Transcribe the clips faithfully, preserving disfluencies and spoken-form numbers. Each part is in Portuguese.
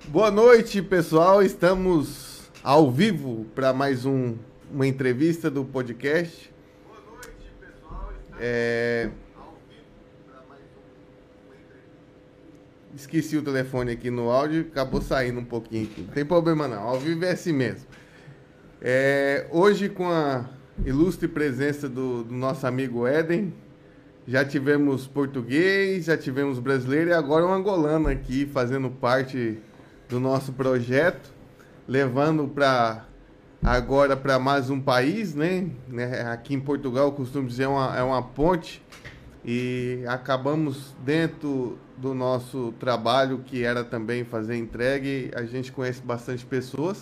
Boa noite, pessoal. Estamos ao vivo para mais um, uma entrevista do podcast. Boa noite, pessoal. Estamos é... ao vivo para mais um, uma entrevista. Esqueci o telefone aqui no áudio, acabou saindo um pouquinho aqui. Não tem problema não, ao vivo é assim mesmo. É... Hoje, com a ilustre presença do, do nosso amigo Éden, já tivemos português, já tivemos brasileiro e agora um angolano aqui fazendo parte do nosso projeto, levando para agora para mais um país, né? Aqui em Portugal, eu costumo dizer, é uma, é uma ponte, e acabamos dentro do nosso trabalho, que era também fazer entregue, a gente conhece bastante pessoas,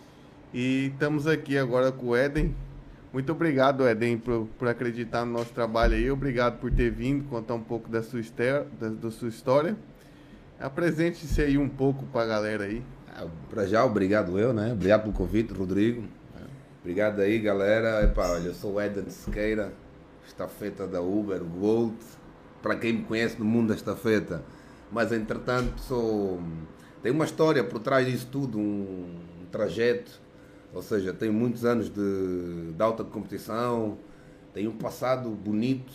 e estamos aqui agora com o Éden. Muito obrigado, Éden, por, por acreditar no nosso trabalho aí, obrigado por ter vindo, contar um pouco da sua, ester, da, da sua história. Apresente-se aí um pouco para a galera aí. Ah, para já, obrigado eu, né? Obrigado pelo convite, Rodrigo. É. Obrigado aí, galera. Epá, olha, eu sou o Éden Sequeira, estafeta da Uber, Volt. Para quem me conhece no mundo da estafeta. Mas, entretanto, sou... tem uma história por trás disso tudo, um, um trajeto. Ou seja, tenho muitos anos de, de alta competição, tenho um passado bonito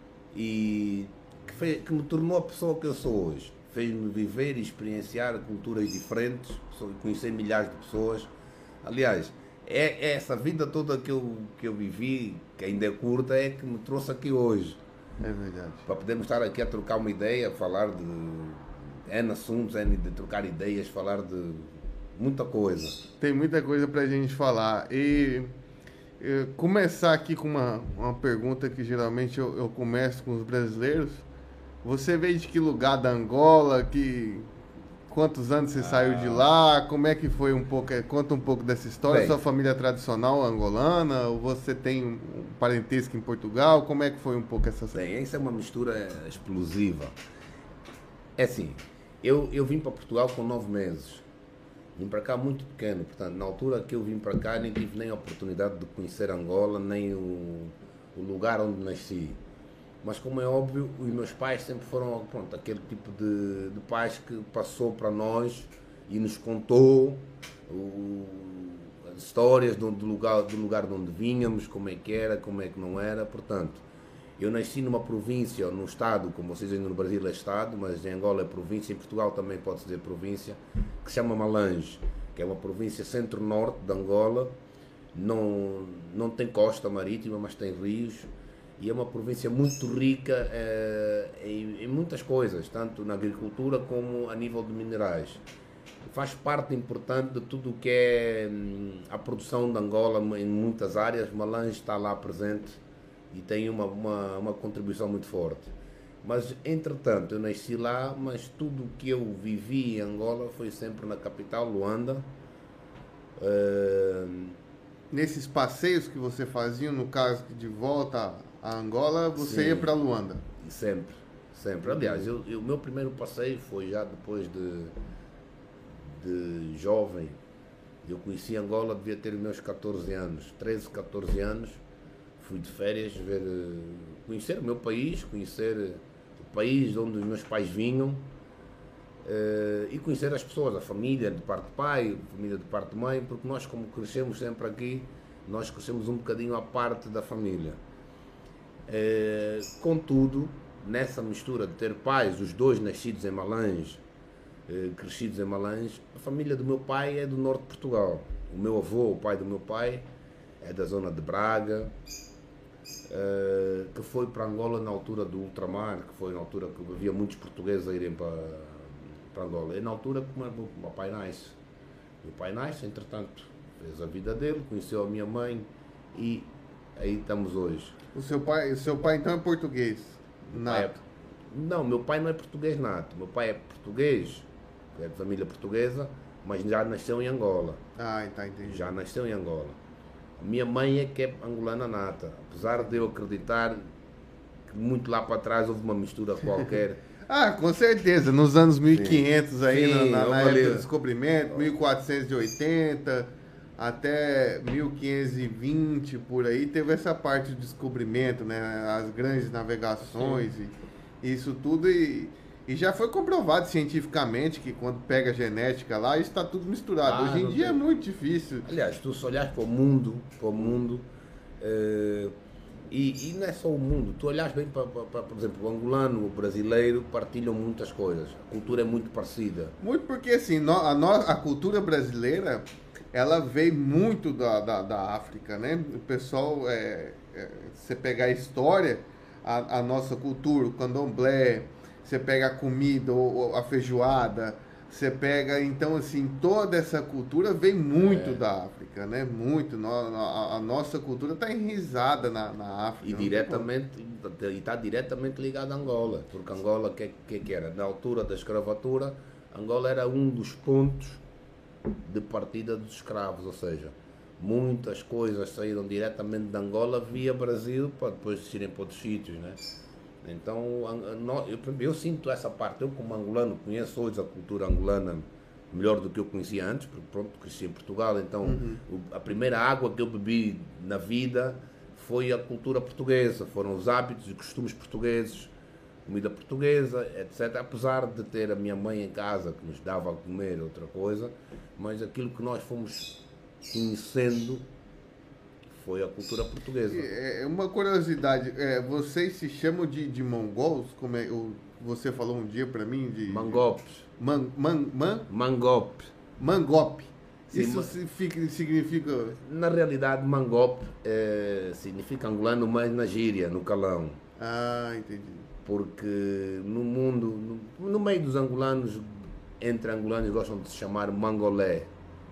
e que, fez, que me tornou a pessoa que eu sou hoje. Fez-me viver e experienciar culturas diferentes, conhecer milhares de pessoas. Aliás, é, é essa vida toda que eu, que eu vivi, que ainda é curta, é que me trouxe aqui hoje. É verdade. Para podermos estar aqui a trocar uma ideia, falar de N assuntos, N de trocar ideias, falar de muita coisa. Tem muita coisa para a gente falar. E eu, começar aqui com uma, uma pergunta que geralmente eu, eu começo com os brasileiros. Você veio de que lugar da Angola? Que, quantos anos você ah. saiu de lá? Como é que foi um pouco? Conta um pouco dessa história. Bem, sua família é tradicional angolana? Ou você tem um parentesco em Portugal? Como é que foi um pouco essa... Bem, isso é uma mistura explosiva. É assim, eu, eu vim para Portugal com nove meses. Vim para cá muito pequeno. Portanto, na altura que eu vim para cá, nem tive nem a oportunidade de conhecer Angola, nem o, o lugar onde nasci. Mas, como é óbvio, os meus pais sempre foram, pronto, aquele tipo de, de pais que passou para nós e nos contou o, as histórias do, do, lugar, do lugar de onde vínhamos, como é que era, como é que não era. Portanto, eu nasci numa província, num estado, como vocês dizem no Brasil é estado, mas em Angola é província, em Portugal também pode-se dizer província, que se chama Malange, que é uma província centro-norte de Angola, não, não tem costa marítima, mas tem rios. E é uma província muito rica eh, em, em muitas coisas, tanto na agricultura como a nível de minerais. Faz parte importante de tudo o que é hum, a produção de Angola em muitas áreas. Malange está lá presente e tem uma, uma, uma contribuição muito forte. Mas, entretanto, eu nasci lá, mas tudo o que eu vivi em Angola foi sempre na capital, Luanda. Uh... Nesses passeios que você fazia, no caso de volta a Angola, você Sim, ia para Luanda? Sempre, sempre. Aliás, o meu primeiro passeio foi já depois de, de jovem. Eu conheci Angola, devia ter meus catorze anos, treze, catorze anos. Fui de férias, ver, conhecer o meu país, conhecer o país de onde os meus pais vinham uh, e conhecer as pessoas, a família de parte de pai, a família de parte de mãe, porque nós, como crescemos sempre aqui, nós crescemos um bocadinho à parte da família. Uh, contudo, nessa mistura de ter pais, os dois nascidos em Malange, uh, crescidos em Malange, a família do meu pai é do norte de Portugal. O meu avô, o pai do meu pai, é da zona de Braga, uh, que foi para Angola na altura do ultramar, que foi na altura que havia muitos portugueses a irem para, para Angola. É na altura que o meu pai nasce. Meu pai nasce, entretanto, fez a vida dele, conheceu a minha mãe e aí estamos hoje. O seu pai, o seu pai então é português nato? É, não, meu pai não é português nato. Meu pai é português, é de família portuguesa, mas já nasceu em Angola. Ah, tá, entendi. Já nasceu em Angola. A minha mãe é que é angolana nata. Apesar de eu acreditar que muito lá para trás houve uma mistura qualquer. Ah, com certeza. Nos anos mil e quinhentos, sim, aí, sim, na, na época do descobrimento, mil quatrocentos e oitenta... até mil quinhentos e vinte, por aí, teve essa parte de descobrimento, né? As grandes navegações, e, isso tudo. E, E já foi comprovado cientificamente que quando pega a genética lá, isso está tudo misturado. Ah, Hoje em não dia tem. é muito difícil. Aliás, tu se olhares para o mundo, para o mundo, eh, e, e não é só o mundo, tu olhas bem para, para, para, por exemplo, o angolano, o brasileiro, partilham muitas coisas. A cultura é muito parecida. Muito porque assim, no- a, no- a cultura brasileira, ela veio muito da, da, da África, né? O pessoal, é, é, você pegar a história, a, a nossa cultura, o candomblé, você pega a comida, ou, ou a feijoada, você pega, então assim, toda essa cultura vem muito É. da África, né? Muito. No- a, a nossa cultura está enraizada na, na África. E não tem diretamente, e está diretamente ligado a Angola, porque Angola, o que, que, que era? Na altura da escravatura, Angola era um dos pontos de partida dos escravos, ou seja, muitas coisas saíram diretamente de Angola via Brasil para depois irem para outros sítios, né? Então, an- nó- eu, eu sinto essa parte, eu como angolano conheço hoje a cultura angolana melhor do que eu conhecia antes, porque pronto, cresci em Portugal, então o- a primeira água que eu bebi na vida foi a cultura portuguesa, foram os hábitos e costumes portugueses, comida portuguesa, etcétera. Apesar de ter a minha mãe em casa que nos dava a comer outra coisa, mas aquilo que nós fomos conhecendo foi a cultura portuguesa. É é uma curiosidade, é, vocês se chamam de, de mongols, como é, o- você falou um dia para mim de Mangopes, man, man, man, mangope. mangope. Sim, Isso ma- significa, significa Na realidade, mangope eh, significa angolano, mas na gíria, no calão. ah, entendi. Porque no mundo, no, no meio dos angolanos, entre angolanos gostam de se chamar mangolé.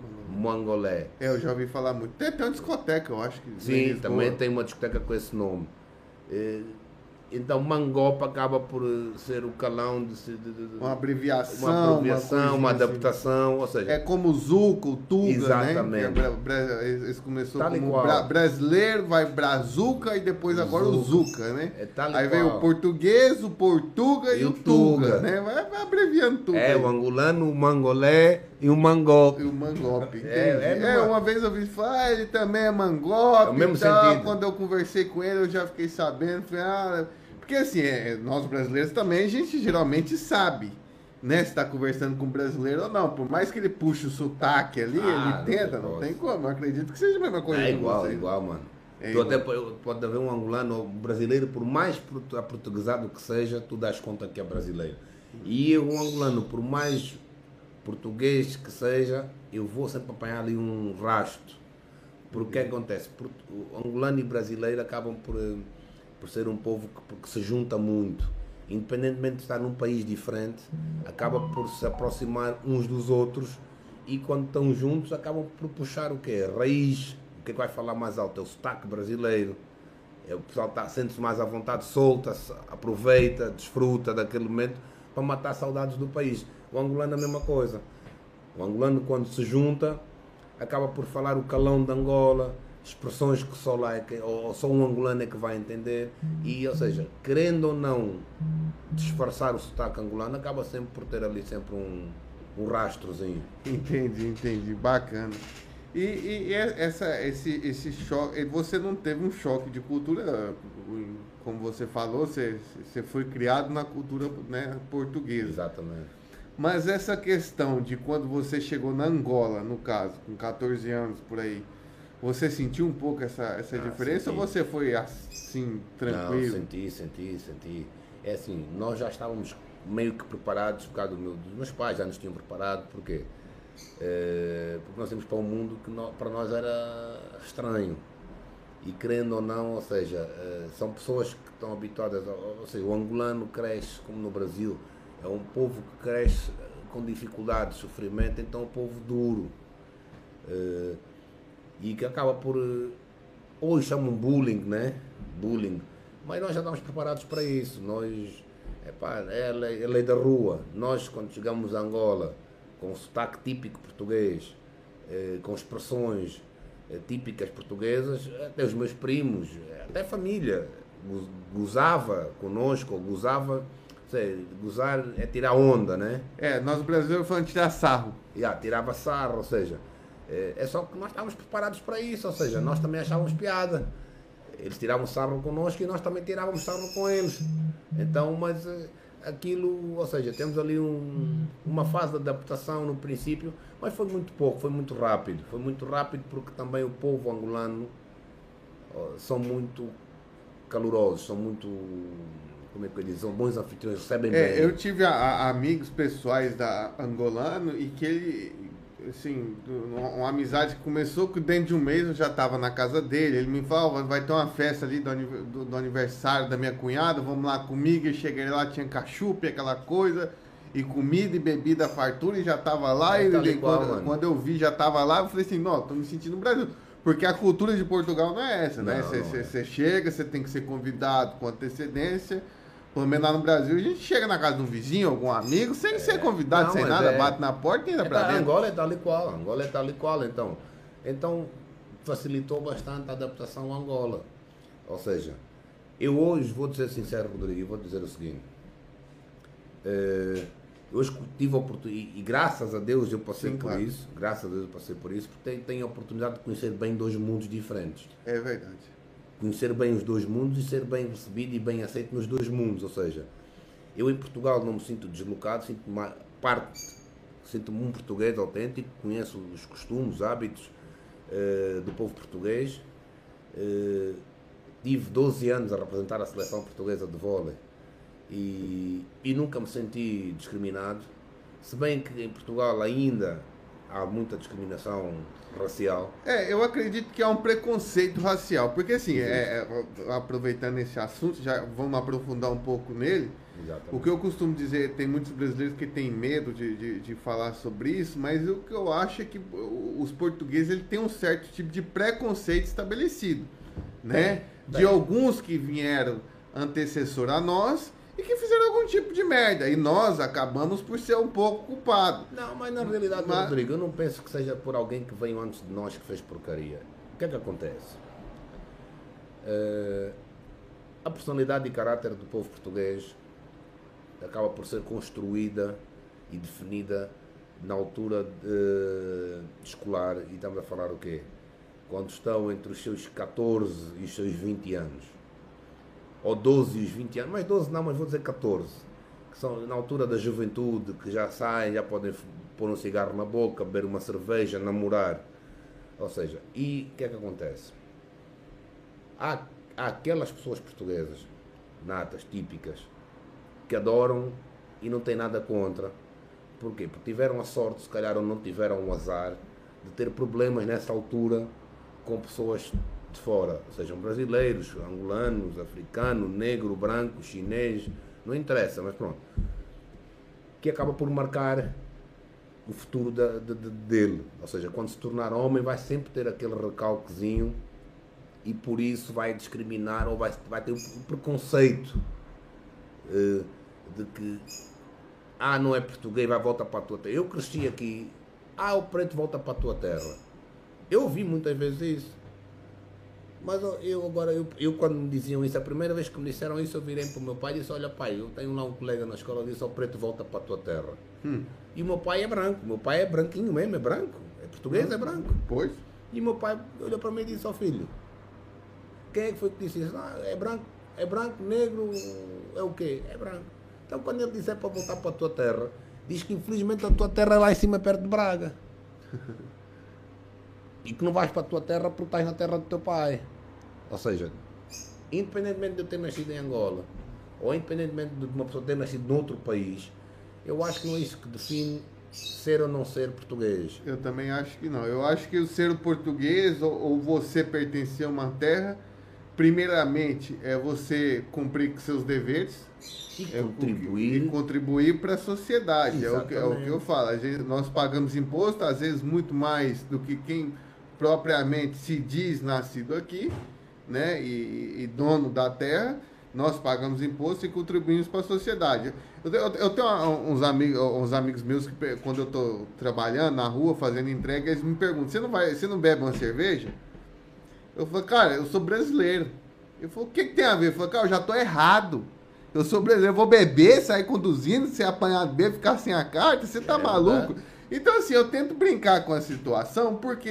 Mangolé. É, eu já ouvi falar muito. Tem até uma discoteca, eu acho que em Sim, Lisboa. também tem uma discoteca com esse nome. Eh, Então, mangope acaba por eh, ser o calão de, se- de, de, de Uma abreviação, uma abreviação, coisinha uma assim. adaptação, ou seja, É como o Zuca, o Tuga, Exatamente. né? Que é bra- bra- Eles começou Tal e como qual. bra- brasileiro, vai Brazuca e depois agora o Zuca. Zuca, né? É tal e Aí vem qual. o português, o Portuga e, E o o Tuga, Tuga. né? Vai, vai abreviando tudo. é aí. o angolano, o mangolé e o mangope. E o mangope, entendi. É, É, é numa- uma vez eu vi falar, ah, ele também é mangope É o mesmo e tal. sentido. Quando eu conversei com ele, eu já fiquei sabendo. Falei, ah, porque assim, é, nós brasileiros também, a gente geralmente sabe, né? Se tá conversando com um brasileiro ou não. Por mais que ele puxe o sotaque ali, Ah, ele não tenta, tem não como. tem como. Eu acredito que seja a mesma coisa É com igual, vocês. igual, mano. É tu igual. até pode, pode haver um angolano ou um brasileiro, por mais portu- aportuguesado que seja, tu dás conta que é brasileiro. E um angolano, por mais português que seja, eu vou sempre apanhar ali um rastro. Porque o que acontece? Por- O angolano e brasileiro acabam por, eh, por ser um povo que, que se junta muito. Independentemente de estar num país diferente, acaba por se aproximar uns dos outros e quando estão juntos acabam por puxar o quê? A raiz. O que é que vai falar mais alto? É o sotaque brasileiro. É, o pessoal tá, sente-se mais à vontade, solta-se, aproveita, desfruta daquele momento para matar saudades do país. O angolano é a mesma coisa. O angolano, quando se junta, acaba por falar o calão de Angola, expressões que só lá é que, ou só um angolano é que vai entender. E, ou seja, querendo ou não disfarçar o sotaque angolano, acaba sempre por ter ali sempre um, um rastrozinho. Entendi, entendi. Bacana. E, e essa, esse, esse choque, você não teve um choque de cultura, como você falou, você, você foi criado na cultura, né, portuguesa. Exatamente. Mas essa questão de quando você chegou na Angola, no caso, com catorze anos por aí, você sentiu um pouco essa, essa Ah, diferença senti. ou você foi assim, tranquilo? Não, senti, senti, senti. É assim, nós já estávamos meio que preparados por causa do meu- dos meus pais, já nos tinham preparado, porque Eh, porque nós íamos para um mundo que nó- para nós era estranho. E querendo ou não, ou seja, eh, são pessoas que estão habituadas, ao- ou seja, o angolano cresce como no Brasil, é um povo que cresce eh, com dificuldades, sofrimento, então é um povo duro. Eh, e que acaba por, eh, hoje chamam bullying, né? Bullying. Mas nós já estamos preparados para isso. Nós, epá, é a lei, é a lei da rua. Nós, quando chegamos a Angola, com o sotaque típico português, eh, com expressões eh, típicas portuguesas, até os meus primos, até a família, go- gozava conosco, ou gozava, sei, gozar é tirar onda, né? É, nós brasileiros falamos tirar sarro. E ah, tirava sarro, ou seja, é, é só que nós estávamos preparados para isso, ou seja, nós também achávamos piada. Eles tiravam sarro connosco e nós também tirávamos sarro com eles. Então, mas eh, aquilo, ou seja, temos ali um, uma fase de adaptação no princípio, mas foi muito pouco, foi muito rápido. Foi muito rápido porque também o povo angolano ó, são muito calorosos, são muito, como é que eu digo, são bons anfitriões, recebem É, bem. eu tive a- a- amigos pessoais da angolano e que ele, assim, uma, uma amizade que começou que dentro de um mês eu já estava na casa dele. Ele me falou, vai ter uma festa ali do, aniv- do- do aniversário da minha cunhada, vamos lá comigo. Eu cheguei lá, tinha cachupe, aquela coisa, e comida e bebida fartura, e já tava lá. É, e tal e ele- qual, quando, mano. quando eu vi, já tava lá, eu falei assim, não, tô me sentindo no Brasil. Porque a cultura de Portugal não é essa, né? Não, não é. Você chega, você tem que ser convidado com antecedência. Pelo menos lá no Brasil, a gente chega na casa de um vizinho, algum amigo, sem ser convidado, Não, sem mas nada, é- bate na porta e entra É, pra tá, dentro. Angola é tal e qual, Angola é tal e qual, então. Então, facilitou bastante a adaptação a Angola. Ou seja, eu hoje, vou dizer sincero, Rodrigo, eu vou dizer o seguinte. eh, hoje tive a oportunidade, e, e graças a Deus eu passei Sim, por claro. isso, graças a Deus eu passei por isso, porque tenho, tenho a oportunidade de conhecer bem dois mundos diferentes. É verdade. Conhecer bem os dois mundos e ser bem recebido e bem aceito nos dois mundos, ou seja, eu em Portugal não me sinto deslocado, sinto-me parte, sinto-me um português autêntico, conheço os costumes, os hábitos eh, do povo português. Eh, tive doze anos a representar a seleção portuguesa de vôlei e, e nunca me senti discriminado, se bem que em Portugal ainda há muita discriminação racial. É, eu acredito que há um preconceito racial, porque assim, é, é, aproveitando esse assunto, já vamos aprofundar um pouco nele. Exatamente. O que eu costumo dizer, tem muitos brasileiros que têm medo de, de, de falar sobre isso, mas o que eu acho é que os portugueses ele têm um certo tipo de preconceito estabelecido, né? Tem. De alguns que vieram antecessor a nós e que fizeram algum tipo de merda. E nós acabamos por ser um pouco culpados. Não, mas na realidade, Mas- Rodrigo, eu não penso que seja por alguém que veio antes de nós que fez porcaria. O que é que acontece? Eh, a personalidade e caráter do povo português acaba por ser construída e definida na altura de- escolar, e estamos a falar o quê? Quando estão entre os seus catorze e os seus vinte anos. Ou doze e os vinte anos, mas doze não, mas vou dizer catorze, que são na altura da juventude, que já saem, já podem f- pôr um cigarro na boca, beber uma cerveja, namorar. Ou seja, e o que é que acontece? Há, há aquelas pessoas portuguesas, natas, típicas, que adoram e não têm nada contra. Porquê? Porque tiveram a sorte, se calhar, ou não tiveram o azar, de ter problemas nessa altura com pessoas de fora, sejam brasileiros, angolanos, africanos, negro, branco, chinês, não interessa, mas pronto. Que acaba por marcar o futuro da, de- de- dele. Ou seja, quando se tornar homem vai sempre ter aquele recalquezinho e por isso vai discriminar ou vai, vai ter um preconceito eh, de que ah, não é português, vai voltar para a tua terra. Eu cresci aqui, ah, o preto volta para a tua terra. Eu ouvi muitas vezes isso. Mas eu- eu agora, eu, eu quando me diziam isso, a primeira vez que me disseram isso, eu virei para o meu pai e disse, olha pai, eu tenho lá um colega na escola que disse, o preto volta para a tua terra. Hum. E o meu pai é branco, o meu pai é branquinho mesmo, é branco, é português, é branco. Pois. E o meu pai olhou para mim e disse, ó filho, quem é que foi que disse isso? Ah, é branco, é branco, negro, é o quê? É branco. Então quando ele disser para voltar para a tua terra, diz que infelizmente a tua terra é lá em cima perto de Braga. E que não vais para a tua terra porque estás na terra do teu pai. Ou seja, independentemente de eu ter nascido em Angola, ou independentemente de uma pessoa ter nascido noutro país, eu acho que não é isso que define ser ou não ser português. Eu também acho que não. Eu acho que o ser português ou, ou você pertencer a uma terra, primeiramente é você cumprir com seus deveres E é, contribuir. e contribuir para a sociedade. É o, que, é o Exatamente. que eu falo. A gente, nós pagamos imposto, às vezes muito mais do que quem propriamente se diz nascido aqui, né? E, e dono da terra. Nós pagamos imposto e contribuímos para a sociedade. Eu, eu, eu tenho uns amigos, uns amigos meus que, quando eu estou trabalhando na rua, fazendo entrega, eles me perguntam, você não, vai, você não bebe uma cerveja? Eu falo, cara, eu sou brasileiro. Eu falo, o que, que tem a ver? Eu falo, cara, eu já estou errado. Eu sou brasileiro, eu vou beber, sair conduzindo, ser apanhado bem, ficar sem a carta, você tá É maluco? verdade. Então, assim, eu tento brincar com a situação, porque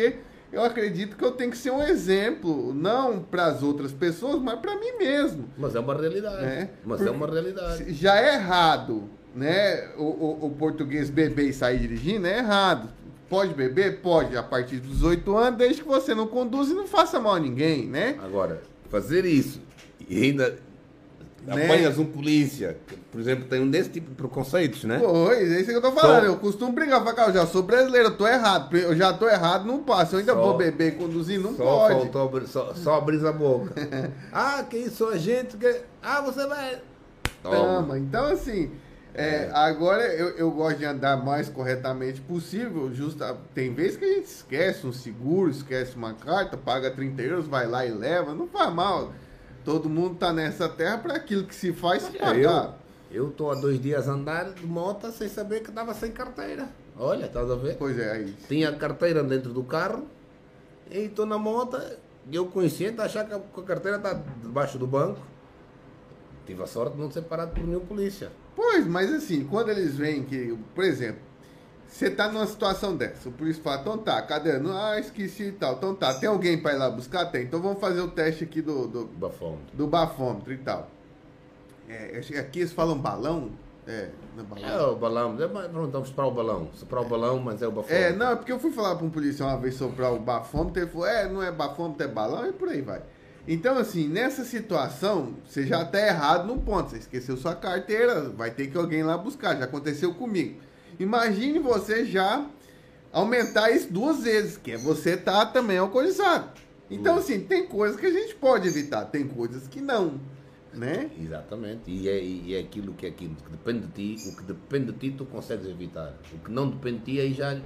eu acredito que eu tenho que ser um exemplo, não para as outras pessoas, mas para mim mesmo. Mas é uma realidade. Né? Mas Porque é uma realidade. já é errado, né? O, o, o português beber e sair dirigindo é errado. Pode beber? Pode, a partir dos dezoito anos, desde que você não conduza e não faça mal a ninguém, né? Agora, fazer isso e ainda Né? apanhas um polícia, que, por exemplo, tem um desse tipo de preconceitos, né? Pois, é isso que eu tô falando. Só- Eu costumo brigar, falar, cara, eu já sou brasileiro, eu tô errado. Eu já tô errado, não passo. Eu ainda Só- vou beber e conduzir, não Só pode. faltou abrir- só, só abrir a boca. Ah, que isso, a gente que... Ah, você vai... Toma. Então, assim, é, agora eu, eu gosto de andar mais corretamente possível. Justa, tem vezes que a gente esquece um seguro, esquece uma carta, paga trinta euros, vai lá e leva. Não faz mal. Todo mundo tá nessa terra para aquilo que se faz se É, pagar. eu, eu tô há dois dias a andar de moto sem saber que estava sem carteira. Olha, estás a ver? Pois é, aí. Tinha a carteira dentro do carro e estou na moto e eu consciente achar que a, que a carteira está debaixo do banco. Tive a sorte de não ser parado por nenhum polícia. Pois, mas assim, quando eles veem que, por exemplo, você tá numa situação dessa, o polícia fala, então tá, cadê? Ah, esqueci e tal. Então tá, tem alguém para ir lá buscar? Tem. Então vamos fazer o teste aqui do, do, Bafômetro. do bafômetro e tal. É, acho que aqui eles falam balão. É, não é balão. É o balão. É, mas pronto, vamos soprar o balão. Soprar o balão, mas é o bafômetro. É, não, é porque eu fui falar para um policial uma vez soprar o bafômetro, ele falou, é, não é bafômetro, é balão, e por aí vai. Então, assim, nessa situação, você já tá errado num ponto, você esqueceu sua carteira, vai ter que alguém lá buscar, já aconteceu comigo. Imagine você já aumentar isso duas vezes, que é você tá também alcoolizado. Então, assim, tem coisas que a gente pode evitar, tem coisas que não, né? Exatamente. E é, e é aquilo que é aquilo que depende de ti. O que depende de ti, tu consegues evitar. O que não depende de ti, aí já...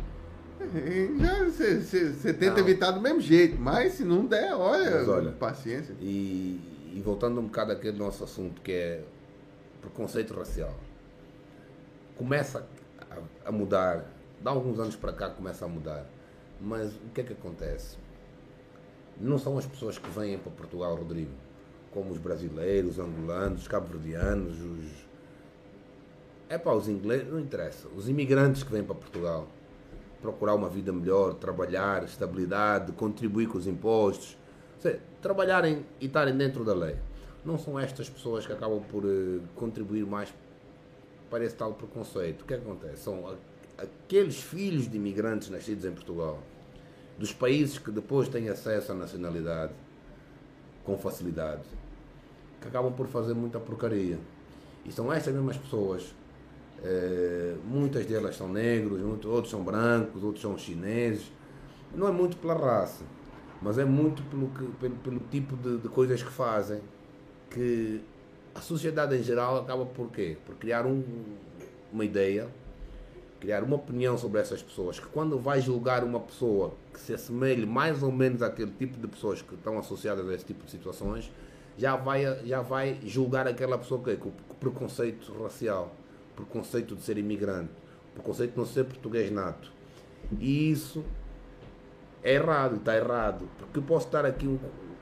Já você, você, você tenta Não. evitar do mesmo jeito, mas se não der, olha, Mas olha, paciência. E, e voltando um bocado àquele nosso assunto que é preconceito racial, começa a, a mudar, dá alguns anos para cá começa a mudar, mas o que é que acontece? Não são as pessoas que vêm para Portugal, Rodrigo, como os brasileiros, os angolanos, os cabo-verdianos, os... É para os ingleses, não interessa, os imigrantes que vêm para Portugal, procurar uma vida melhor, trabalhar, estabilidade, contribuir com os impostos, ou seja, trabalharem e estarem dentro da lei. Não são estas pessoas que acabam por uh, contribuir mais para esse tal preconceito. O que é que acontece? São a, aqueles filhos de imigrantes nascidos em Portugal, dos países que depois têm acesso à nacionalidade com facilidade, que acabam por fazer muita porcaria. E são estas mesmas pessoas. Uh, muitas delas são negros, muito, outros são brancos, outros são chineses. Não é muito pela raça, mas é muito pelo, que, pelo, pelo tipo de, de coisas que fazem, que a sociedade em geral acaba por quê? Por criar um, uma ideia, criar uma opinião sobre essas pessoas, que quando vai julgar uma pessoa que se assemelhe mais ou menos àquele tipo de pessoas que estão associadas a esse tipo de situações, já vai, já vai julgar aquela pessoa que, com, com preconceito racial, preconceito de ser imigrante, preconceito de não ser português nato. E isso é errado, está errado. Porque eu posso dar aqui um...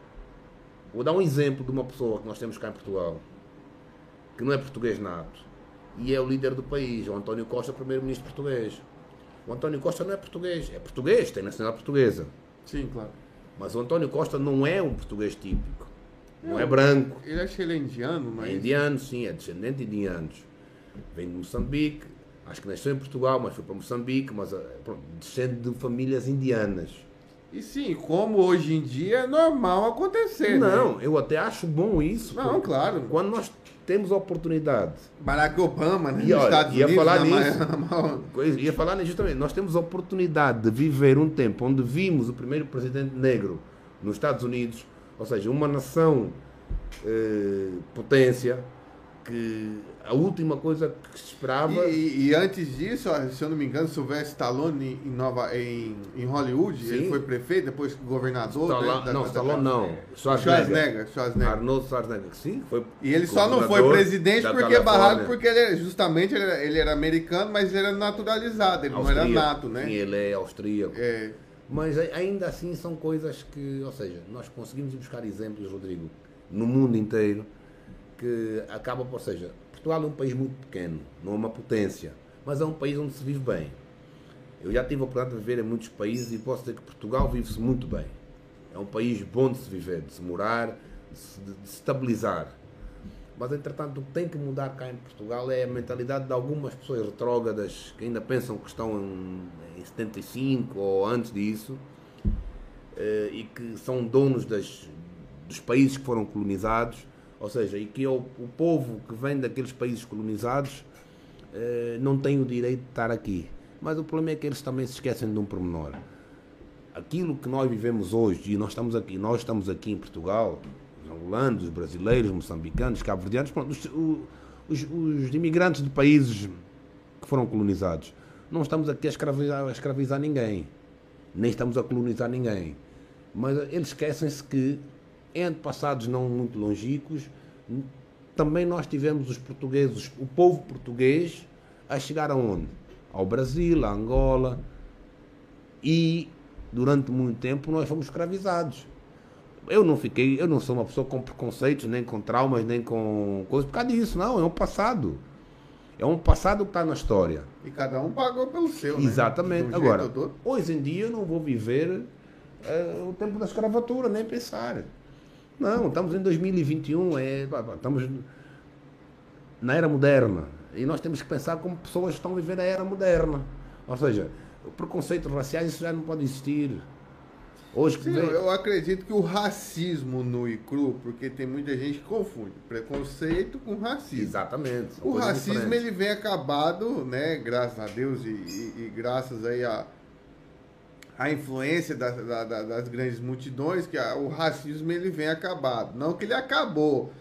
Vou dar um exemplo de uma pessoa que nós temos cá em Portugal, que não é português nato, e é o líder do país, o António Costa, primeiro-ministro português. O António Costa não é português, é português, tem nacionalidade portuguesa. Sim, claro. Mas o António Costa não é um português típico. Não, não é branco. Ele acha que ele é indiano, mas... É indiano, sim, é descendente de indianos. Vem de Moçambique, acho que nasceu em Portugal, mas foi para Moçambique, mas pronto, descende de famílias indianas. E sim, como hoje em dia é normal acontecer, Não, né? eu até acho bom isso. Não, claro. Quando nós temos a oportunidade... Barack Obama, né? E, Nos olha, Estados ia Unidos, falar na nisso. maior- Coisa- Ia falar nisso justamente. Nós temos a oportunidade de viver um tempo onde vimos o primeiro presidente negro nos Estados Unidos, ou seja, uma nação eh, potência, que a última coisa que se esperava... E, e antes disso, ó, se eu não me engano, Sylvester Stallone em, Nova, em, em Hollywood, Sim. ele foi prefeito, depois governador... Stallone- né, da- não, da- Stallone da- não. Schwarzenegger, Schwarzenegger. Arnold Schwarzenegger, sim, foi. E ele só não foi governador presidente da porque Califórnia. barraco, porque ele, era- justamente ele era, ele era americano, mas ele era naturalizado, ele não era Austríaco. nato, né? Sim, ele é austríaco. É, Mas a- ainda assim são coisas que, ou seja, nós conseguimos buscar exemplos, Rodrigo, no mundo inteiro, que acaba por, ou seja, Portugal é um país muito pequeno, não é uma potência, mas é um país onde se vive bem. Eu já tive a oportunidade de viver em muitos países e posso dizer que Portugal vive-se muito bem. É um país bom de se viver, de se morar, de se, de se estabilizar. Mas, entretanto, o que tem que mudar cá em Portugal é a mentalidade de algumas pessoas retrógradas que ainda pensam que estão em, em setenta e cinco ou antes disso eh, e que são donos das, dos países que foram colonizados, ou seja, e que o, o povo que vem daqueles países colonizados eh, não tem o direito de estar aqui. Mas o problema é que eles também se esquecem de um pormenor. Aquilo que nós vivemos hoje, e nós estamos aqui, nós estamos aqui em Portugal, os angolanos, os brasileiros, moçambicanos, cabo-verdianos, pronto, os, os, os imigrantes de países que foram colonizados. Não estamos aqui a escravizar, a escravizar ninguém, nem estamos a colonizar ninguém. Mas eles esquecem-se que, em antepassados não muito longínquos, também nós tivemos os portugueses, o povo português, a chegar aonde? Ao Brasil, a Angola, e durante muito tempo nós fomos escravizados. Eu não fiquei, eu não sou uma pessoa com preconceitos, nem com traumas, nem com coisas por causa disso, não, é um passado. É um passado que está na história. E cada um pagou pelo seu, exatamente. Né? Agora, hoje em dia eu não vou viver uh, o tempo da escravatura, nem pensar. Não, estamos em dois mil e vinte e um, é, estamos na era moderna. E nós temos que pensar como pessoas que estão a viver a era moderna. Ou seja, o preconceito racial, isso já não pode existir. Hoje, Sim, vem... eu acredito que o racismo nu e cru, porque tem muita gente que confunde preconceito com racismo. Exatamente. O racismo diferente. Ele vem acabado, né, graças a Deus e, e, e graças aí a, a influência da, da, da, das grandes multidões, que a, o racismo ele vem acabado. Não que ele acabou.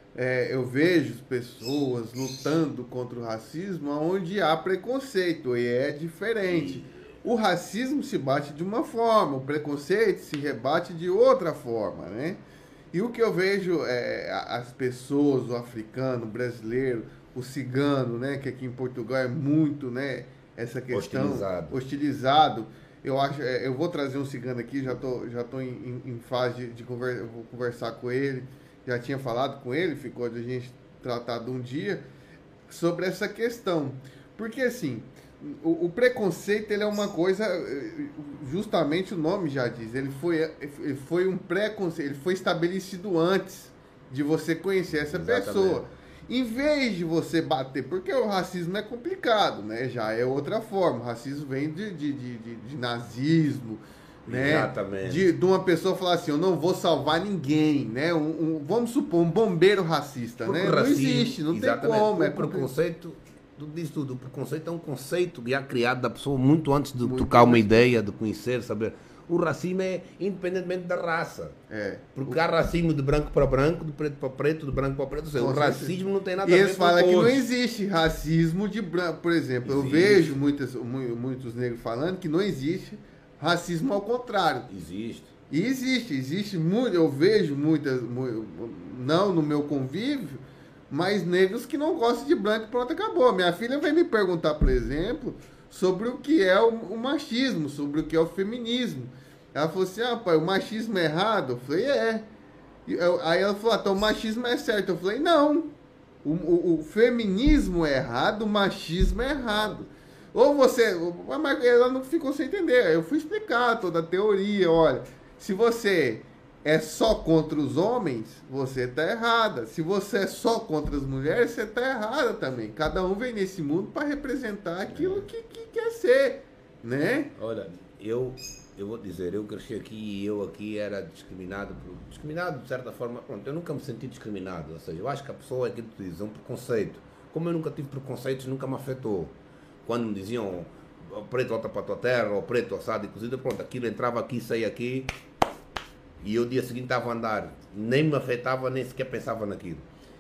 É, eu vejo pessoas lutando contra o racismo onde há preconceito e é diferente. O racismo se bate de uma forma, o preconceito se rebate de outra forma, né? E o que eu vejo é as pessoas, o africano, o brasileiro, o cigano, né? Que aqui em Portugal é muito, né? Essa questão hostilizado. hostilizado. Eu acho, eu vou trazer um cigano aqui, já tô, já tô em, em fase de, de conver, vou conversar com ele. Já tinha falado com ele, ficou de a gente tratado um dia sobre essa questão. Porque assim, o, o preconceito ele é uma coisa, justamente o nome já diz, ele foi, ele foi um preconceito, ele foi estabelecido antes de você conhecer essa Exatamente. pessoa. Em vez de você bater, porque o racismo é complicado, né? Já é outra forma. O racismo vem de, de, de, de, de nazismo, né? Exatamente. De, de uma pessoa falar assim, eu não vou salvar ninguém, né? Um, um, vamos supor, um bombeiro racista, Porque né? Racismo, não existe, não exatamente. tem como. O é preconceito, tudo isso tudo. O preconceito é um conceito já criado da pessoa muito antes de muito tocar uma bem. ideia, de conhecer, saber. O racismo é independentemente da raça. É. Porque há racismo de branco para branco, de preto para preto, de branco para preto. Ou seja, o racismo não tem nada e a ver eles com falam que cores. não existe racismo de branco. Por exemplo, Existe. eu vejo muitas, muitos negros falando que não existe racismo ao contrário. Existe. E existe, existe muito, eu vejo muitas, muito, não no meu convívio, mas negros que não gostam de branco e pronto, acabou. Minha filha veio me perguntar, por exemplo, sobre o que é o, o machismo, sobre o que é o feminismo. Ela falou assim, ah, pai, o machismo é errado? Eu falei, é. Eu, aí ela falou, ah, então o machismo é certo. Eu falei, não. O, o, o feminismo é errado, o machismo é errado. Ou você... Mas ela não ficou sem entender. Eu fui explicar toda a teoria. Olha, se você é só contra os homens, você está errada. Se você é só contra as mulheres, você está errada também. Cada um vem nesse mundo para representar aquilo que, que quer ser, né? Olha, eu... Eu vou dizer, eu cresci aqui e eu aqui era discriminado, por, discriminado de certa forma, pronto, eu nunca me senti discriminado, ou seja, eu acho que a pessoa é aquilo que tu dizes, é um preconceito. Como eu nunca tive preconceitos, nunca me afetou. Quando me diziam, o preto volta para a tua terra, ou preto assado e cozido, pronto, aquilo entrava aqui, saía aqui, e eu o dia seguinte estava a andar, nem me afetava, nem sequer pensava naquilo.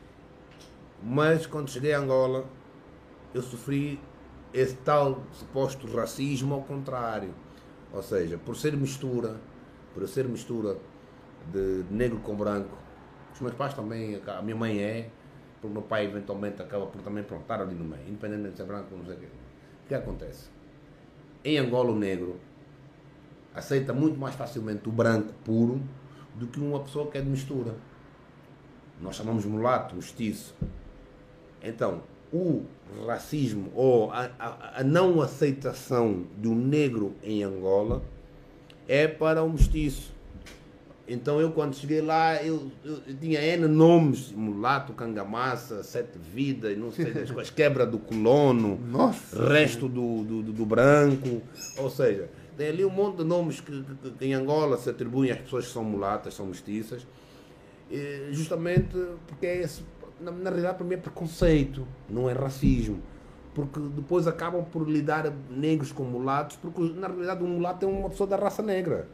Mas quando cheguei a Angola, eu sofri esse tal suposto racismo ao contrário. Ou seja, por ser mistura, por ser mistura de negro com branco, os meus pais também, a minha mãe é, porque o meu pai eventualmente acaba por também pronto, estar ali no meio, independente de ser branco ou não sei o quê. O que acontece? Em Angola o negro aceita muito mais facilmente o branco puro do que uma pessoa que é de mistura. Nós chamamos mulato, mestiço. Então, o racismo ou a, a, a não aceitação do negro em Angola é para o mestiço. Então eu quando cheguei lá, eu, eu, eu tinha N nomes, mulato, cangamassa, sete vidas, não sei das coisas, quebra do colono, Nossa. resto do, do, do branco, ou seja, tem ali um monte de nomes que, que, que em Angola se atribuem às pessoas que são mulatas, são mestiças, justamente porque é esse, na, na realidade para mim é preconceito, não é racismo, porque depois acabam por lidar negros com mulatos, porque na realidade um mulato é uma pessoa da raça negra.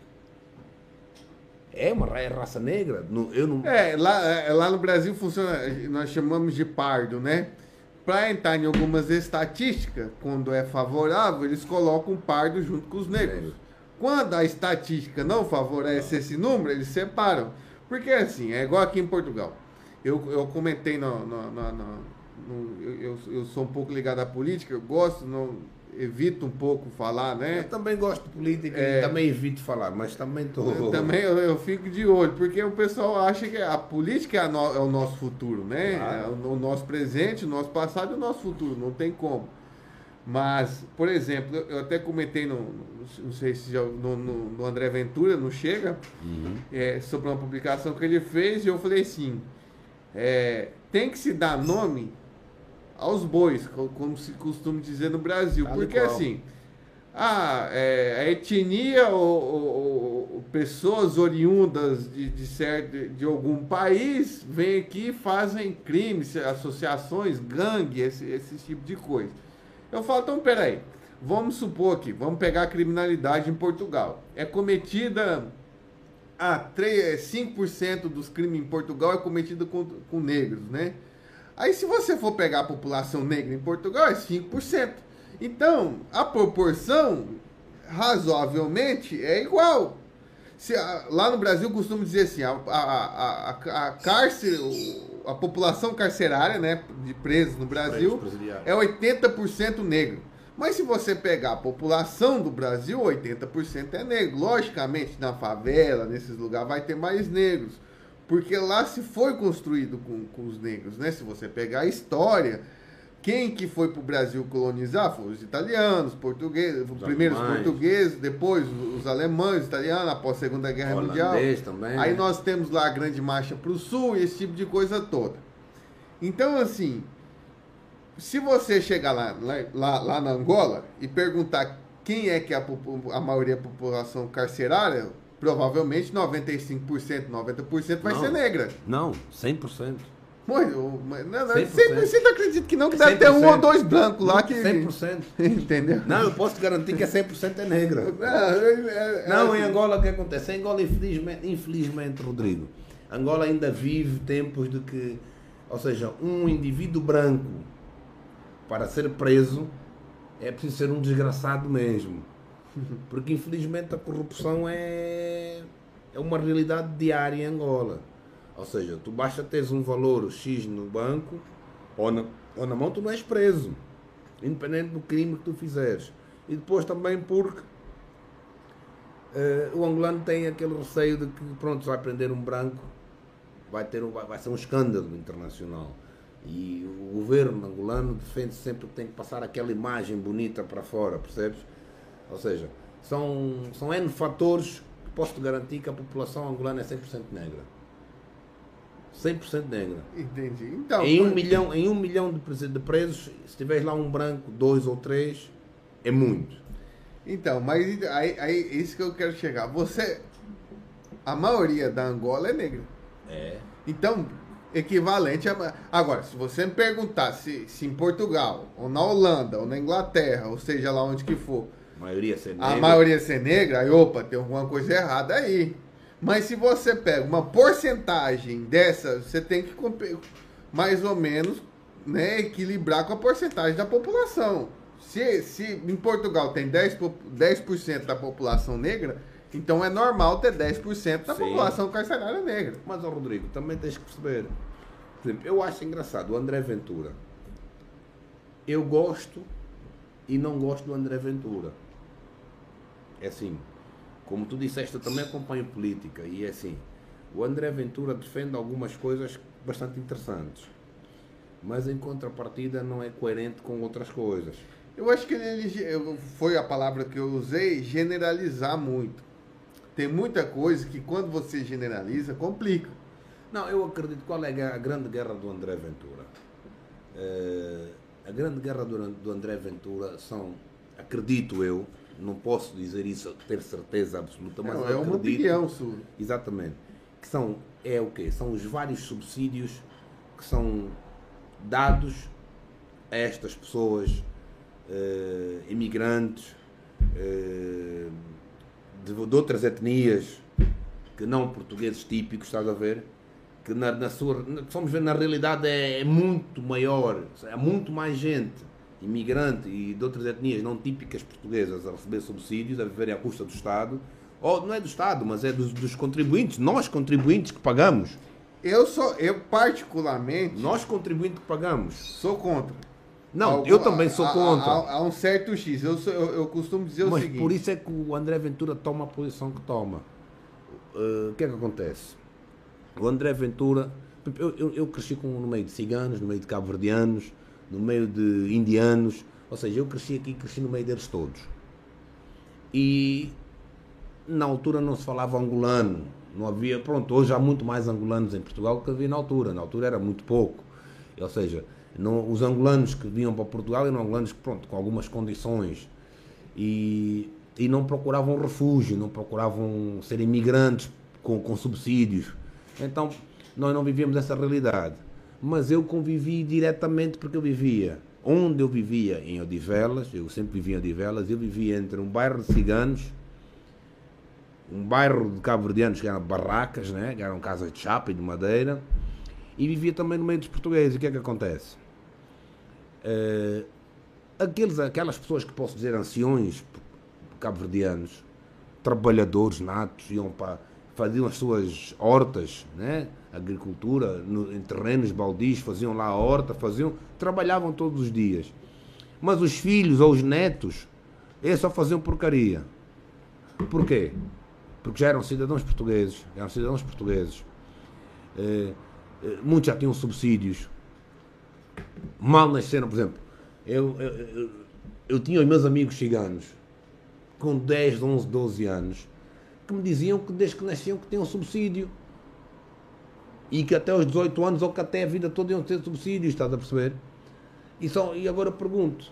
É uma é raça negra. Eu não... É, lá, lá no Brasil funciona, nós chamamos de pardo, né? Para entrar em algumas estatísticas, quando é favorável, eles colocam o pardo junto com os negros. Quando a estatística não favorece esse número, eles separam. Porque assim, é igual aqui em Portugal. Eu, eu comentei, no, no, no, no, no eu, eu sou um pouco ligado à política, eu gosto, não, evito um pouco falar, né? Eu também gosto de política é, e também evito falar, mas também estou... Eu, também eu, eu fico de olho, porque o pessoal acha que a política é, a no, é o nosso futuro, né? Claro. É o, o nosso presente, o nosso passado e o nosso futuro, não tem como. Mas, por exemplo, eu até comentei, no, não sei se já, no, no, no André Ventura, no Chega, uhum. é, sobre uma publicação que ele fez, e eu falei assim, é, tem que se dar nome aos bois, como se costuma dizer no Brasil, ah, porque assim, a, é, a etnia ou, ou, ou pessoas oriundas de, de, certo, de algum país vêm aqui e fazem crimes, associações, gangue, esse, esse tipo de coisa. Eu falo, então peraí, vamos supor aqui, vamos pegar a criminalidade em Portugal. É cometida, ah, cinco por cento dos crimes em Portugal é cometido com, com negros, né? Aí se você for pegar a população negra em Portugal, é cinco por cento. Então, a proporção, razoavelmente, é igual. Se, a, lá no Brasil costuma dizer assim, a, a, a, a cárcere, a população carcerária, né, de presos no Brasil, é oitenta por cento negro. Mas se você pegar a população do Brasil, oitenta por cento é negro. Logicamente, na favela, nesses lugares, vai ter mais negros. Porque lá se foi construído com, com os negros, né? Se você pegar a história, quem que foi para o Brasil colonizar foram os italianos, portugueses, os primeiro os portugueses, depois os alemães, os italianos, após a Segunda Guerra Mundial. Também, Aí né? nós temos lá a Grande Marcha para o Sul e esse tipo de coisa toda. Então, assim, se você chegar lá, lá, lá na Angola e perguntar quem é que é a, a maioria da população carcerária, provavelmente noventa e cinco por cento, noventa por cento vai não, ser negra. Não, cem por cento. Mas, mas, não, não, cem por cento. cem por cento eu acredito que não, que deve cem por cento. ter um ou dois brancos lá que... cem por cento. Entendeu? Não, eu posso te garantir que é cem por cento é negra. Não, é, é, não é, em Angola o que acontece? Em Angola, infelizmente, infelizmente, Rodrigo, Angola ainda vive tempos de que, ou seja, um indivíduo branco, para ser preso, é preciso ser um desgraçado mesmo. Porque, infelizmente, a corrupção é, é uma realidade diária em Angola. Ou seja, tu basta teres um valor X no banco, ou na, ou na mão tu não és preso, independente do crime que tu fizeres. E depois também porque uh, o angolano tem aquele receio de que, pronto, vai prender um branco, vai, ter, vai, vai ser um escândalo internacional. E o governo angolano defende sempre que tem que passar aquela imagem bonita para fora, percebes? Ou seja, são, são N fatores que posso te garantir que a população angolana é cem por cento negra. cem por cento negra. Entendi. Então, em, um milhão, em um milhão de, de presos, se tiveres lá um branco, dois ou três, é muito. Então, mas aí, aí isso que eu quero chegar. Você, a maioria da Angola é negra. É. Então, equivalente a... Agora, se você me perguntar se, se em Portugal, ou na Holanda, ou na Inglaterra, ou seja lá onde que for, a maioria ser negra, a maioria ser negra, aí, opa, tem alguma coisa errada aí. Mas se você pega uma porcentagem dessa, você tem que mais ou menos, né, equilibrar com a porcentagem da população. Se, se em Portugal tem dez por cento da população negra, então é normal ter dez por cento da Sim. população carcerária negra. Mas, ó, Rodrigo, também tens que perceber. Por exemplo, eu acho engraçado o André Ventura. Eu gosto e não gosto do André Ventura. É assim, como tu disseste, eu também acompanho política e é assim, o André Ventura defende algumas coisas bastante interessantes. mas em contrapartida não é coerente com outras coisas. Eu acho que ele foi a palavra que eu usei, generalizar muito. Tem muita coisa que quando você generaliza, complica. Não, eu acredito. Qual é a grande guerra do André Ventura? Uh, a grande guerra do, do André Ventura são, acredito eu, não posso dizer isso, ter certeza absoluta, mas não, eu é uma acredito, opinião sua. Exatamente. Que são, é o quê? São os vários subsídios que são dados a estas pessoas, uh, imigrantes, uh, de, de outras etnias, que não portugueses típicos, estás a ver? Que na, na sua, que vamos ver, na realidade é, é muito maior, há muito mais gente imigrante e de outras etnias não típicas portuguesas a receber subsídios, a viverem à custa do Estado, ou não é do Estado, mas é dos, dos contribuintes, nós contribuintes que pagamos. Eu sou, eu particularmente... Nós contribuintes que pagamos. Sou contra. Não, Algum, eu também sou contra. Há, há um certo X, eu, sou, eu, eu costumo dizer mas o seguinte... Mas por isso é que o André Ventura toma a posição que toma. Uh, o que é que acontece? O André Ventura, eu, eu, eu cresci com, no meio de ciganos, no meio de cabo-verdianos, no meio de indianos, ou seja, eu cresci aqui, cresci no meio deles todos. E na altura não se falava angolano, não havia, pronto, hoje há muito mais angolanos em Portugal do que havia na altura, na altura era muito pouco. Ou seja, não, os angolanos que vinham para Portugal eram angolanos pronto, com algumas condições e, e não procuravam refúgio, não procuravam ser imigrantes com, com subsídios. Então, nós não vivíamos essa realidade. Mas eu convivi diretamente porque eu vivia. Onde eu vivia, em Odivelas, eu sempre vivia em Odivelas, eu vivia entre um bairro de ciganos, um bairro de cabo-verdianos que eram barracas, né, que eram casas de chapa e de madeira, e vivia também no meio dos portugueses. E o que é que acontece? Uh, aqueles, aquelas pessoas que posso dizer anciões cabo-verdianos, trabalhadores natos, iam para... faziam as suas hortas, né? Agricultura, no, em terrenos baldios, faziam lá a horta, faziam, trabalhavam todos os dias. Mas os filhos ou os netos, eles só faziam porcaria. Por quê? Porque já eram cidadãos portugueses, já eram cidadãos portugueses. Eh, eh, muitos já tinham subsídios. Mal nasceram, por exemplo, eu, eu, eu, eu tinha os meus amigos ciganos, com dez, onze, doze anos, que me diziam que desde que nasciam que tinham subsídio e que até aos dezoito anos ou que até a vida toda iam ter subsídios, estás a perceber? E, só, e agora pergunto,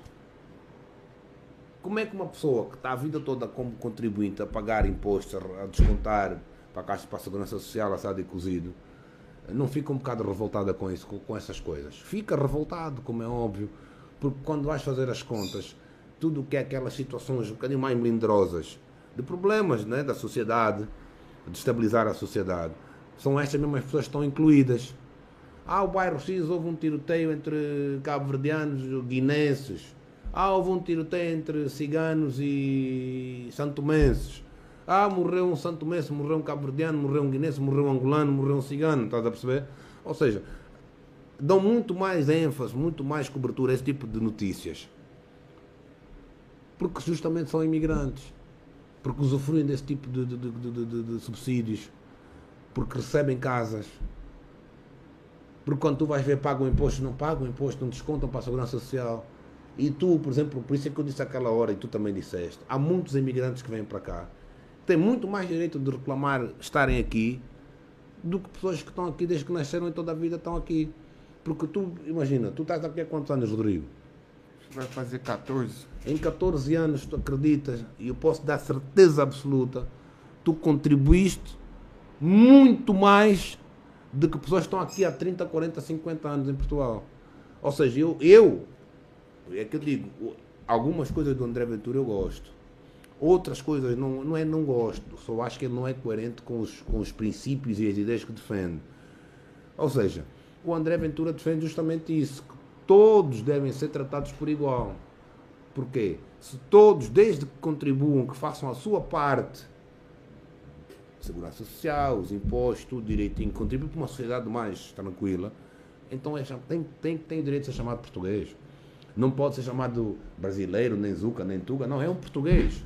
como é que uma pessoa que está a vida toda como contribuinte a pagar impostos, a descontar para a Caixa para a Segurança Social, assado e cozido, não fica um bocado revoltada com isso, com, com essas coisas? Fica revoltado, como é óbvio, porque quando vais fazer as contas, tudo o que é aquelas situações um bocadinho mais melindrosas, de problemas, né, da sociedade, de estabilizar a sociedade, são estas mesmas pessoas que estão incluídas. Ah, o bairro X houve um tiroteio entre cabo-verdianos e guinenses. Ah, houve um tiroteio entre ciganos e santomenses. Ah, morreu um santomense, morreu um cabo-verdiano, morreu um guinense, morreu um angolano, morreu um cigano, estás a perceber? Ou seja, dão muito mais ênfase, muito mais cobertura a esse tipo de notícias. Porque justamente são imigrantes. Porque usufruem desse tipo de, de, de, de, de, de subsídios, porque recebem casas, porque quando tu vais ver pagam imposto, não pagam imposto, não descontam para a Segurança Social. E tu, por exemplo, por isso é que eu disse aquela hora, e tu também disseste, há muitos imigrantes que vêm para cá, têm muito mais direito de reclamar estarem aqui, do que pessoas que estão aqui desde que nasceram e toda a vida estão aqui. Porque tu, imagina, tu estás aqui há quantos anos, Rodrigo? Vai fazer catorze. Em catorze anos, tu acreditas, e eu posso dar certeza absoluta, tu contribuíste muito mais do que pessoas que estão aqui há trinta, quarenta, cinquenta anos em Portugal. Ou seja, eu, eu é que eu digo, algumas coisas do André Ventura eu gosto, outras coisas não, não é não gosto, só acho que ele não é coerente com os, com os princípios e as ideias que defende. Ou seja, o André Ventura defende justamente isso, que todos devem ser tratados por igual. Porquê? Se todos, desde que contribuam, que façam a sua parte, segurança social, os impostos, tudo direitinho, contribuem para uma sociedade mais tranquila, então é, tem, tem, tem direito de ser chamado português. Não pode ser chamado brasileiro, nem Zuca, nem Tuga, não, é um português.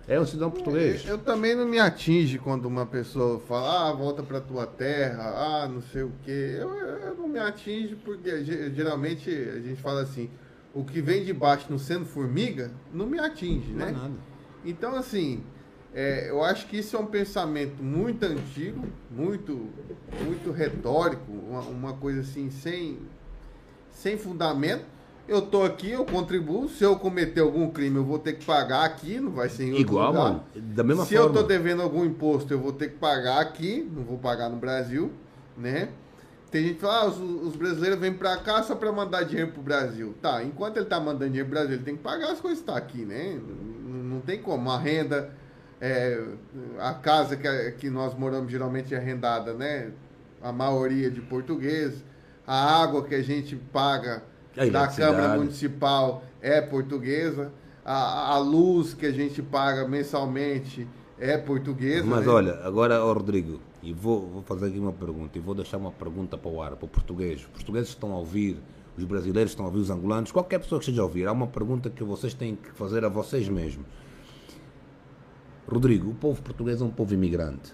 É um cidadão português. Eu, eu também não me atinge quando uma pessoa fala, ah, volta pra tua terra, ah, não sei o quê. Eu, eu não me atinge porque geralmente a gente fala assim, o que vem de baixo não sendo formiga, não me atinge, Não é né? nada. Então, assim, é, eu acho que isso é um pensamento muito antigo, muito, muito retórico, uma, uma coisa assim, sem, sem fundamento. Eu tô aqui, eu contribuo. Se eu cometer algum crime, eu vou ter que pagar aqui, não vai ser em outro Igual, lugar. mano. Da mesma Se forma. eu tô devendo algum imposto, eu vou ter que pagar aqui, não vou pagar no Brasil, né? Tem gente que fala, ah, os, os brasileiros vêm pra cá só pra mandar dinheiro pro Brasil. Tá, enquanto ele tá mandando dinheiro pro Brasil, ele tem que pagar as coisas que tá aqui, né? Não, não tem como. A renda, é, a casa que, que nós moramos geralmente é arrendada, né? A maioria de portugueses. A água que a gente paga A da eletricidade. Câmara Municipal é portuguesa. A, a luz que a gente paga mensalmente é portuguesa. Mas né? olha, agora, ó, Rodrigo, e vou, vou fazer aqui uma pergunta, e vou deixar uma pergunta para o ar, para o português. Os portugueses estão a ouvir, os brasileiros estão a ouvir, os angolanos, qualquer pessoa que esteja a ouvir, há uma pergunta que vocês têm que fazer a vocês mesmos. Rodrigo, o povo português é um povo imigrante.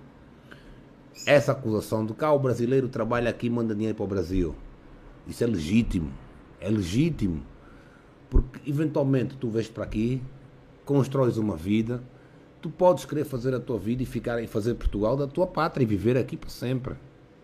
Essa acusação de que ah, o brasileiro trabalha aqui e manda dinheiro para o Brasil, isso é legítimo, é legítimo, porque eventualmente tu vens para aqui, constróis uma vida, tu podes querer fazer a tua vida e ficar e fazer Portugal da tua pátria e viver aqui para sempre.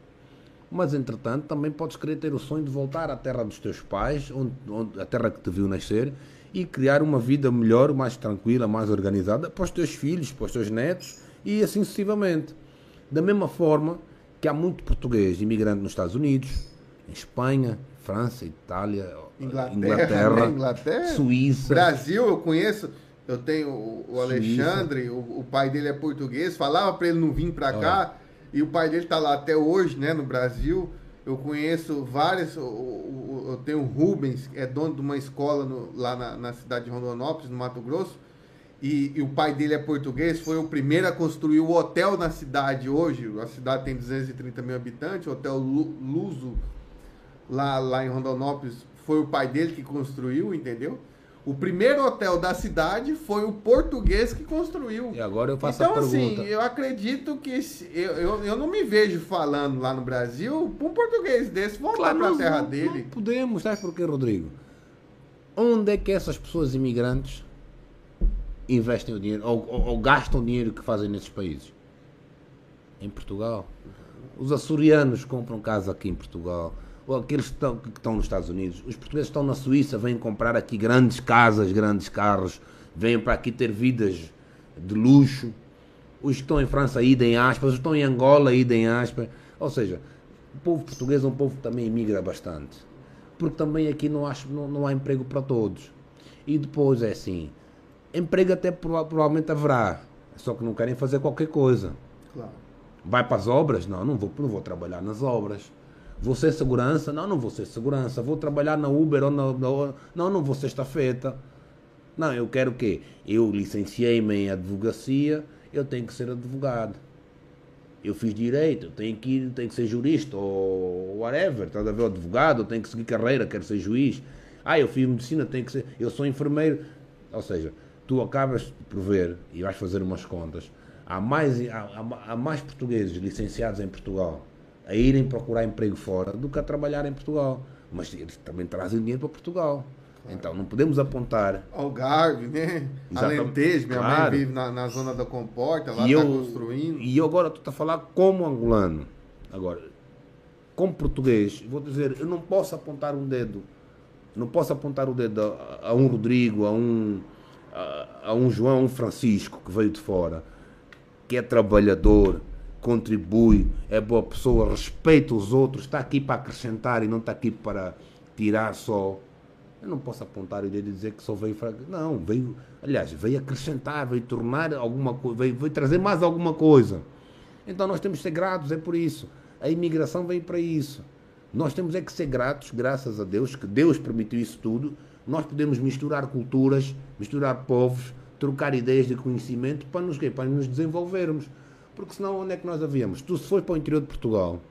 Mas, entretanto, também podes querer ter o sonho de voltar à terra dos teus pais, onde, onde, a terra que te viu nascer, e criar uma vida melhor, mais tranquila, mais organizada para os teus filhos, para os teus netos e assim sucessivamente. Da mesma forma que há muito português imigrante nos Estados Unidos, em Espanha, França, Itália, Inglaterra, Inglaterra, né? Inglaterra, Suíça. Brasil, eu conheço, eu tenho o, o Alexandre, o, o pai dele é português, falava para ele não vir para cá, e o pai dele está lá até hoje, né, no Brasil. Eu conheço vários, o, o, eu tenho o Rubens, que é dono de uma escola no, lá na, na cidade de Rondonópolis, no Mato Grosso, e, e o pai dele é português, foi o primeiro a construir o hotel na cidade hoje. A cidade tem duzentos e trinta mil habitantes, o Hotel Luso, lá, lá em Rondonópolis, foi o pai dele que construiu, entendeu? O primeiro hotel da cidade foi o português que construiu. E agora eu faço então, a pergunta. assim, eu acredito que se, eu, eu, eu não me vejo falando lá no Brasil para um português desse voltar Claro, para a nós terra não, dele. não podemos, sabes porquê, Rodrigo? Onde é que essas pessoas imigrantes investem o dinheiro, ou, ou, ou gastam o dinheiro que fazem nesses países? Em Portugal. Os açorianos compram casa aqui em Portugal. Ou aqueles que estão, que estão nos Estados Unidos. Os portugueses que estão na Suíça vêm comprar aqui grandes casas, grandes carros, vêm para aqui ter vidas de luxo. Os que estão em França, idem aspas, os que estão em Angola, idem aspas. Ou seja, o povo português é um povo que também imigra bastante. Porque também aqui não há, não, não há emprego para todos. E depois é assim, emprego até provavelmente haverá, só que não querem fazer qualquer coisa. Claro. Vai para as obras? Não, não vou, não vou trabalhar nas obras. Vou ser segurança? Não, não vou ser segurança. Vou trabalhar na Uber ou na... na não, não vou ser estafeta. Não, eu quero o quê? Eu licenciei-me em advocacia, eu tenho que ser advogado. Eu fiz direito, eu tenho que, ir, tenho que ser jurista ou whatever. Estás a ver, advogado, eu tenho que seguir carreira, quero ser juiz. Ah, eu fiz medicina, tenho que ser... Eu sou enfermeiro. Ou seja, tu acabas por ver, e vais fazer umas contas, há mais, há, há, há mais portugueses licenciados em Portugal a irem procurar emprego fora do que a trabalhar em Portugal. Mas eles também trazem dinheiro para Portugal. Claro. Então não podemos apontar... Algarve, né? Exatamente. Alentejo, minha Claro. mãe vive na, na zona da Comporta, lá E está eu, construindo. e eu agora estou a falar como angolano. Agora, como português, vou dizer, eu não posso apontar um dedo, não posso apontar o dedo a, a um Rodrigo, a um, a, a um João, a um Francisco que veio de fora, que é trabalhador, contribui, é boa pessoa, respeita os outros, está aqui para acrescentar e não está aqui para tirar só. Eu não posso apontar o dedo e dizer que só veio... Não, veio... Aliás, veio acrescentar, veio tornar alguma coisa, veio, veio trazer mais alguma coisa. Então nós temos que ser gratos, é por isso. A imigração veio para isso. Nós temos é que ser gratos, graças a Deus, que Deus permitiu isso tudo. Nós podemos misturar culturas, misturar povos, trocar ideias de conhecimento para nos, para nos desenvolvermos. Porque senão onde é que nós havíamos? Tu se fores para o interior de Portugal,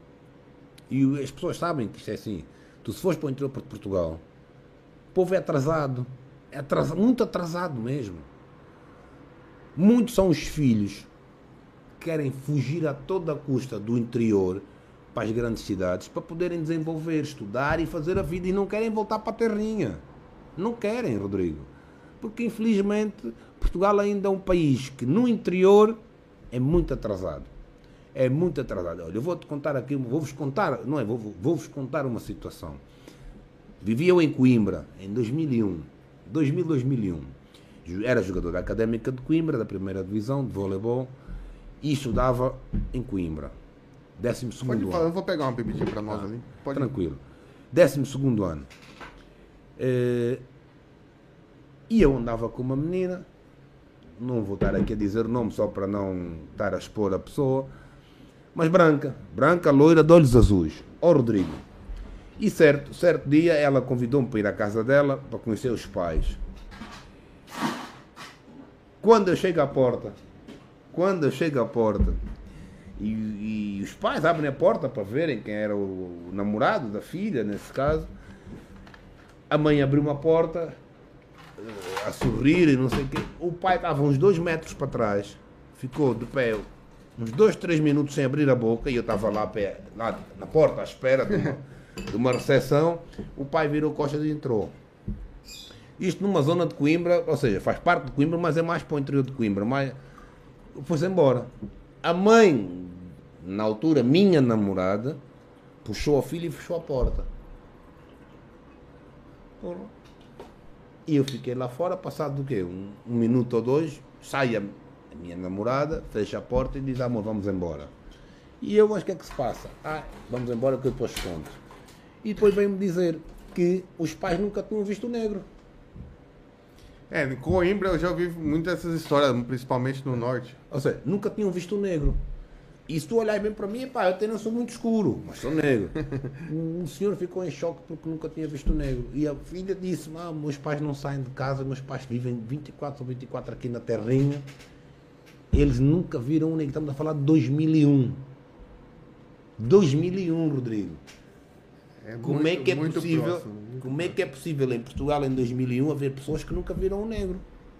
e as pessoas sabem que isto é assim, tu se fores para o interior de Portugal, o povo é atrasado, é atrasado, muito atrasado mesmo. Muitos são os filhos que querem fugir a toda custa do interior para as grandes cidades para poderem desenvolver, estudar e fazer a vida e não querem voltar para a terrinha. Não querem, Rodrigo. Porque, infelizmente, Portugal ainda é um país que no interior é muito atrasado. É muito atrasado. Olha, eu vou-te contar aqui, vou-vos contar, não é, vou, vou-vos contar uma situação. Vivia eu em Coimbra, em dois mil e um. dois mil, dois mil e um. Era jogador da Académica de Coimbra, da primeira divisão, de voleibol, e estudava em Coimbra. Décimo segundo Pode, ano. eu vou pegar uma bebidinha para nós ah, ali. Pode tranquilo. Décimo segundo ano. Eh, e eu andava com uma menina, não vou estar aqui a dizer o nome só para não estar a expor a pessoa, mas branca, branca, loira, de olhos azuis. Ó Rodrigo. E certo, certo dia ela convidou-me para ir à casa dela para conhecer os pais. Quando eu chego à porta, quando eu chego à porta, e, e os pais abrem a porta para verem quem era o, o namorado da filha, nesse caso, a mãe abriu uma porta, a sorrir e não sei o quê. O pai estava uns dois metros para trás, ficou de pé uns dois, três minutos sem abrir a boca, e eu estava lá, pé, lá na porta à espera de uma, de uma recepção. O pai virou costas e entrou. Isto numa zona de Coimbra, ou seja, faz parte de Coimbra, mas é mais para o interior de Coimbra. Mas foi-se embora. A mãe, na altura, minha namorada, puxou a filha e fechou a porta. E eu fiquei lá fora, passado do quê? Um, um minuto ou dois, sai a, a minha namorada, fecha a porta e diz, amor, vamos embora. E eu, mas o que é que se passa? Ah, vamos embora que eu depois conto. E depois veio-me dizer que os pais nunca tinham visto o negro. É, em Coimbra eu já ouvi muitas dessas histórias, principalmente no norte. Ou seja, nunca tinham visto o negro. E se tu olhar bem para mim, pá, eu até não sou muito escuro, mas sou negro. O senhor ficou em choque porque nunca tinha visto o negro. E a filha disse, ah, meus pais não saem de casa, meus pais vivem vinte e quatro ou vinte e quatro aqui na terrinha. Eles nunca viram o negro. Estamos a falar de dois mil e um. dois mil e um, Rodrigo. É como muito, é que é muito possível, próximo, muito como é que é possível em Portugal em dois mil e um haver pessoas que nunca viram o negro?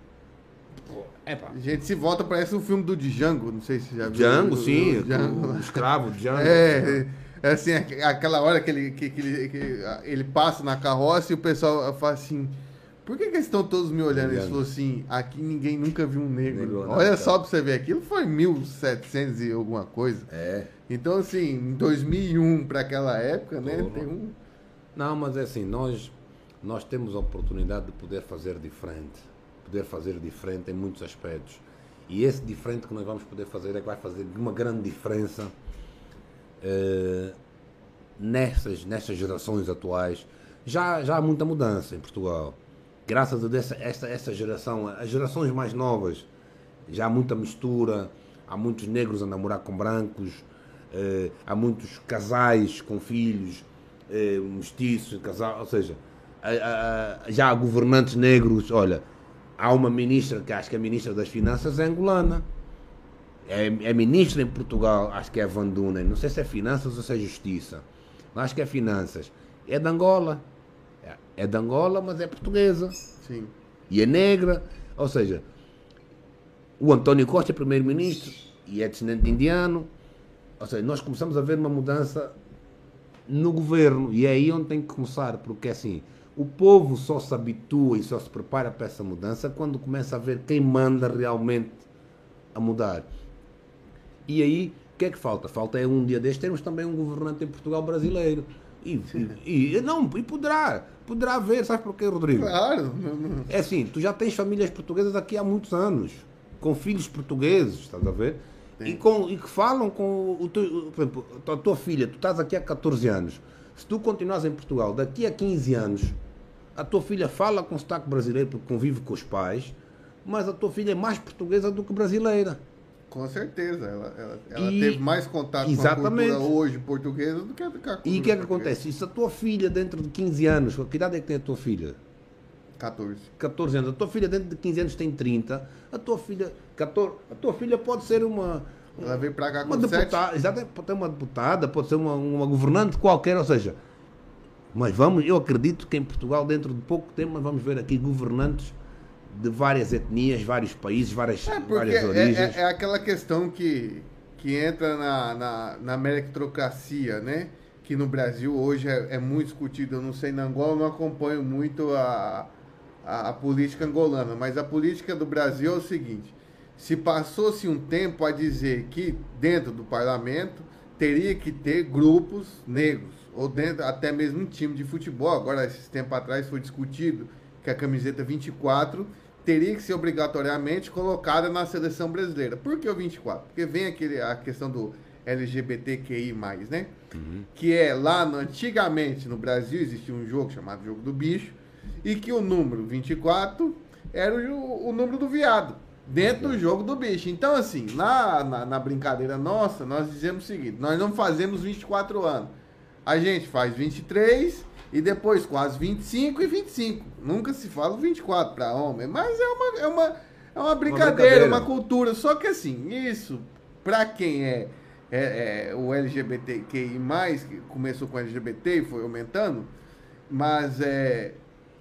É pá. Gente, se volta, parece um filme do Django, não sei se já viu. Django, o, sim, o, Django. o escravo Django. É, é assim, aquela hora que ele, que, que ele, que ele passa na carroça e o pessoal fala assim, por que, que eles estão todos me olhando? Ele falou assim, aqui ninguém nunca viu um negro. negro não, Olha não, só pra você ver, aquilo foi mil e setecentos e alguma coisa. É. Então, assim, em dois mil e um, para aquela época, né, tem um... Não, mas é assim, nós, nós temos a oportunidade de poder fazer diferente. Poder fazer diferente em muitos aspectos. E esse diferente que nós vamos poder fazer é que vai fazer uma grande diferença uh, nessas, nessas gerações atuais. Já, já há muita mudança em Portugal. Graças a essa, essa, essa geração, as gerações mais novas, já há muita mistura, há muitos negros a namorar com brancos, uh, há muitos casais com filhos, uh, mestiços, casal, ou seja, uh, uh, já há governantes negros. Olha, há uma ministra, que acho que é a ministra das Finanças, é angolana. É, é ministra em Portugal, acho que é Van Dunen. Não sei se é Finanças ou se é Justiça. Mas acho que é Finanças. É de Angola. É, é de Angola, mas é portuguesa. Sim. E é negra. Ou seja, o António Costa é primeiro-ministro e é descendente indiano. Ou seja, nós começamos a ver uma mudança no governo. E é aí onde tem que começar, porque assim... O povo só se habitua e só se prepara para essa mudança quando começa a ver quem manda realmente a mudar. E aí, o que é que falta? Falta é um dia destes termos também um governante em Portugal brasileiro. E, e, e não, e poderá, poderá haver, sabes porquê, Rodrigo? Claro. É assim, tu já tens famílias portuguesas aqui há muitos anos, com filhos portugueses, estás a ver? E, com, e que falam com o teu, por exemplo, a tua filha, tu estás aqui há catorze anos. Se tu continuares em Portugal, daqui a quinze anos, a tua filha fala com sotaque brasileiro porque convive com os pais, mas a tua filha é mais portuguesa do que brasileira. Com certeza. Ela, ela, ela E, teve mais contato exatamente. com a cultura hoje portuguesa do que a cultura E o que é que portuguesa. acontece? E se a tua filha dentro de quinze anos, que idade é que tem a tua filha? catorze. catorze anos. A tua filha dentro de quinze anos tem trinta. A tua filha, catorze, a tua filha pode ser uma... Ela veio pra cá com uma sete. deputada, exatamente, pode ser uma deputada, pode ser uma, uma governante qualquer, ou seja... Mas vamos, eu acredito que em Portugal, dentro de pouco tempo, nós vamos ver aqui governantes de várias etnias, vários países, várias, É, várias porque origens. é, é, é aquela questão que, que entra na, na, na meritocracia, né? Que no Brasil hoje é, é muito discutido. Eu não sei, na Angola eu não acompanho muito a, a, a política angolana, mas a política do Brasil é o seguinte: se passou-se um tempo a dizer que dentro do parlamento teria que ter grupos negros, ou dentro até mesmo um time de futebol. Agora, esses tempos atrás foi discutido que a camiseta vinte e quatro teria que ser obrigatoriamente colocada na seleção brasileira. Por que o vinte e quatro? Porque vem aquele, a questão do L G B T Q I mais, né? Uhum. Que é lá, no, antigamente no Brasil existia um jogo chamado Jogo do Bicho, e que o número vinte e quatro era o, o número do viado, dentro do Jogo do Bicho. Então, assim, na, na, na brincadeira nossa, nós dizemos o seguinte: nós não fazemos vinte e quatro anos, a gente faz vinte e três e depois quase vinte e cinco e vinte e cinco. Nunca se fala vinte e quatro para homem, mas é uma, é uma, é uma brincadeira, uma, uma cultura. Só que assim, isso, para quem é, é, é o L G B T Q I mais, que começou com L G B T e foi aumentando, mas é,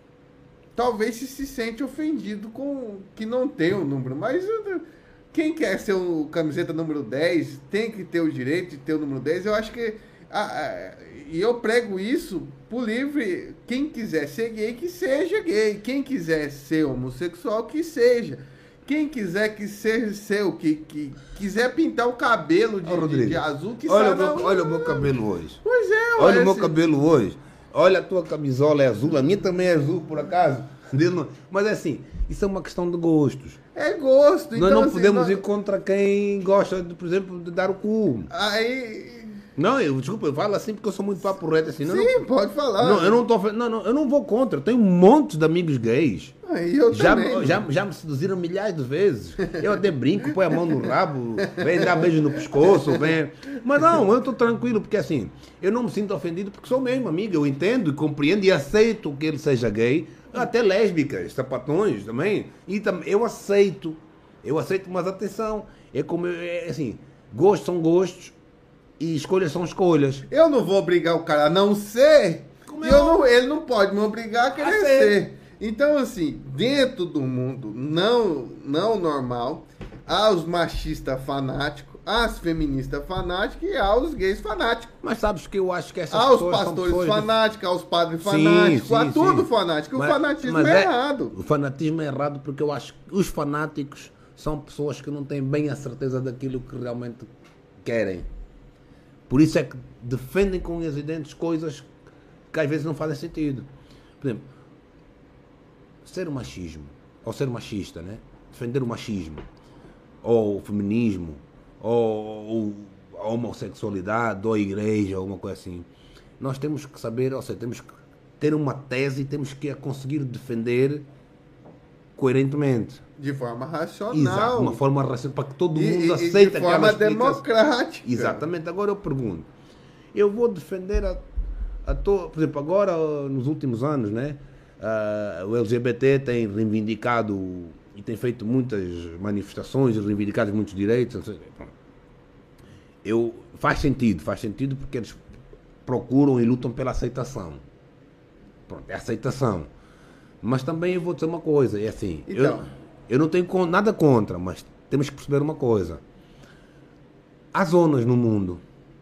talvez se, se sente ofendido com que não tem o número. Mas quem quer ser o camiseta número dez tem que ter o direito de ter o número dez. Eu acho que Ah, ah, e eu prego isso por livre. Quem quiser ser gay, que seja gay. Quem quiser ser homossexual, que seja. Quem quiser que seja seu, que, que quiser pintar o cabelo de, Ô, de, de azul, que olha, sabe. o meu, olha o meu cabelo hoje. Pois é, olha esse... o meu cabelo hoje. Olha, a tua camisola é azul, a minha também é azul, por acaso. Mas é assim, isso é uma questão de gostos. É gosto. Nós então, não assim, podemos nós... ir contra quem gosta, de, por exemplo, de dar o cu. Aí... Não, eu, desculpa, eu falo assim porque eu sou muito papo reto assim. Não, Sim, não, pode falar. Não, eu não tô, não, não, eu não vou contra. Eu tenho um monte de amigos gays. Aí eu já, também. já, já me seduziram milhares de vezes. Eu até brinco, põe a mão no rabo, vem dar beijo no pescoço, vem. Mas não, eu estou tranquilo, porque assim, eu não me sinto ofendido porque sou mesmo amigo. Eu entendo e compreendo e aceito que ele seja gay. Até lésbicas, sapatões também. E tam, eu aceito. Eu aceito, mas atenção. É como, é, assim, gostos são gostos. E escolhas são escolhas. Eu não vou obrigar o cara a não ser. Como eu eu não, ele não pode me obrigar a querer a ser. ser. Então, assim, dentro do mundo não, não normal, há os machistas fanáticos, há as feministas fanáticas e há os gays fanáticos. Mas sabes que eu acho que essas há os pessoas pastores são fanáticos, há os padres Sim, fanáticos, sim, há tudo sim. fanático. Mas- o fanatismo mas é, é- errado. O fanatismo é errado porque eu acho que os fanáticos são pessoas que não têm bem a certeza daquilo que realmente querem. Por isso é que defendem com unhas e dentes coisas que às vezes não fazem sentido. Por exemplo, ser machismo, ou ser machista, né? Defender o machismo, ou o feminismo, ou, ou a homossexualidade, ou a igreja, ou uma coisa assim. Nós temos que saber, ou seja, temos que ter uma tese e temos que a conseguir defender coerentemente. De forma racional. Exato, uma forma racional, para que todo E- mundo e- e aceite de forma aquela explicação. democrática. Exatamente. Agora eu pergunto, eu vou defender a, a to... por exemplo, agora nos últimos anos, né, ah, o L G B T tem reivindicado e tem feito muitas manifestações e reivindicado muitos direitos. Não sei, pronto. Eu, faz sentido, faz sentido porque eles procuram e lutam pela aceitação. Pronto, é aceitação. Mas também eu vou dizer uma coisa, é assim, Então. eu, eu não tenho con- nada contra, mas temos que perceber uma coisa. Há zonas no mundo,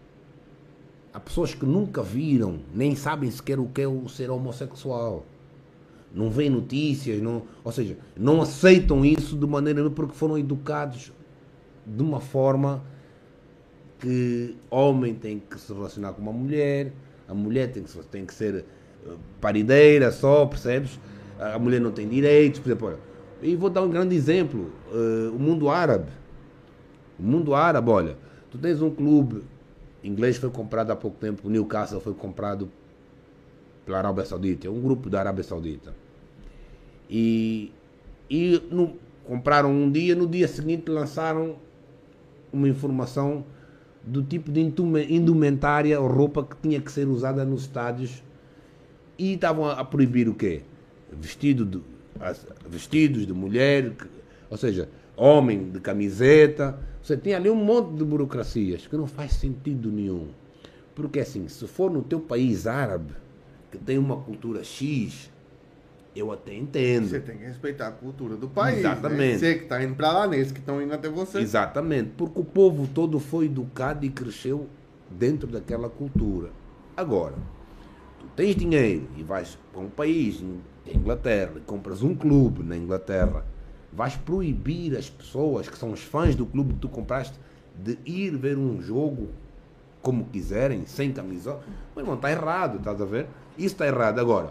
há pessoas que nunca viram, nem sabem sequer o que é o ser homossexual. Não veem notícias, não, ou seja, não aceitam isso de maneira nenhuma porque foram educados de uma forma que homem tem que se relacionar com uma mulher, a mulher tem que, se- tem que ser eh, parideira só, percebes? A mulher não tem direitos, por exemplo, olha, e vou dar um grande exemplo, eh, o mundo árabe. O mundo árabe, olha, tu tens um clube inglês que foi comprado há pouco tempo, o Newcastle foi comprado pela Arábia Saudita, é um grupo da Arábia Saudita. E, e no, compraram um dia, no dia seguinte lançaram uma informação do tipo de indume- indumentária ou roupa que tinha que ser usada nos estádios e estavam a, a proibir o quê? Vestido de, as- vestidos de mulher, que- ou seja, homem de camiseta. Você tem ali um monte de burocracias que não faz sentido nenhum. Porque assim, se for no teu país árabe, que tem uma cultura X, eu até entendo. Você tem que respeitar a cultura do país. Exatamente. Né? Você que está indo para lá, nesses que estão indo até você. Exatamente, porque o povo todo foi educado e cresceu dentro daquela cultura. Agora, tu tens dinheiro e vais para um país, a Inglaterra, e compras um clube na Inglaterra, vais proibir as pessoas que são os fãs do clube que tu compraste de ir ver um jogo como quiserem, sem camisola. Mas irmão, está errado, estás a ver? Isso está errado. Agora,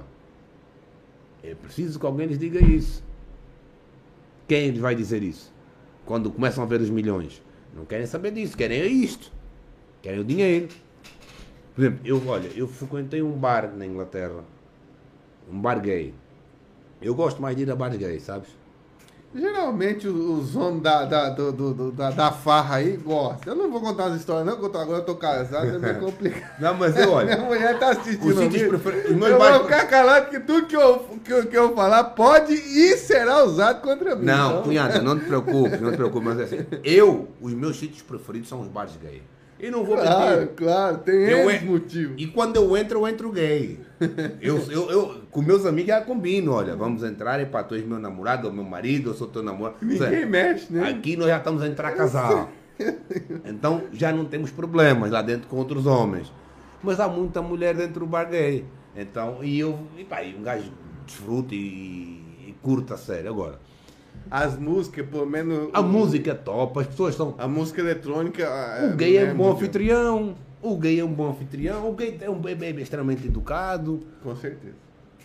é preciso que alguém lhes diga isso. Quem lhes vai dizer isso? Quando começam a ver os milhões. Não querem saber disso, querem é isto. Querem o dinheiro. Por exemplo, eu, olha, eu frequentei um bar na Inglaterra. Um bar gay. Eu gosto mais de ir a bar gay, sabes? Geralmente os homens da, da, do, do, da, da farra aí gostam. Eu não vou contar as histórias, não, porque agora eu tô casado, é meio complicado. Não, mas eu olho. Minha mulher tá assistindo. Os sítios prefer... os eu vou ficar calado que tudo que eu, que, eu, que eu falar pode e será usado contra mim. Não, então... cunhada, não te preocupe, não te preocupe, mas é assim, eu, os meus sítios preferidos são os bares gay. E não vou Claro, mentir. claro, tem Eu esse en- motivo. E quando eu entro, eu entro gay. Eu, eu, eu, com meus amigos já combino, olha, vamos entrar e pá, tu és meu namorado, ou meu marido, eu sou teu namorado. Ninguém Sério, mexe, né? aqui nós já estamos a entrar a casar. Então já não temos problemas lá dentro com outros homens. Mas há muita mulher dentro do bar gay. Então, e eu, e pá, e um gajo desfruta e, e curta a sério. Agora, As músicas, pelo menos. a música é top, as pessoas são. A música eletrônica. O gay é um bom muito- anfitrião. O gay é um bom anfitrião. O gay é um bebê extremamente educado. Com certeza.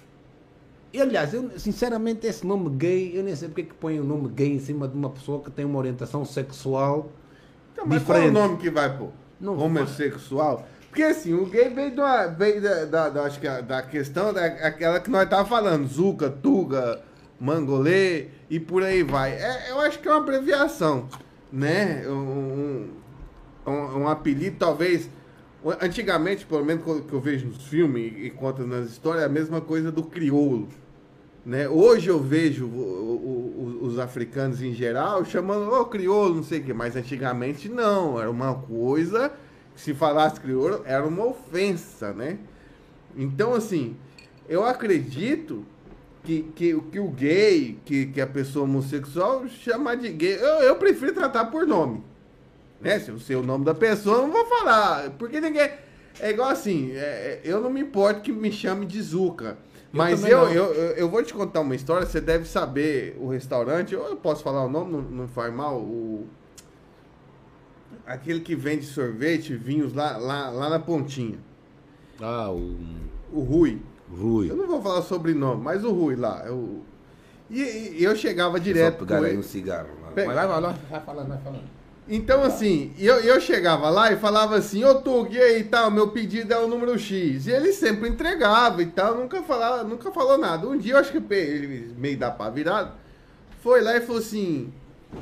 E aliás, eu, sinceramente, esse nome gay, eu nem sei porque é que põe o nome gay em cima de uma pessoa que tem uma orientação sexual Então, mas diferente. qual é o nome que vai pôr? Não, Homossexual? Porque assim, o gay veio, de uma, veio da, da, da, acho que a- da questão daquela que nós tava falando, Zuca, Tuga, Mangolê e por aí vai. É, eu acho que é uma abreviação, né? Um, um, um apelido, talvez. Antigamente, pelo menos que eu vejo nos filmes e conto nas histórias, é a mesma coisa do crioulo. Né? Hoje eu vejo o- o- o- os africanos em geral chamando ô crioulo, não sei o que, mas antigamente não, era uma coisa que se falasse crioulo era uma ofensa, né? Então, assim, eu acredito que, que, que o gay, que, que a pessoa homossexual, chamar de gay, eu, eu prefiro tratar por nome. Né? Se eu sei o nome da pessoa, eu não vou falar, porque ninguém... É igual assim, é, eu não me importo que me chame de Zuca. Mas também eu, não. eu, eu, eu vou te contar uma história, você deve saber o restaurante, eu posso falar o nome, não, não faz mal, o... aquele que vende sorvete, vinhos lá, lá, lá na pontinha, Ah, o o Rui. Rui. Eu não vou falar o sobrenome, mas o Rui lá. Eu... E, e eu chegava Só direto pegar com aí ele. um cigarro. Lá. Pega. Mas vai, vai, vai, vai falando, vai falando. Então, assim, eu, eu chegava lá e falava assim, ô Tug, e aí, tal, meu pedido é o número X. E ele sempre entregava e tal, nunca, falava, nunca falou nada. Um dia, eu acho que ele meio da pá virado, foi lá e falou assim,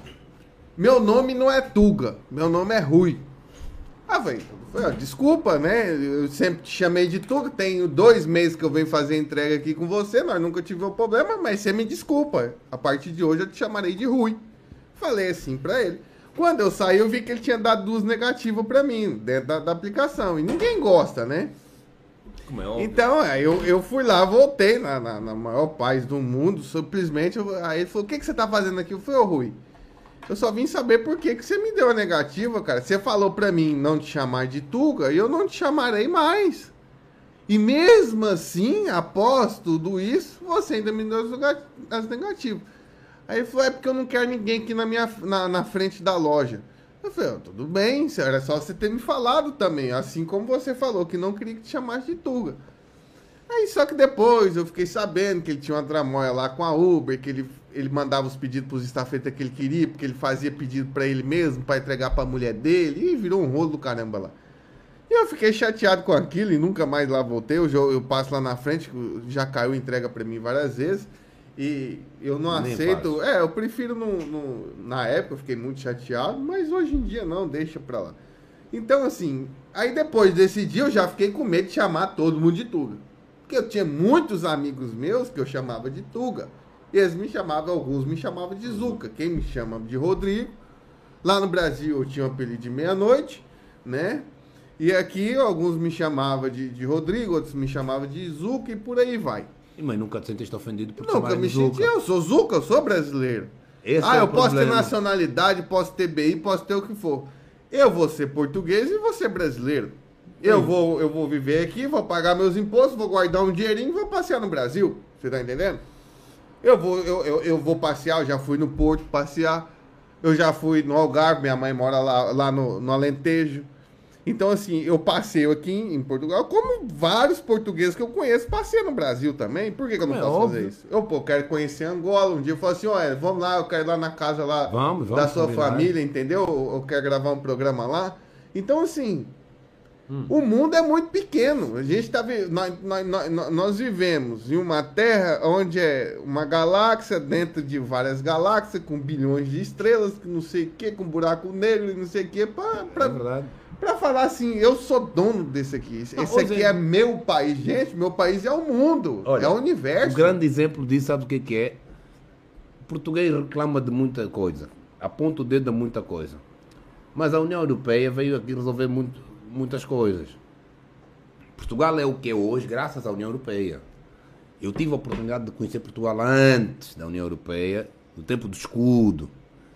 meu nome não é Tuga, meu nome é Rui. Ah, velho, desculpa, né? Eu sempre te chamei de Tuga, tenho dois meses que eu venho fazer entrega aqui com você, nós nunca tivemos problema, mas você me desculpa. A partir de hoje eu te chamarei de Rui. Falei assim pra ele. Quando eu saí, eu vi que ele tinha dado duas negativas pra mim, dentro da, da aplicação. E ninguém gosta, né? Como é óbvio. Então, aí eu, eu fui lá, voltei na, na, na maior paz do mundo, simplesmente. eu- Aí ele falou: o que, que você tá fazendo aqui? Eu falei: ô Rui, eu só vim saber por que, que você me deu a negativa, cara. Você falou pra mim não te chamar de Tuga e eu não te chamarei mais. E mesmo assim, após tudo isso, você ainda me deu as nega- as negativas. Aí ele falou: é porque eu não quero ninguém aqui na, minha, na, na frente da loja. Eu falei: ó, tudo bem, era só você ter me falado também. Assim como você falou que não queria que te chamasse de Tuga. Aí só que depois eu fiquei sabendo que ele tinha uma tramóia lá com a Uber, que ele, ele mandava os pedidos pros estafetas que ele queria, porque ele fazia pedido pra ele mesmo, pra entregar pra mulher dele, e virou um rolo do caramba lá. E eu fiquei chateado com aquilo e nunca mais lá voltei. Eu, já- eu passo lá na frente, já caiu entrega pra mim várias vezes. E eu não Nem aceito. faço. É, eu prefiro no, no- na época, eu fiquei muito chateado, mas hoje em dia não, deixa pra lá. Então, assim, aí depois desse dia eu já fiquei com medo de chamar todo mundo de Tuga. Porque eu tinha muitos amigos meus que eu chamava de Tuga. E eles me chamavam, alguns me chamavam de Zuca. Quem me chama de Rodrigo. Lá no Brasil eu tinha um apelido de Meia-Noite, né? E aqui alguns me chamavam de, de Rodrigo, outros me chamavam de Zuca e por aí vai. E, mas nunca te sentiste ofendido por Nunca me senti, eu sou Zuca, eu sou brasileiro. Esse ah, é eu o posso problema. ter nacionalidade, posso ter B I, posso ter o que for. Eu vou ser português e vou ser brasileiro. Eu vou, eu vou viver aqui, vou pagar meus impostos, vou guardar um dinheirinho e vou passear no Brasil. Você tá entendendo? Eu vou, eu, eu, eu vou passear, eu já fui no Porto passear. Eu já fui no Algarve, minha mãe mora lá, lá no, no Alentejo. Então, assim, eu passeio aqui em, em Portugal, como vários portugueses que eu conheço passeiam no Brasil também. Por que, que eu não É posso óbvio. fazer isso? Eu, pô, quero conhecer Angola. Um dia eu falo assim, olha, vamos lá, eu quero ir lá na casa lá Vamos, vamos da sua combinar. família, entendeu? Eu, eu quero gravar um programa lá. Então, assim, Hum. o mundo é muito pequeno. A gente tá vi- nós, nós, nós, nós vivemos em uma terra onde é uma galáxia dentro de várias galáxias, com bilhões de estrelas, que não sei o que, com buraco negro e não sei o que, pra, pra, É verdade. pra falar assim, eu sou dono desse aqui. Esse Não, esse ô, aqui Zé, é meu país. Gente, meu país é o mundo, Olha, é o universo. O grande exemplo disso, sabe o que, que é? O português reclama de muita coisa, aponta o dedo a muita coisa. Mas a União Europeia veio aqui resolver muito, muitas coisas. Portugal é o que é hoje, graças à União Europeia. Eu tive a oportunidade de conhecer Portugal antes da União Europeia, no tempo do escudo.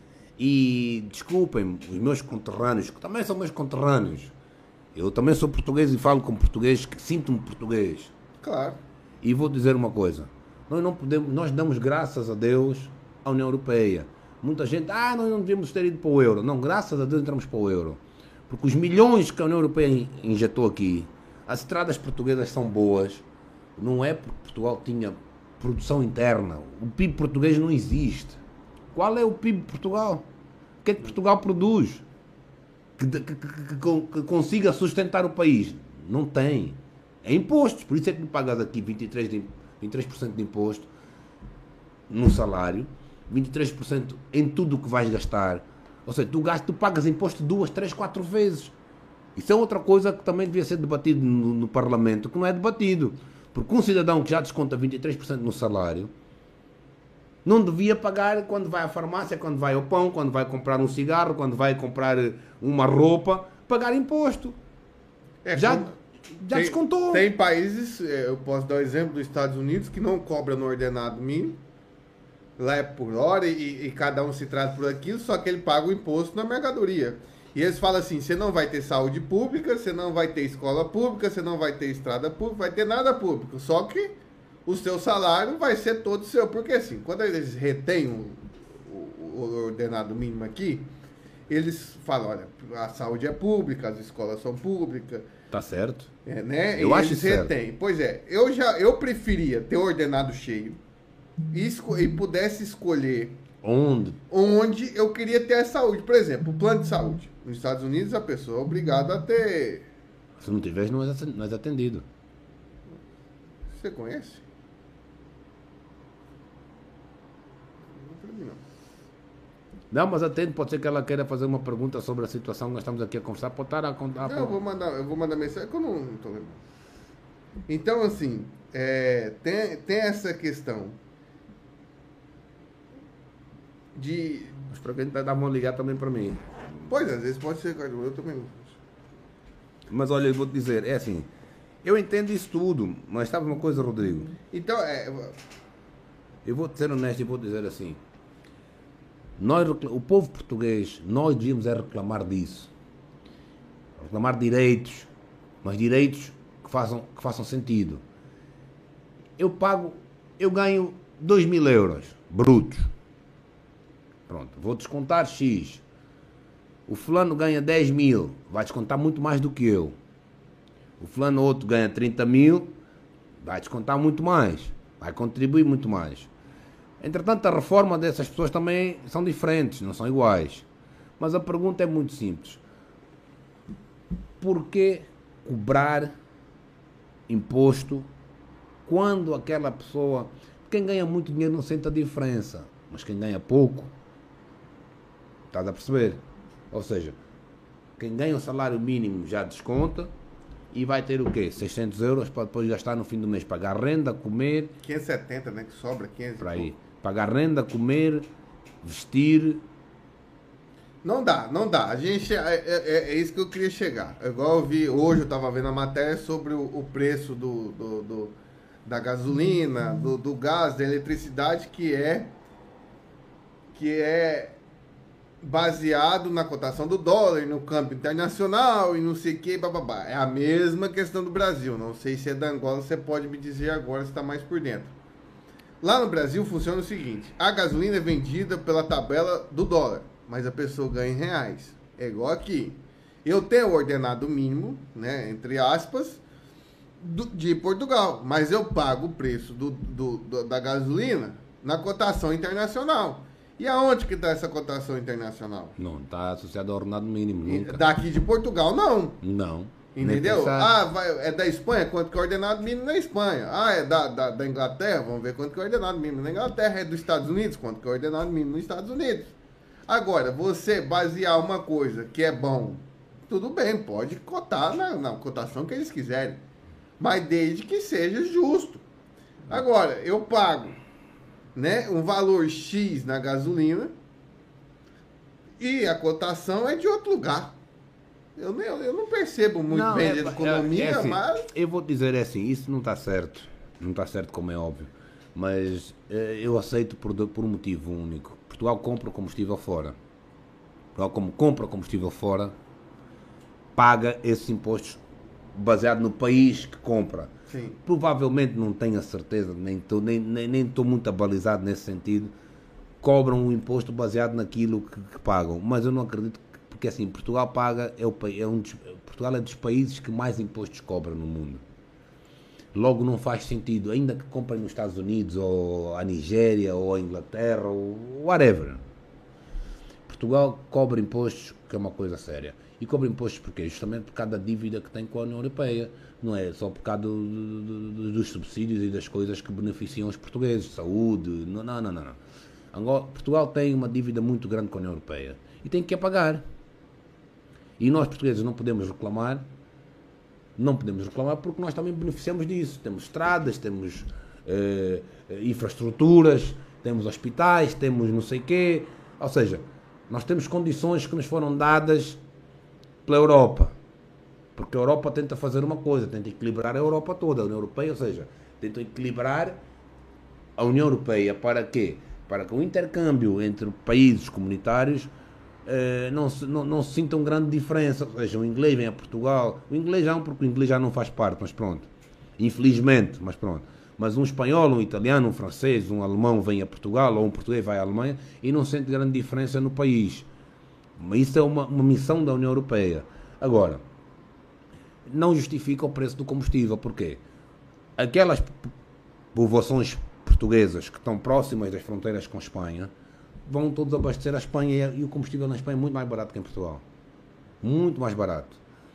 E desculpem os meus conterrâneos, que também são meus conterrâneos. Eu também sou português e falo como português, que sinto-me português. Claro. E vou dizer uma coisa, nós não podemos, nós damos graças a Deus à União Europeia. Muita gente, ah, nós não devíamos ter ido para o euro. Não, graças a Deus entramos para o euro. Porque os milhões que a União Europeia injetou aqui, as estradas portuguesas são boas, não é porque Portugal tinha produção interna. O P I B português não existe. Qual é o P I B de Portugal? O que é que Portugal produz? Que, que, que, que, que consiga sustentar o país? Não tem. É impostos. Por isso é que me pagas aqui vinte e três por cento de, vinte e três por cento de imposto no salário, vinte e três por cento em tudo o que vais gastar. Ou seja, tu, gastas, tu pagas imposto duas, três, quatro vezes. Isso é outra coisa que também devia ser debatido no, no Parlamento, que não é debatido. Porque um cidadão que já desconta vinte e três por cento no salário não devia pagar quando vai à farmácia, quando vai ao pão, quando vai comprar um cigarro, quando vai comprar uma roupa, pagar imposto. É, já como- já tem, descontou. Tem países, eh, eu posso dar o exemplo dos Estados Unidos, que não cobra no ordenado mínimo. Lá é por hora e, e cada um se trata por aquilo, só que ele paga o imposto na mercadoria. E eles falam assim, você não vai ter saúde pública, você não vai ter escola pública, você não vai ter estrada pública, vai ter nada público. Só que o seu salário vai ser todo seu. Porque assim, quando eles retêm o, o- o ordenado mínimo aqui, eles falam, olha, a saúde é pública, as escolas são públicas, Tá certo. é, né? Eu E acho eles certo. retêm. Pois é, eu já eu preferia ter o ordenado cheio e, esco- e pudesse escolher Onde? onde eu queria ter a saúde. Por exemplo, o plano de saúde. Nos Estados Unidos, a pessoa é obrigada a ter... Se não tiveres, não és não és atendido. Você conhece? Não, pra mim não. Não, mas atende, pode ser que ela queira fazer uma pergunta sobre a situação que nós estamos aqui a conversar. Pode estar a contar. Não, eu vou mandar, eu vou mandar mensagem que eu não, não tô lembrando. Então, assim, é, tem, tem essa questão de... Espero que a gente dar uma ligar também para mim. Pois, às vezes pode ser, cara, eu também. Mas olha, eu vou te dizer, é assim, eu entendo isso tudo, mas sabe uma coisa, Rodrigo? Então, é, Eu vou ser honesto e vou dizer assim, nós, recla- o povo português, nós devíamos é reclamar disso. Reclamar direitos, mas direitos que façam, que façam sentido. Eu pago, eu ganho dois mil euros brutos. Pronto, vou descontar X. O fulano ganha dez mil, vai descontar muito mais do que eu. O fulano outro ganha trinta mil, vai descontar muito mais, vai contribuir muito mais. Entretanto, a reforma dessas pessoas também são diferentes, não são iguais. Mas a pergunta é muito simples. Por que cobrar imposto quando aquela pessoa... Quem ganha muito dinheiro não sente a diferença, mas quem ganha pouco, estás a perceber? Ou seja, quem ganha o salário mínimo já desconta e vai ter o quê? seiscentos euros para depois gastar no fim do mês. Pagar renda, comer, quinhentos e setenta, né? Que sobra quinhentos. para aí. Pagar renda, comer, vestir. Não dá, não dá. A gente, é, é, é isso que eu queria chegar. Igual eu vi, hoje eu estava vendo a matéria sobre o, o preço do, do, do- da gasolina, do, do gás, da eletricidade, que é, que é baseado na cotação do dólar, no câmbio internacional e não sei o que, bababá. É a mesma questão do Brasil. Não sei se é da Angola, você pode me dizer agora se está mais por dentro. Lá no Brasil funciona o seguinte: a gasolina é vendida pela tabela do dólar, mas a pessoa ganha em reais. É igual aqui. Eu tenho o ordenado mínimo, né, entre aspas, do, de Portugal, mas eu pago o preço do, do, do, da gasolina na cotação internacional. E aonde que está essa cotação internacional? Não, está associado ao ordenado mínimo, nunca. Daqui de Portugal, não. Não. Entendeu? Ah, vai, é da Espanha, quanto que é o ordenado mínimo na Espanha. Ah, é da, da, da Inglaterra, vamos ver quanto que é o ordenado mínimo na Inglaterra. É dos Estados Unidos, quanto que é o ordenado mínimo nos Estados Unidos. Agora, você basear uma coisa que é bom, tudo bem, pode cotar na, na cotação que eles quiserem. Mas desde que seja justo. Agora, eu pago, né, um valor X na gasolina e a cotação é de outro lugar. Eu, eu, eu não percebo muito não, bem é, de economia, é, é assim, mas... Eu vou dizer é assim, isso não está certo. Não está certo, como é óbvio. Mas eh, eu aceito por, por um motivo único. Portugal compra combustível fora. Portugal, como compra combustível fora, paga esses impostos baseado no país que compra. Sim. Provavelmente, não tenho a certeza, nem estou nem, nem, nem tô muito abalizado nesse sentido, cobram um imposto baseado naquilo que, que pagam. Mas eu não acredito, que, porque assim, Portugal paga, é, o, é um dos, Portugal é dos países que mais impostos cobra no mundo. Logo não faz sentido, ainda que comprem nos Estados Unidos, ou a Nigéria, ou a Inglaterra, ou whatever. Portugal cobra impostos, que é uma coisa séria. E cobra impostos porquê? Justamente por causa da dívida que tem com a União Europeia. Não é só por causa do, do, do, dos subsídios e das coisas que beneficiam os portugueses. Saúde, não, não, não, não. Angola, Portugal tem uma dívida muito grande com a União Europeia. E tem que a pagar. E nós portugueses não podemos reclamar. Não podemos reclamar porque nós também beneficiamos disso. Temos estradas, temos eh, infraestruturas, temos hospitais, temos não sei quê. Ou seja, nós temos condições que nos foram dadas pela Europa. Porque a Europa tenta fazer uma coisa, tenta equilibrar a Europa toda, a União Europeia, ou seja, tenta equilibrar a União Europeia para quê? Para que o intercâmbio entre países comunitários eh, não, se, não, não se sinta uma grande diferença. Ou seja, o inglês vem a Portugal, o inglês já não, porque o inglês já não faz parte, mas pronto. Infelizmente, mas pronto. Mas um espanhol, um italiano, um francês, um alemão vem a Portugal, ou um português vai à Alemanha e não sente grande diferença no país. Mas isso é uma, uma missão da União Europeia. Agora, não justifica o preço do combustível. Porquê? Aquelas povoações portuguesas que estão próximas das fronteiras com a Espanha vão todos abastecer a Espanha, e o combustível na Espanha é muito mais barato que em Portugal. Muito mais barato.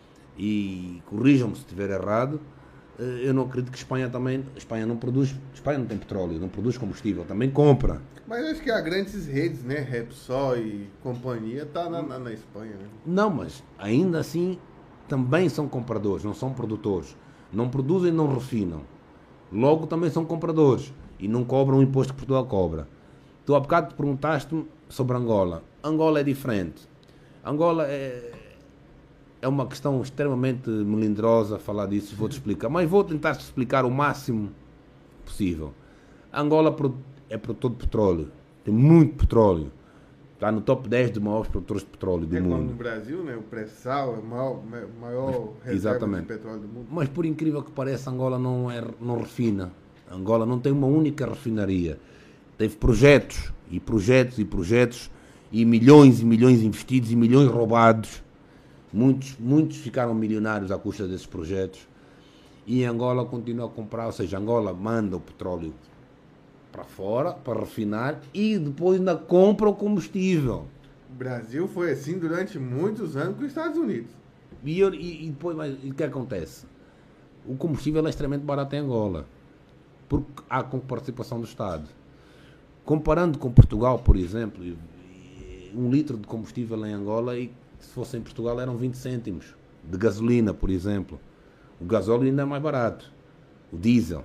E corrijam-me se estiver errado, eu não acredito que a Espanha também... A Espanha não produz... A Espanha não tem petróleo, não produz combustível, também compra. Mas acho que há grandes redes, né? Repsol e companhia, tá na, na, na Espanha, né? Não, mas ainda assim também são compradores, não são produtores. Não produzem, não refinam. Logo também são compradores e não cobram o imposto que Portugal cobra. Tu há bocado te perguntaste-me sobre Angola. Angola é diferente. Angola é, é uma questão extremamente melindrosa falar disso, vou-te explicar. Mas vou tentar te explicar o máximo possível. Angola é produtor de petróleo. Tem muito petróleo. Está no top dez dos maiores produtores de petróleo do é mundo. Como no Brasil, né? O pré-sal é o maior, maior Mas, reserva exatamente. de petróleo do mundo. Mas por incrível que pareça, Angola não, é, não refina. Angola não tem uma única refinaria. Teve projetos e projetos e projetos e milhões e milhões investidos e milhões roubados. Muitos, muitos ficaram milionários à custa desses projetos. E Angola continua a comprar, ou seja, Angola manda o petróleo para fora, para refinar, e depois ainda compra o combustível. O Brasil foi assim durante muitos anos com os Estados Unidos. E, e, e depois, mas, e o que acontece? O combustível é extremamente barato em Angola, porque há com participação do Estado. Comparando com Portugal, por exemplo, um litro de combustível em Angola, e se fosse em Portugal eram vinte cêntimos de gasolina, por exemplo. O gasóleo ainda é mais barato, o diesel.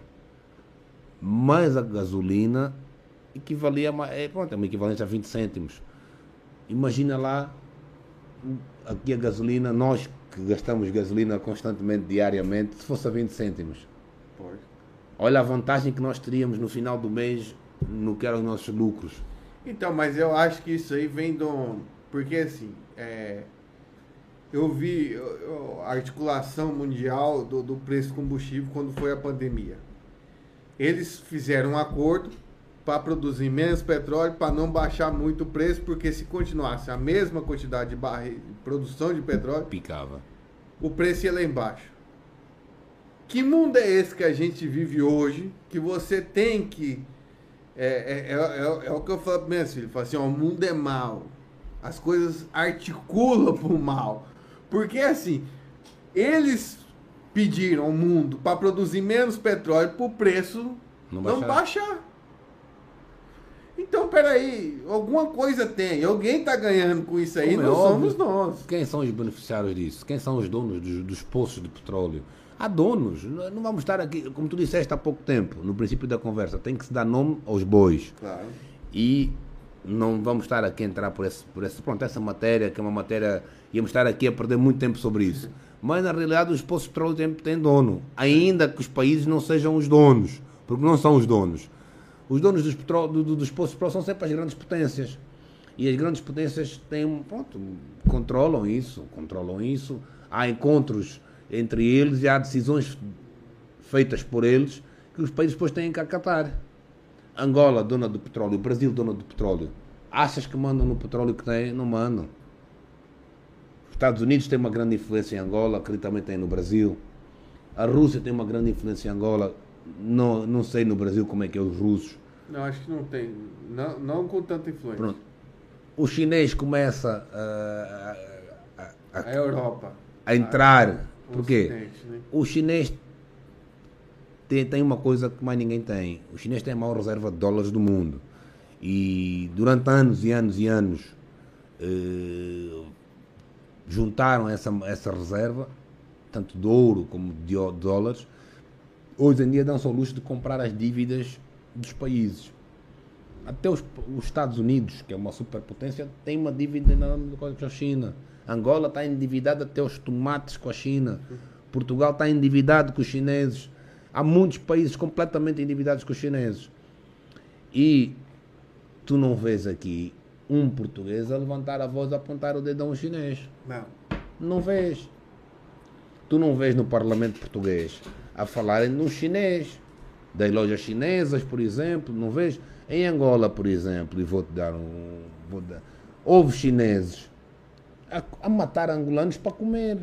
Mas a gasolina equivalia a, é, pronto, é uma equivalência a vinte cêntimos. Imagina lá, aqui a gasolina, nós que gastamos gasolina constantemente, diariamente, se fosse a vinte cêntimos. Pode. Olha a vantagem que nós teríamos no final do mês no que eram os nossos lucros. Então, mas eu acho que isso aí vem do... Porque assim, é... eu vi eu, eu, a articulação mundial do, do preço do combustível quando foi a pandemia. Eles fizeram um acordo para produzir menos petróleo, para não baixar muito o preço, porque se continuasse a mesma quantidade de, barri... de produção de petróleo, Picava. O preço ia lá embaixo. Que mundo é esse que a gente vive hoje, que você tem que... É, é, é, é, é o que eu falo para meus filhos, eu falo assim, ó, o mundo é mal. As coisas articulam para o mal. Porque assim, eles pediram ao mundo para produzir menos petróleo para o preço não baixar. não baixar. Então, peraí, alguma coisa tem. Alguém está ganhando com isso aí, Como não é somos óbvio, nós. Quem são os beneficiários disso? Quem são os donos dos, dos poços de petróleo? Há donos. Não vamos estar aqui, como tu disseste há pouco tempo, no princípio da conversa, tem que se dar nome aos bois. Claro. E não vamos estar aqui a entrar por, esse, por esse, pronto, essa matéria, que é uma matéria... Íamos estar aqui a perder muito tempo sobre isso. Mas, na realidade, os poços de petróleo têm, têm dono. Ainda que os países não sejam os donos. Porque não são os donos. Os donos dos, petróleo, do, dos poços de petróleo são sempre as grandes potências. E as grandes potências têm, pronto, controlam isso. Controlam isso. Há encontros entre eles e há decisões feitas por eles que os países depois têm que acatar. Angola, dona do petróleo. Brasil, dona do petróleo. Achas que mandam no petróleo que têm? Não mandam. Os Estados Unidos têm uma grande influência em Angola, acredito também tem no Brasil. A Rússia tem uma grande influência em Angola. Não, não sei no Brasil como é que é os russos. Não, acho que não tem. Não, não com tanta influência. Pronto. O chinês começa a, a, a, a Europa a entrar. A, Por quê? Né? O chinês tem, tem uma coisa que mais ninguém tem. O chinês tem a maior reserva de dólares do mundo. E durante anos e anos e anos eh, juntaram essa, essa reserva, tanto de ouro como de dólares. Hoje em dia dão-se ao luxo de comprar as dívidas dos países. Até os, os Estados Unidos, que é uma superpotência, tem uma dívida na, com a China. Angola está endividada até os tomates com a China. Portugal está endividado com os chineses. Há muitos países completamente endividados com os chineses. E tu não vês aqui um português a levantar a voz, a apontar o dedo a um chinês. Não. Não vês. Tu não vês no Parlamento português a falarem no chinês, das lojas chinesas, por exemplo, não vês? Em Angola, por exemplo, e vou-te dar um... Vou dar, houve chineses a, a matar angolanos para comer.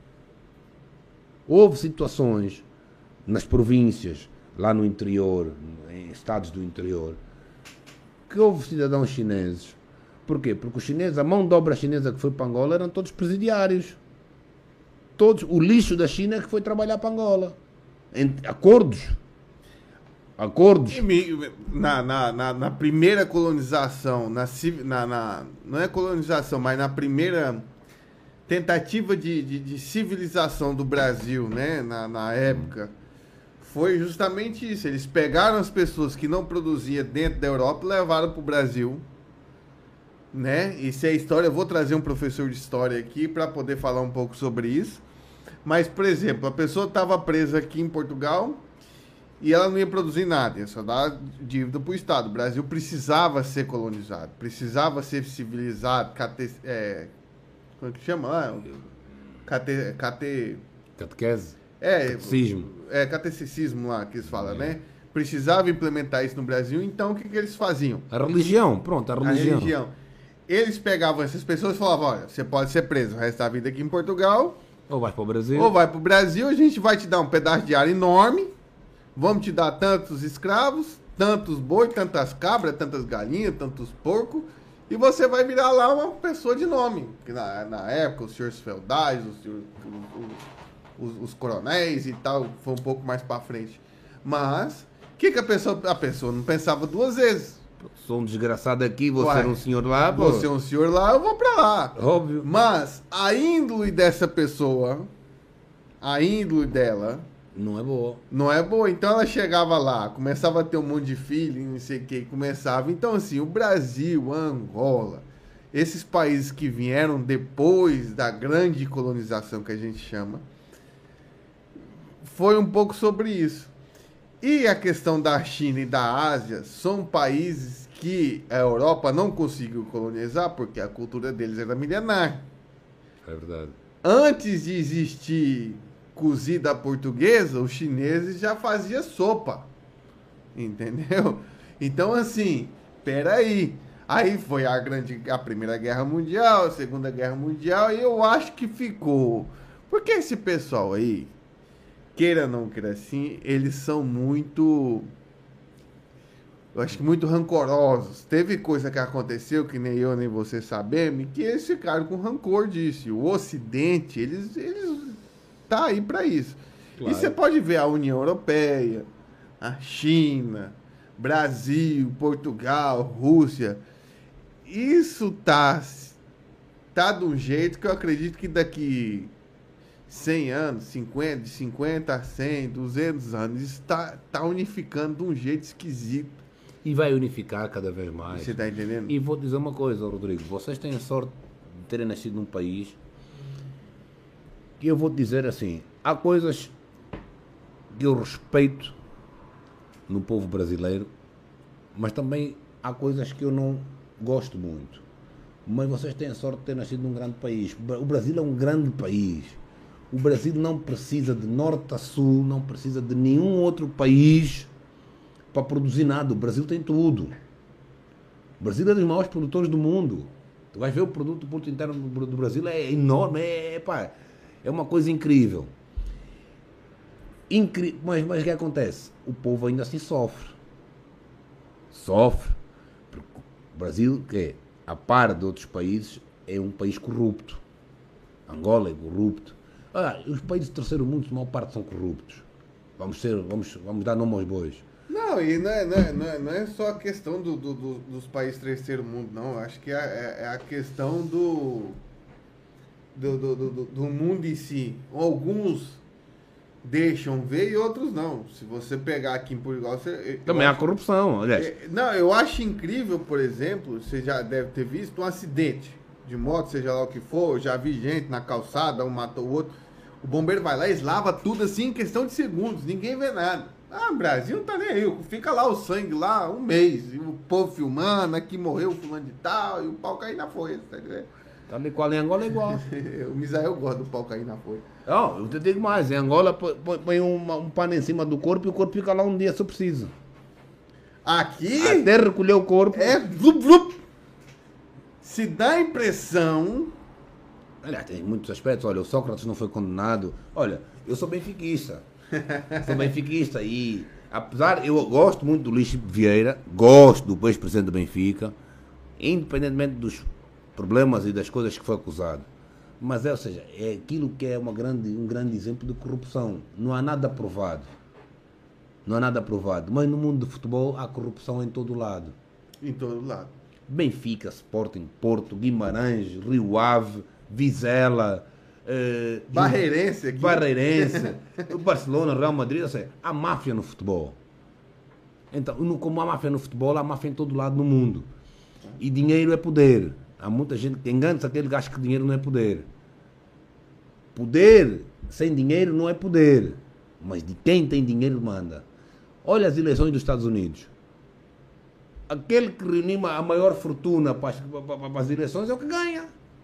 Houve situações nas províncias, lá no interior, em estados do interior, que houve cidadãos chineses. Porquê? Porque os chineses, a mão de obra chinesa que foi para Angola eram todos presidiários. Todos, o lixo da China que foi trabalhar para Angola. Em, acordos. Acordos. Na, na, na, na primeira colonização, na, na, na, não é colonização, mas na primeira tentativa de, de, de civilização do Brasil, né, na, na época, foi justamente isso. Eles pegaram as pessoas que não produziam dentro da Europa e levaram para o Brasil. Né? Isso é história. Eu vou trazer um professor de história aqui para poder falar um pouco sobre isso. Mas, por exemplo, a pessoa estava presa aqui em Portugal e ela não ia produzir nada, ia só dar dívida para o Estado. O Brasil precisava ser colonizado, precisava ser civilizado, cate, é, como é que chama lá? Cate, cate, Catequese? É, Catecismo. É, catecicismo lá que eles falam, é. né? Precisava implementar isso no Brasil, então o que, que eles faziam? A religião, pronto, a religião. A religião. Eles pegavam essas pessoas e falavam, olha, você pode ser preso o resto da vida aqui em Portugal... Ou vai para o Brasil. Ou vai para o Brasil, a gente vai te dar um pedaço de área enorme, vamos te dar tantos escravos, tantos boi, tantas cabras, tantas galinhas, tantos porcos, e você vai virar lá uma pessoa de nome. Que na, na época, os senhores feudais, os, senhores, os, os, os coronéis e tal, foi um pouco mais para frente. Mas, o que, que a pessoa... A pessoa não pensava duas vezes. Sou um desgraçado aqui, você Uai, é um senhor lá, pô. Você é um senhor lá, eu vou pra lá. Óbvio. Mas a índole dessa pessoa, a índole dela... Não é boa. Não é boa. Então ela chegava lá, começava a ter um monte de filho, não sei o que, começava... Então assim, o Brasil, a Angola, esses países que vieram depois da grande colonização que a gente chama, foi um pouco sobre isso. E a questão da China e da Ásia são países que a Europa não conseguiu colonizar porque a cultura deles era milenar. É verdade. Antes de existir cozida portuguesa, os chineses já faziam sopa. Entendeu? Então, assim, peraí. Aí foi a, grande, a Primeira Guerra Mundial, a Segunda Guerra Mundial, e eu acho que ficou. Porque esse pessoal aí, queira ou não queira assim, eles são muito... Eu acho que muito rancorosos. Teve coisa que aconteceu, que nem eu nem você sabemos, que eles ficaram com rancor disso. O Ocidente, eles, eles tá aí para isso. Claro. E você pode ver a União Europeia, a China, Brasil, Portugal, Rússia. Isso tá, tá de um jeito que eu acredito que daqui cem anos, cinquenta, de cinquenta a cem, duzentos anos, está tá unificando de um jeito esquisito. E vai unificar cada vez mais. Você está entendendo? E vou dizer uma coisa, Rodrigo. Vocês têm a sorte de terem nascido num país que eu vou dizer assim, há coisas que eu respeito no povo brasileiro, mas também há coisas que eu não gosto muito. Mas vocês têm a sorte de ter nascido num grande país. O Brasil é um grande país. O Brasil não precisa de norte a sul, não precisa de nenhum outro país para produzir nada. O Brasil tem tudo. O Brasil é dos maiores produtores do mundo. Tu vais ver o produto do produto interno do Brasil, é enorme, é, é, pá, é uma coisa incrível. Incri... Mas, mas o que acontece? O povo ainda assim sofre. Sofre. Porque o Brasil, que é, a par de outros países, é um país corrupto. Angola é corrupto. Ah, os países do terceiro mundo, a maior parte são corruptos. Vamos, ser, vamos, vamos dar nome aos bois. Não, e não é, não é, não é, não é só a questão do, do, do, dos países terceiro mundo, não. Acho que é, é, é a questão do do, do, do do mundo em si. Alguns deixam ver e outros não. Se você pegar aqui em Portugal... Você, também há acho, corrupção, aliás. É, não, eu acho incrível, por exemplo, você já deve ter visto um acidente de moto, seja lá o que for. Eu já vi gente na calçada, um matou o outro. O bombeiro vai lá e lava tudo assim em questão de segundos. Ninguém vê nada. Ah, o Brasil não tá nem aí. Fica lá o sangue lá um mês. E o povo filmando, aqui morreu fulano de tal, e o pau cair na folha. Tá ligado? Tá de qual em Angola é igual. O Misael gosta do pau cair na folha. Não, eu te digo mais. Em Angola põe um, um pano em cima do corpo e o corpo fica lá um dia se precisa. Aqui... Até recolher o corpo... É... Vlup, vlup. Se dá a impressão... Aliás, tem muitos aspectos. Olha, o Sócrates não foi condenado. Olha, eu sou benfiquista. Sou benfiquista e, apesar, eu gosto muito do Luís Vieira, gosto do ex-presidente do Benfica, independentemente dos problemas e das coisas que foi acusado. Mas é, ou seja, é aquilo que é uma grande, um grande exemplo de corrupção. Não há nada provado. Não há nada provado. Mas no mundo do futebol há corrupção em todo lado. Em todo lado. Benfica, Sporting, Porto, Guimarães, Rio Ave, Vizela... Uh, Barreirense aqui. Barreirense, o Barcelona, Real Madrid, ou seja, há máfia no futebol. Então, como há máfia no futebol, há máfia em todo lado no mundo. E dinheiro é poder. Há muita gente que engana-se aquele que acha que dinheiro não é poder. Poder sem dinheiro não é poder. Mas de quem tem dinheiro manda. Olha as eleições dos Estados Unidos. Aquele que reuniu a maior fortuna para as, para, para as eleições é o que ganha.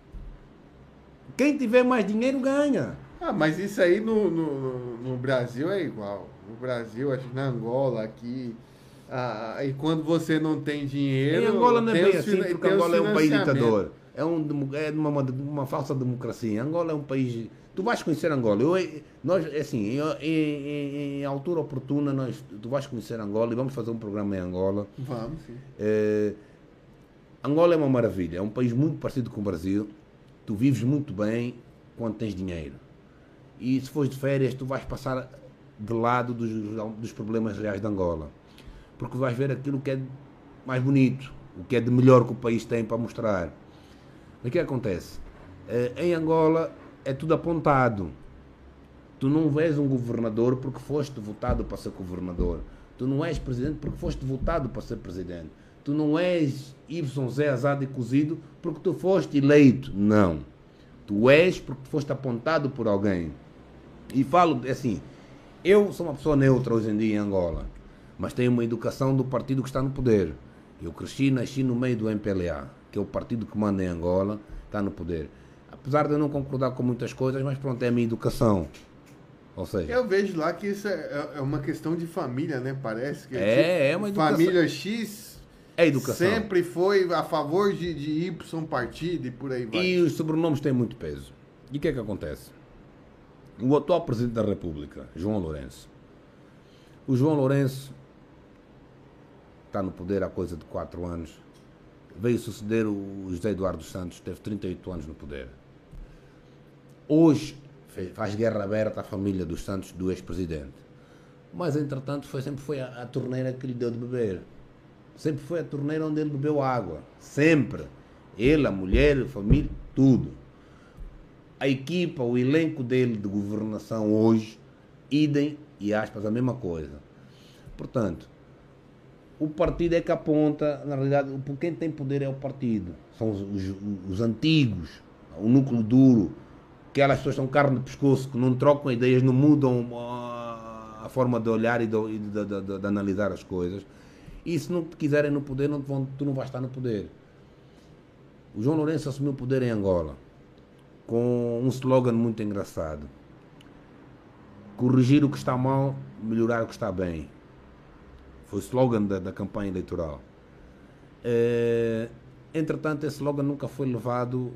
Quem tiver mais dinheiro ganha. Ah, mas isso aí no, no, no Brasil é igual. No Brasil, acho que na Angola, aqui. Ah, e quando você não tem dinheiro. Em Angola não é bem assim, fina, porque Angola é um país ditador. É, um, é uma, uma falsa democracia. Angola é um país. Tu vais conhecer Angola. Eu, nós, assim, em, em, em altura oportuna, nós, tu vais conhecer Angola e vamos fazer um programa em Angola. Vamos, sim. É, Angola é uma maravilha. É um país muito parecido com o Brasil. Tu vives muito bem quando tens dinheiro. E se fores de férias, tu vais passar de lado dos, dos problemas reais de Angola. Porque vais ver aquilo que é mais bonito, o que é de melhor que o país tem para mostrar. Mas o que acontece? Em Angola é tudo apontado. Tu não vês um governador porque foste votado para ser governador. Tu não és presidente porque foste votado para ser presidente. Tu não és Ibson Zé Azado e Cozido porque tu foste eleito. Não. Tu és porque foste apontado por alguém. E falo assim, Eu sou uma pessoa neutra hoje em dia em Angola, mas tenho uma educação do partido que está no poder. Eu cresci e nasci no meio do M P L A, que é o partido que manda em Angola, está no poder. Apesar de eu não concordar com muitas coisas, mas pronto, é a minha educação. Ou seja... Eu vejo lá que isso é, é uma questão de família, né? Parece que... É, é uma educação. Família X... É educação. Sempre foi a favor de, de Y partido e por aí vai. E os sobrenomes têm muito peso. E o que é que acontece? O atual Presidente da República, João Lourenço. O João Lourenço está no poder há coisa de quatro anos. Veio suceder o José Eduardo dos Santos, teve trinta e oito anos no poder. Hoje faz guerra aberta à família dos Santos, do ex-presidente. Mas, entretanto, foi, sempre foi a, a torneira que lhe deu de beber. Sempre foi a torneira onde ele bebeu água. Sempre. Ele, a mulher, a família, tudo. A equipa, o elenco dele de governação hoje, idem e aspas, a mesma coisa. Portanto, o partido é que aponta, na realidade, quem tem poder é o partido. São os, os, os antigos, o núcleo duro, aquelas pessoas que são carne de pescoço, que não trocam ideias, não mudam a, a forma de olhar e, de, e de, de, de, de analisar as coisas. E se não te quiserem no poder, não te vão, tu não vais estar no poder. O João Lourenço assumiu o poder em Angola com um slogan muito engraçado: corrigir o que está mal, melhorar o que está bem. Foi o slogan da, da campanha eleitoral. É, entretanto, esse slogan nunca foi levado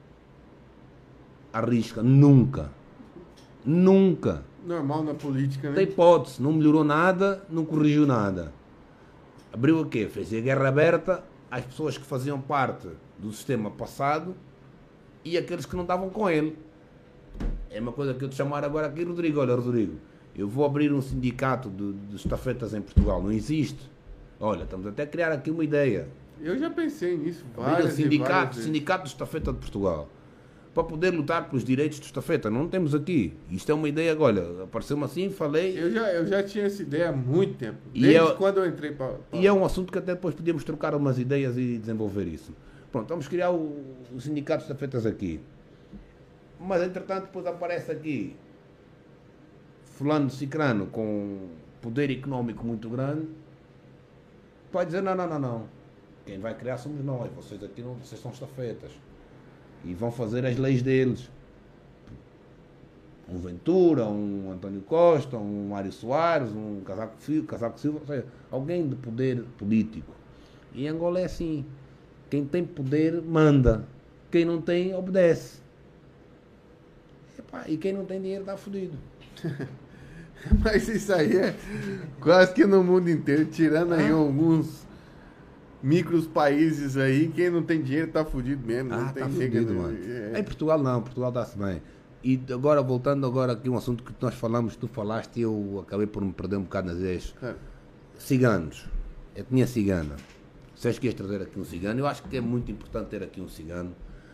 à risca. Nunca. Nunca. Normal na política, né? Tem hipótese. Não melhorou nada, não corrigiu nada. Abriu o quê? Fez a guerra aberta às pessoas que faziam parte do sistema passado e aqueles que não estavam com ele. É uma coisa que eu te chamar agora aqui, Rodrigo. Olha, Rodrigo, eu vou abrir um sindicato de, de estafetas em Portugal. Não existe. Olha, estamos até a criar aqui uma ideia. Eu já pensei nisso. Abrir um sindicato, sindicato de estafeta de Portugal. Para poder lutar pelos direitos de estafeta. Não temos aqui. Isto é uma ideia, olha, apareceu-me assim, falei... Eu já, eu já tinha essa ideia há muito tempo. Desde é, quando eu entrei para... E é um assunto que até depois podíamos trocar umas ideias e desenvolver isso. Pronto, vamos criar o, o sindicato de estafetas aqui. Mas, entretanto, depois aparece aqui fulano cicrano com poder económico muito grande. Pode dizer, não, não, não, não. Quem vai criar somos nós. Vocês aqui não, vocês são estafetas. E vão fazer as leis deles. Um Ventura, um António Costa, um Mário Soares, um Casaco, Casaco Silva, ou seja, alguém de poder político. E em Angola é assim. Quem tem poder manda. Quem não tem, obedece. Epá, e quem não tem dinheiro está fodido. Mas isso aí é quase que no mundo inteiro, tirando aí ah. alguns micros países aí, quem não tem dinheiro tá fudido mesmo. Ah, não tem tá fudido, mano. É. Em Portugal não, Portugal dá-se bem. E agora, voltando agora aqui um assunto que nós falamos, tu falaste e eu acabei por me perder um bocado nas ideias. É. Ciganos. Eu tinha cigana. Vocês queres trazer aqui um cigano? Eu acho que é muito importante ter aqui um cigano,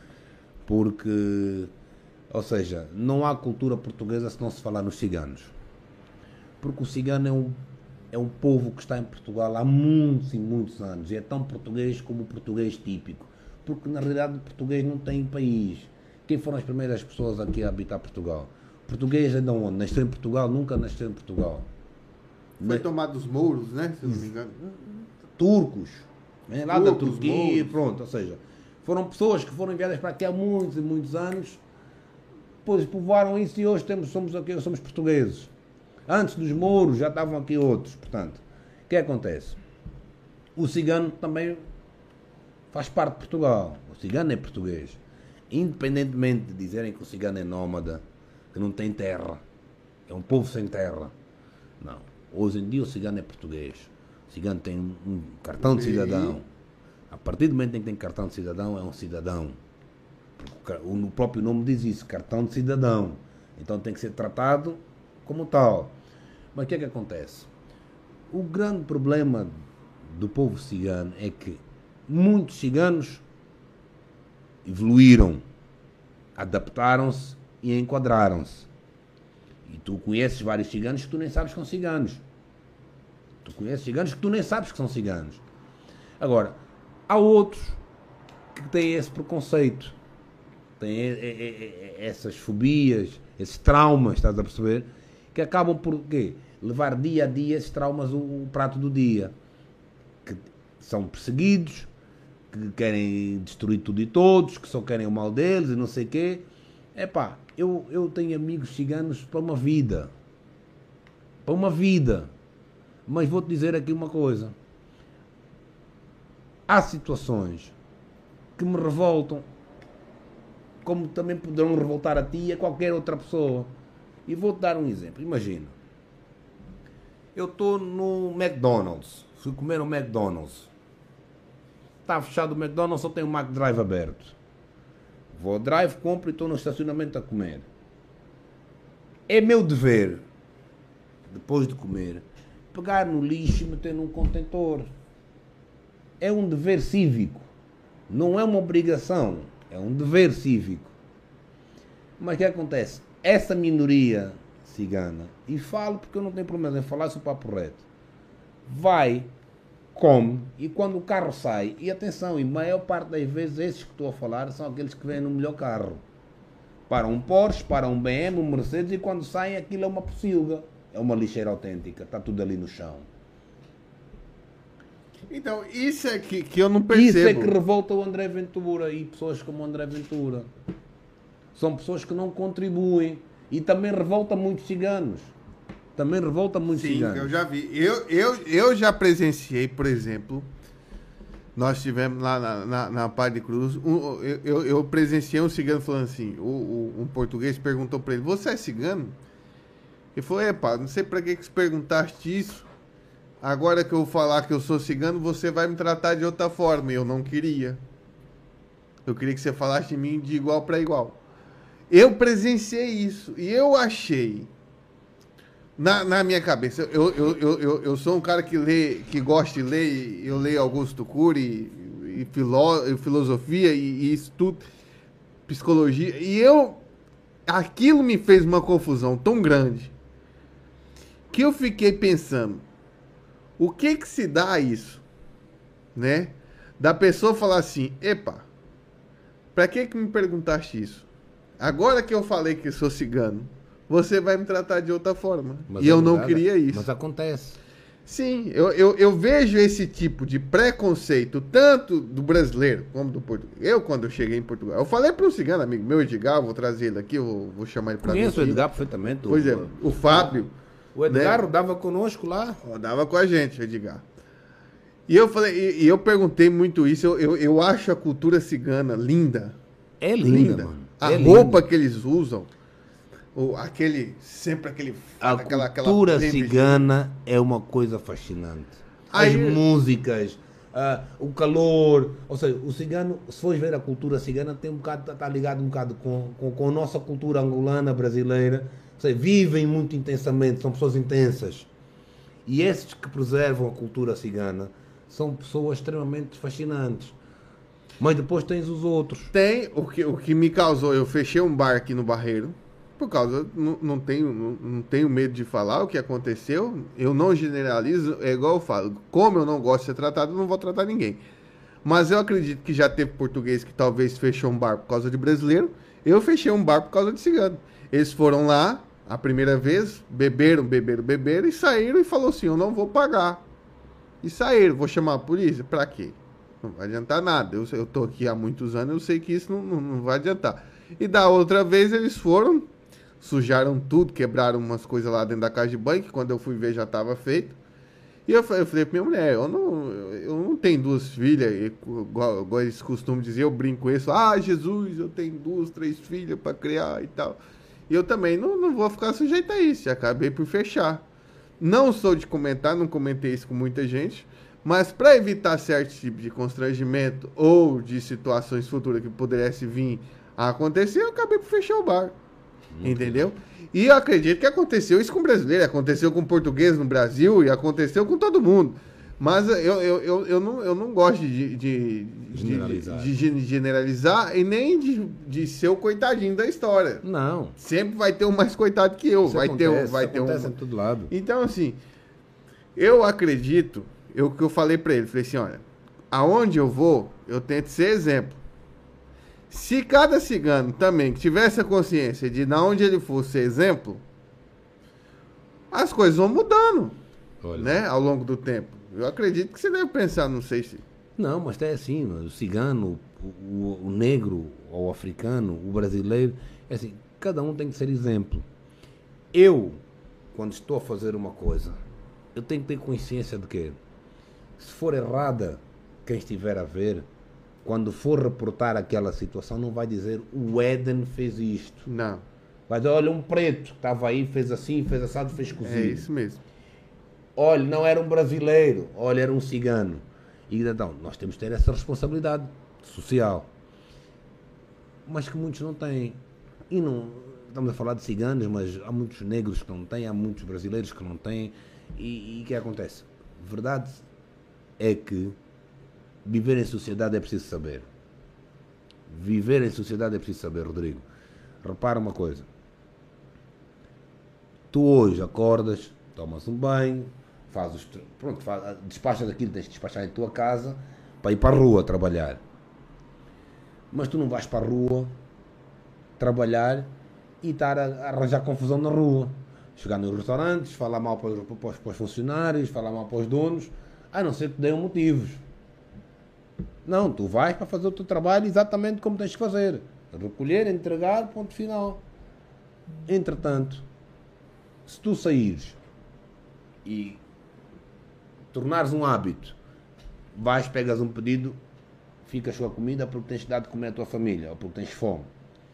porque, ou seja, não há cultura portuguesa se não se falar nos ciganos. Porque o cigano é um É um povo que está em Portugal há muitos e muitos anos. E é tão português como o português típico. Porque, na realidade, o português não tem país. Quem foram as primeiras pessoas aqui a habitar Portugal? Português é de onde? Nasceu em Portugal? Nunca nasceu em Portugal. Foi tomado dos mouros, né? Se eu não me engano. Turcos. Né? Lá Turcos, da Turquia, mouros. Pronto. Ou seja, foram pessoas que foram enviadas para aqui há muitos e muitos anos. Depois povoaram isso e hoje temos, somos, aqui, somos portugueses. Antes dos mouros já estavam aqui outros. Portanto, o que acontece? O cigano também faz parte de Portugal. O cigano é português. Independentemente de dizerem que o cigano é nómada, que não tem terra, é um povo sem terra. Não. Hoje em dia o cigano é português. O cigano tem um cartão de cidadão. A partir do momento em que tem cartão de cidadão, é um cidadão. O próprio nome diz isso, cartão de cidadão. Então tem que ser tratado como tal. Mas o que é que acontece? O grande problema do povo cigano é que muitos ciganos evoluíram, adaptaram-se e enquadraram-se. E tu conheces vários ciganos que tu nem sabes que são ciganos. Tu conheces ciganos que tu nem sabes que são ciganos. Agora, há outros que têm esse preconceito, têm essas fobias, esses traumas, estás a perceber? que acabam por quê? Levar dia a dia esses traumas o, o prato do dia. Que são perseguidos, que querem destruir tudo e todos, que só querem o mal deles e não sei o quê. Epá, eu, eu tenho amigos ciganos para uma vida. Para uma vida. Mas vou-te dizer aqui uma coisa. Há situações que me revoltam, como também poderão revoltar a ti e a qualquer outra pessoa. E vou-te dar um exemplo. Imagina, eu estou no McDonald's, fui comer no McDonald's. Está fechado o McDonald's, só tem o McDrive aberto. Vou ao drive, compro e estou no estacionamento a comer. É meu dever, depois de comer, pegar no lixo e meter num contentor. É um dever cívico. Não é uma obrigação. É um dever cívico. Mas o que acontece? Essa minoria cigana, e falo porque eu não tenho problema em falar isso para papo reto, vai, come, e quando o carro sai, e atenção, e maior parte das vezes esses que estou a falar são aqueles que vêm no melhor carro. Para um Porsche, para um B M, um Mercedes, e quando saem aquilo é uma pocilga. É uma lixeira autêntica, está tudo ali no chão. Então, isso é que, que eu não percebo. Isso é que revolta o André Ventura e pessoas como o André Ventura. São pessoas que não contribuem. E também revolta muitos ciganos. Também revolta muitos Sim, ciganos. eu já vi. Eu, eu, eu já presenciei, por exemplo, nós tivemos lá na, na, na Paz de Cruz, um, eu, eu, eu presenciei um cigano falando assim, o, o, um português perguntou para ele, você é cigano? Ele falou, epa, não sei para que que você perguntaste isso. Agora que eu vou falar que eu sou cigano, você vai me tratar de outra forma. E eu não queria. Eu queria que você falasse de mim de igual para igual. Eu presenciei isso. E eu achei, na, na minha cabeça, eu, eu, eu, eu, eu sou um cara que lê, que gosta de ler, eu leio Augusto Cury, e, e, filó, e filosofia, e, e estudo psicologia. E eu, aquilo me fez uma confusão tão grande, que eu fiquei pensando, o que que se dá a isso, né? Da pessoa falar assim, epa, pra que que me perguntaste isso? Agora que eu falei que sou cigano, você vai me tratar de outra forma. Mas e eu não nada, queria isso. Mas acontece. Sim, eu, eu, eu vejo esse tipo de preconceito, tanto do brasileiro como do português. Eu, quando eu cheguei em Portugal, eu falei para um cigano amigo meu, Edgar, vou trazer ele aqui, eu vou, vou chamar ele para mim. Conheço o Edgar perfeitamente. Pois é, o Fábio. O Edgar né? rodava conosco lá. Rodava com a gente, o Edgar. E eu falei, e, e eu perguntei muito isso, eu, eu, eu acho a cultura cigana linda. É linda, linda. Mano. A é roupa linda. que eles usam, ou aquele, sempre aquele... A aquela, cultura aquela cigana de... é uma coisa fascinante. As Aí... músicas, uh, o calor, ou seja, o cigano, se fores ver a cultura cigana, tem um bocado, está ligado um bocado com, com, com a nossa cultura angolana, brasileira. Ou seja, vivem muito intensamente, são pessoas intensas. E esses que preservam a cultura cigana são pessoas extremamente fascinantes. Mas depois tens os outros. Tem, o que, o que me causou, eu fechei um bar aqui no Barreiro, por causa, não, não, tenho, não, não tenho medo de falar o que aconteceu, eu não generalizo, é igual eu falo, como eu não gosto de ser tratado, eu não vou tratar ninguém. Mas eu acredito que já teve português que talvez fechou um bar por causa de brasileiro, eu fechei um bar por causa de cigano. Eles foram lá, a primeira vez, beberam, beberam, beberam, e saíram e falou assim, eu não vou pagar. E saíram, vou chamar a polícia, pra quê? Não vai adiantar nada. Eu, eu tô aqui há muitos anos, eu sei que isso não, não, não vai adiantar. E da outra vez eles foram, sujaram tudo, quebraram umas coisas lá dentro da casa de banho, que quando eu fui ver já estava feito. E eu, eu falei pra minha mulher, eu não, eu não tenho duas filhas, igual, igual eles costumam dizer, eu brinco com isso, ah, Jesus, eu tenho duas, três filhas para criar e tal. E eu também não, não vou ficar sujeito a isso, e acabei por fechar. Não sou de comentar, não comentei isso com muita gente, mas para evitar certo tipo de constrangimento ou de situações futuras que pudesse vir a acontecer, eu acabei por fechar o bar. Muito entendeu? Bem. E eu acredito que aconteceu isso com o brasileiro, aconteceu com o português no Brasil e aconteceu com todo mundo. Mas eu, eu, eu, eu, não, eu não gosto de, de, generalizar. de, de generalizar e nem de, de ser o coitadinho da história. Não. Sempre vai ter um mais coitado que eu. Isso vai acontece, ter, vai ter um. Em todo lado. Então, assim, eu acredito, eu que eu falei pra ele, falei assim, olha, aonde eu vou, eu tento ser exemplo. Se cada cigano também tivesse a consciência de na onde ele fosse exemplo, as coisas vão mudando, Olha. né, ao longo do tempo. Eu acredito que você deve pensar, não sei se... Não, mas é assim, o cigano, o, o, o negro, o africano, o brasileiro, é assim, cada um tem que ser exemplo. Eu, quando estou a fazer uma coisa, eu tenho que ter consciência de que, se for errada, quem estiver a ver, quando for reportar aquela situação, não vai dizer o Éden fez isto. Não. Vai dizer, olha, um preto que estava aí, fez assim, fez assado, fez cozido. É isso mesmo. Olha, não era um brasileiro, olha, era um cigano. E então, nós temos que ter essa responsabilidade social. Mas que muitos não têm. E não estamos a falar de ciganos, mas há muitos negros que não têm, há muitos brasileiros que não têm. E o que acontece? Verdade é que viver em sociedade é preciso saber. Viver em sociedade é preciso saber, Rodrigo. Repara uma coisa. Tu hoje acordas, tomas um banho, fazes os, pronto, faz, despachas aquilo que tens de despachar em tua casa para ir para a rua trabalhar. Mas tu não vais para a rua trabalhar e estar a, a arranjar confusão na rua. Chegar nos restaurantes, falar mal para os, para, os, para os funcionários, falar mal para os donos, a não ser que te deem motivos. Não, tu vais para fazer o teu trabalho exatamente como tens que fazer. Recolher, entregar, ponto final. Entretanto, se tu saíres e tornares um hábito, vais, pegas um pedido, ficas com a comida porque tens dado de comer a tua família ou porque tens fome.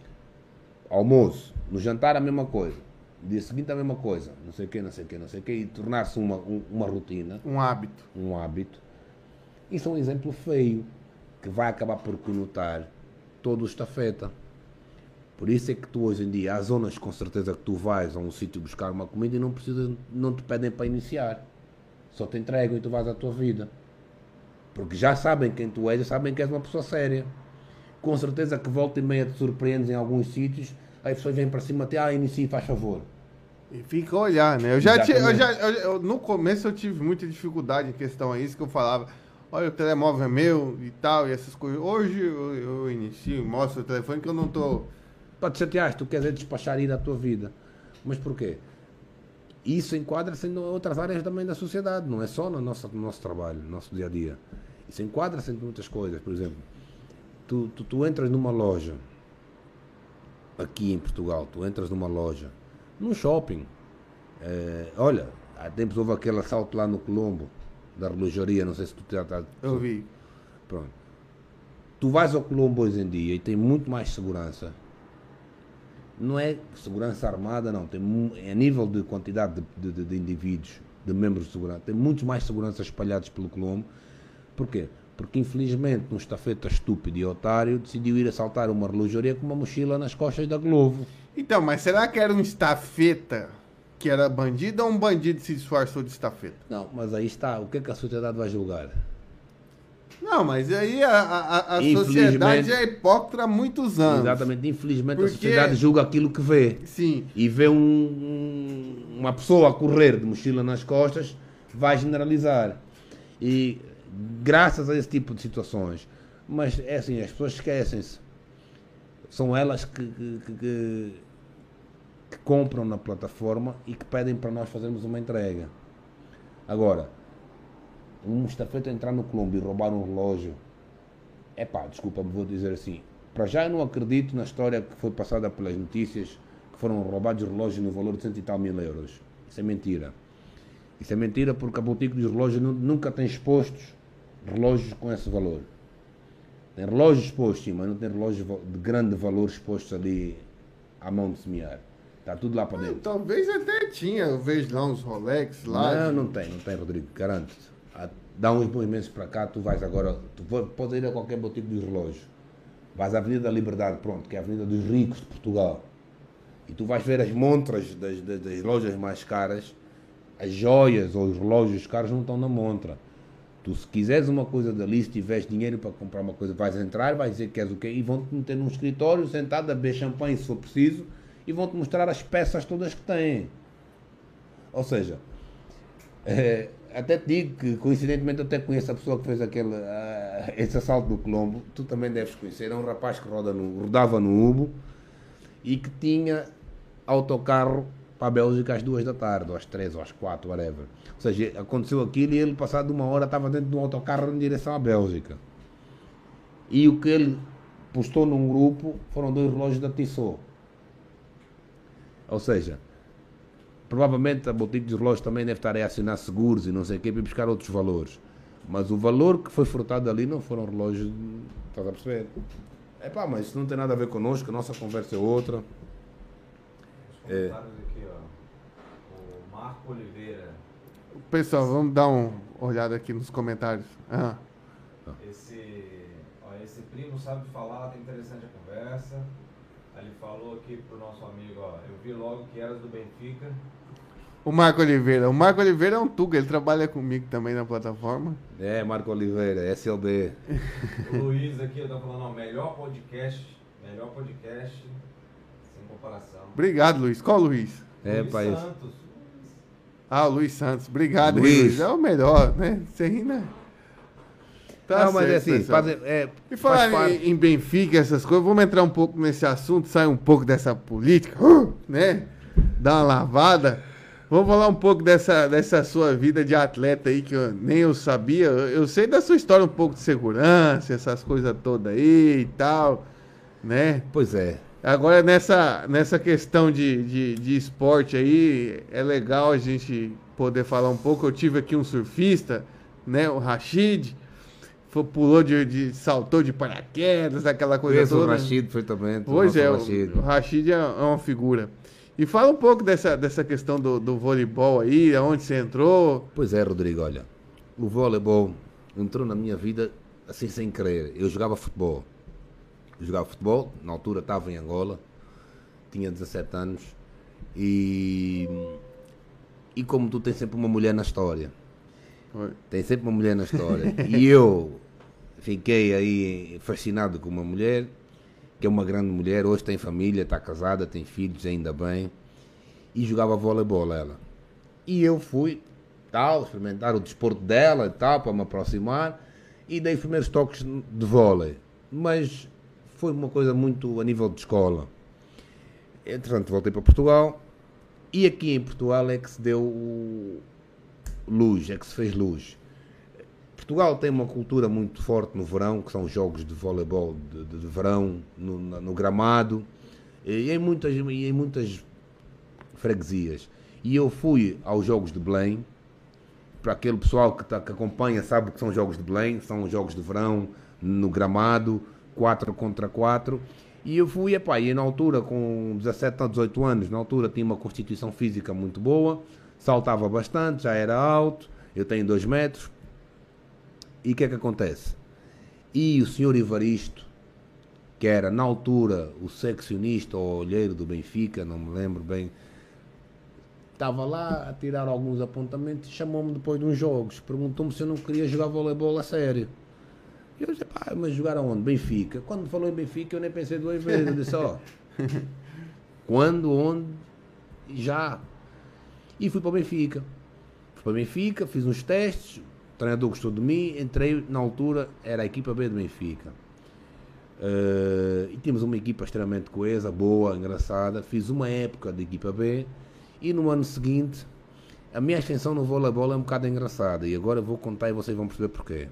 Almoço, no jantar a mesma coisa, no dia seguinte a mesma coisa, não sei o quê, não sei o quê, não sei o quê, e tornar-se uma, um, uma rotina, Um hábito. um hábito, isso é um exemplo feio que vai acabar por conotar todo o estafeta. Por isso é que tu hoje em dia, há zonas com certeza que tu vais a um sítio buscar uma comida e não, precisa, não te pedem para iniciar. Só te entregam e tu vais à tua vida. Porque já sabem quem tu és, já sabem que és uma pessoa séria. Com certeza que volta e meia te surpreendes em alguns sítios, aí as pessoas vêm para cima e te ah, inicia, faz favor. E fica a olhar, né? Eu já, tive, eu já eu, eu, no começo eu tive muita dificuldade em questão a isso, que eu falava, olha, o telemóvel é meu e tal, e essas coisas. Hoje eu, eu inicio, mostro o telefone que eu não tô... Pode chatear, tu queres é despachar e ir à tua vida. Mas porquê? Isso enquadra-se em outras áreas também da sociedade, não é só no nosso, no nosso trabalho, no nosso dia a dia. Isso enquadra-se em muitas coisas. Por exemplo, tu, tu, tu entras numa loja, aqui em Portugal, tu entras numa loja, num shopping. É, olha, há tempos houve aquele assalto lá no Colombo, da relojoaria, não sei se tu já estás... Eu vi. Pronto. Tu vais ao Colombo hoje em dia e tem muito mais segurança. Não é segurança armada, não. Tem, a nível de quantidade de, de, de indivíduos, de membros de segurança, tem muitos mais seguranças espalhados pelo Colombo. Porquê? Porque infelizmente um estafeta estúpido e otário decidiu ir assaltar uma relojoaria com uma mochila nas costas da Globo. Então, mas será que era um estafeta que era bandido ou um bandido se disfarçou de estafeta? Não, mas aí está. O que é que a sociedade vai julgar? Não, mas aí a, a, a sociedade é hipócrita há muitos anos. Exatamente. Infelizmente Porque... a sociedade julga aquilo que vê. Sim. E vê um, um, uma pessoa a correr de mochila nas costas, vai generalizar. E graças a esse tipo de situações, mas é assim, as pessoas esquecem-se. São elas que, que, que, que, que compram na plataforma e que pedem para nós fazermos uma entrega. Agora, um estafeta entrar no Colombo e roubar um relógio, é pá, desculpa, me vou dizer assim, para já eu não acredito na história que foi passada pelas notícias que foram roubados relógios no valor de cento e tal mil euros. Isso é mentira. Isso é mentira porque a boutique dos relógios nunca tem expostos relógios com esse valor. Tem relógios expostos, sim, mas não tem relógios de grande valor expostos ali à mão de semear. Está tudo lá para dentro. Ah, talvez até tinha, eu vejo lá uns Rolex lá. Não, de... não tem, não tem, Rodrigo, garanto-te. Dá uns bons meses para cá, tu vais agora, tu podes ir a qualquer boutique dos relógios. Vais à Avenida da Liberdade, pronto, que é a Avenida dos Ricos de Portugal. E tu vais ver as montras das, das, das lojas mais caras, as joias ou os relógios caros não estão na montra. Tu, se quiseres uma coisa dali, se tiveres dinheiro para comprar uma coisa, vais entrar, vais dizer que queres o quê? E vão-te meter num escritório, sentado, a beber champanhe se for preciso, e vão-te mostrar as peças todas que têm. Ou seja, é, até te digo que, coincidentemente, eu até conheço a pessoa que fez aquele, uh, esse assalto no Colombo. Tu também deves conhecer. É um rapaz que roda no, rodava no Ubo e que tinha autocarro para a Bélgica às duas da tarde, ou às três, ou às quatro, whatever. Ou seja, aconteceu aquilo e ele, passado uma hora, estava dentro de um autocarro em direção à Bélgica. E o que ele postou num grupo foram dois relógios da Tissot. Ou seja, provavelmente a boutique de relógios também deve estar a acionar seguros e não sei o quê para buscar outros valores. Mas o valor que foi furtado ali não foram relógios, estás a perceber? É pá, mas isso não tem nada a ver connosco, a nossa conversa é outra. Os comentários é. aqui, ó. O Marco Oliveira. Pessoal, vamos dar uma olhada aqui nos comentários. Ah. Esse, ó, esse primo sabe falar, tá interessante a conversa. Ele falou aqui pro nosso amigo, ó, eu vi logo que eras do Benfica. O Marco Oliveira. O Marco Oliveira é um tuga, ele trabalha comigo também na plataforma. É, Marco Oliveira, S L B. O Luiz aqui, eu tô falando, ó, melhor podcast, melhor podcast, sem comparação. Obrigado, Luiz. Qual Luiz? É, Luiz pai. Santos. Ah, o Luiz Santos. Obrigado, Luiz. Luiz. É o melhor, né? Você ri, né? Tá não, mas certo, é assim, pessoal. faz, é, E faz falar parte... em, em Benfica, essas coisas, vamos entrar um pouco nesse assunto, sair um pouco dessa política, uh, né? Dar uma lavada. Vamos falar um pouco dessa, dessa sua vida de atleta aí, que eu, nem eu sabia. Eu, eu sei da sua história um pouco de segurança, essas coisas todas aí e tal, né? Pois é. Agora, nessa, nessa questão de, de, de esporte aí, é legal a gente poder falar um pouco. Eu tive aqui um surfista, né? O Rashid. Foi, pulou de, de. saltou de paraquedas, aquela coisa Conheço toda. o Rashid perfeitamente. Pois é, o Rashid. o Rashid é, é uma figura. E fala um pouco dessa, dessa questão do, do voleibol aí, aonde você entrou. Pois é, Rodrigo, olha, o voleibol entrou na minha vida assim sem querer. Eu jogava futebol. Eu jogava futebol, na altura estava em Angola, tinha dezassete anos e, e como tu tens sempre uma mulher na história. Oi. Tem sempre uma mulher na história. E eu fiquei aí fascinado com uma mulher, que é uma grande mulher, hoje tem família, está casada, tem filhos, ainda bem, e jogava voleibol ela. E eu fui, tal, experimentar o desporto dela e tal, para me aproximar, e dei os primeiros toques de vôlei. Mas foi uma coisa muito a nível de escola. Entretanto, voltei para Portugal, e aqui em Portugal é que se deu o luz, é que se fez luz. Portugal tem uma cultura muito forte no verão, que são os jogos de voleibol de, de, de verão, no, no gramado, e em, muitas, e em muitas freguesias. E eu fui aos Jogos de Belém, para aquele pessoal que, tá, que acompanha sabe o que são os Jogos de Belém, são os Jogos de Verão, no gramado, quatro contra quatro, e eu fui, epá, e na altura, com dezassete a dezoito anos, na altura tinha uma constituição física muito boa, saltava bastante, já era alto, eu tenho dois metros, e o que é que acontece? E o senhor Ivaristo, que era na altura o seccionista ou olheiro do Benfica, não me lembro bem, estava lá a tirar alguns apontamentos e chamou-me depois de uns jogos, perguntou-me se eu não queria jogar voleibol a sério. E eu disse, pá, mas jogar aonde? Benfica. Quando falou em Benfica eu nem pensei duas vezes, eu disse, ó, quando, onde, já. E fui para o Benfica. Fui para o Benfica, fiz uns testes, o treinador gostou de mim, entrei, na altura, era a equipa B do Benfica. Uh, e tínhamos uma equipa extremamente coesa, boa, engraçada. Fiz uma época de equipa B e no ano seguinte, a minha ascensão no voleibol é um bocado engraçada e agora eu vou contar e vocês vão perceber porquê.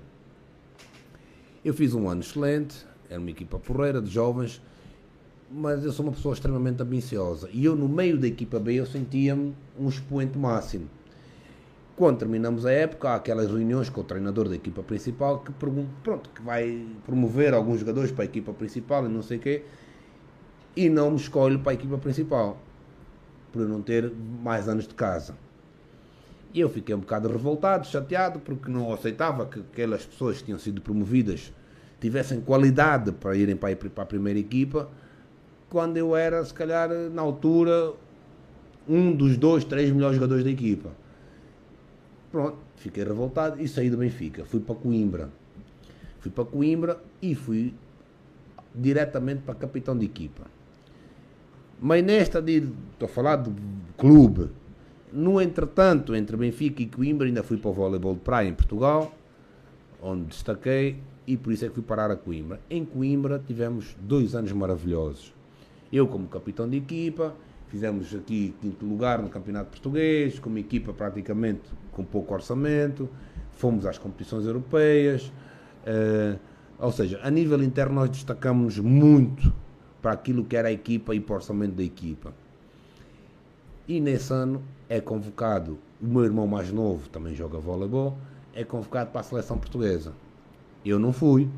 Eu fiz um ano excelente, era uma equipa porreira de jovens, mas eu sou uma pessoa extremamente ambiciosa e eu no meio da equipa B eu sentia-me um expoente máximo. Quando terminamos a época, há aquelas reuniões com o treinador da equipa principal que, pronto, que vai promover alguns jogadores para a equipa principal e não sei o quê, e não me escolhe para a equipa principal, por eu não ter mais anos de casa. E eu fiquei um bocado revoltado, chateado, porque não aceitava que aquelas pessoas que tinham sido promovidas tivessem qualidade para irem para a primeira equipa, quando eu era, se calhar, na altura, um dos dois, três melhores jogadores da equipa. Pronto, fiquei revoltado e saí do Benfica. Fui para Coimbra. Fui para Coimbra e fui diretamente para capitão de equipa. Mas nesta de, estou a falar de clube, no entretanto, entre Benfica e Coimbra, ainda fui para o voleibol de praia em Portugal, onde destaquei, e por isso é que fui parar a Coimbra. Em Coimbra tivemos dois anos maravilhosos. Eu como capitão de equipa, fizemos aqui quinto lugar no Campeonato Português, com uma equipa praticamente com pouco orçamento, fomos às competições europeias, uh, ou seja, a nível interno nós destacamos muito para aquilo que era a equipa e para o orçamento da equipa. E nesse ano é convocado, o meu irmão mais novo também joga voleibol, é convocado para a seleção portuguesa. Eu não fui.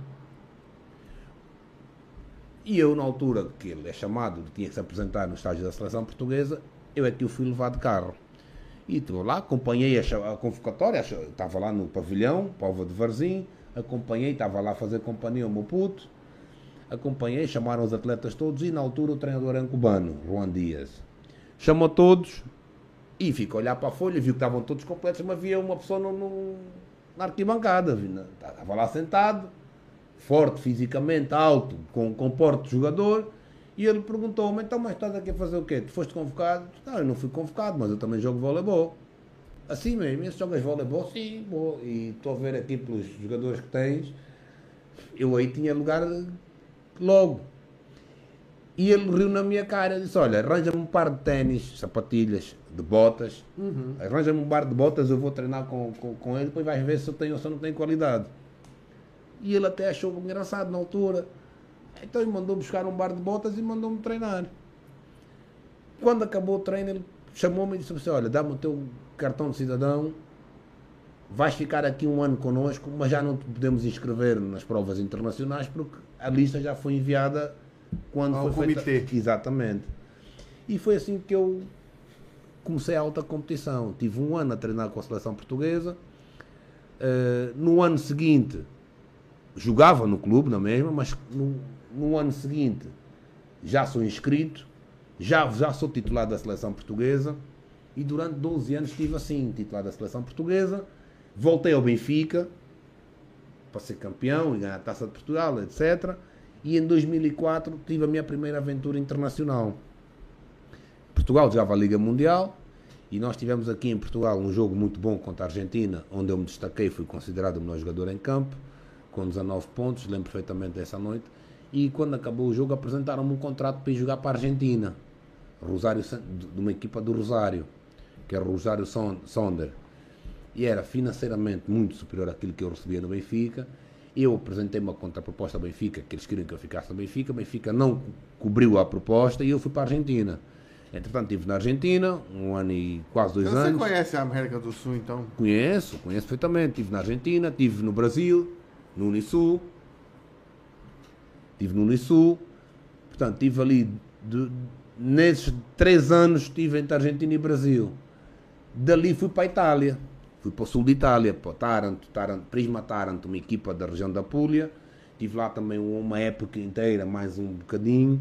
E eu, na altura que ele é chamado, tinha que se apresentar no estágio da seleção portuguesa, eu é que o fui levar de carro. E estou lá, acompanhei a, a convocatória, estava lá no pavilhão, Póvoa de Varzim, acompanhei, estava lá a fazer companhia ao meu puto, acompanhei, chamaram os atletas todos e na altura o treinador era um cubano, Juan Dias. Chamou todos e fico a olhar para a folha, viu que estavam todos completos, mas havia uma pessoa no, no, na arquibancada, estava lá sentado, forte fisicamente, alto, com, com porte de jogador, e ele perguntou-me, então, mas estás aqui a fazer o quê? Tu foste convocado? Não, eu não fui convocado, mas eu também jogo voleibol. Assim mesmo, se jogas voleibol? Sim, boa. E estou a ver aqui pelos jogadores que tens, eu aí tinha lugar logo. E ele riu na minha cara e disse, olha, arranja-me um par de ténis, sapatilhas, de botas, uhum. arranja-me um par de botas, eu vou treinar com, com, com ele, depois vais ver se eu tenho ou se eu não tenho qualidade. E ele até achou engraçado na altura. Então ele mandou buscar um bar de botas e mandou-me treinar. Quando acabou o treino, ele chamou-me e disse assim, olha, dá-me o teu cartão de cidadão, vais ficar aqui um ano connosco, mas já não te podemos inscrever nas provas internacionais porque a lista já foi enviada quando ao foi comitê. Feita... Exatamente. E foi assim que eu comecei a alta competição. Tive um ano a treinar com a seleção portuguesa. Uh, no ano seguinte, jogava no clube, na mesma, mas no, no ano seguinte já sou inscrito, já, já sou titular da seleção portuguesa e durante doze anos estive assim, titular da seleção portuguesa. Voltei ao Benfica para ser campeão e ganhar a Taça de Portugal, etcétera. E em dois mil e quatro tive a minha primeira aventura internacional. Portugal jogava a Liga Mundial e nós tivemos aqui em Portugal um jogo muito bom contra a Argentina, onde eu me destaquei, fui considerado o melhor jogador em campo, com dezanove pontos, lembro perfeitamente dessa noite. E quando acabou o jogo apresentaram-me um contrato para ir jogar para a Argentina, Rosário, de uma equipa do Rosário, que era o Rosário Sonder. E era financeiramente muito superior àquilo que eu recebia no Benfica. Eu apresentei uma contraproposta ao Benfica, que eles queriam que eu ficasse no Benfica. O Benfica não cobriu a proposta e eu fui para a Argentina. Entretanto, estive na Argentina, um ano e quase dois então, anos. Você conhece a América do Sul, então? Conheço, conheço perfeitamente. Estive na Argentina, estive no Brasil, no Unisul. Estive no Unisul. Portanto, estive ali, de, nesses três anos, estive entre Argentina e Brasil. Dali fui para a Itália. Fui para o sul de Itália, para Taranto, Taranto, Prisma Taranto, uma equipa da região da Puglia. Estive lá também uma época inteira, mais um bocadinho.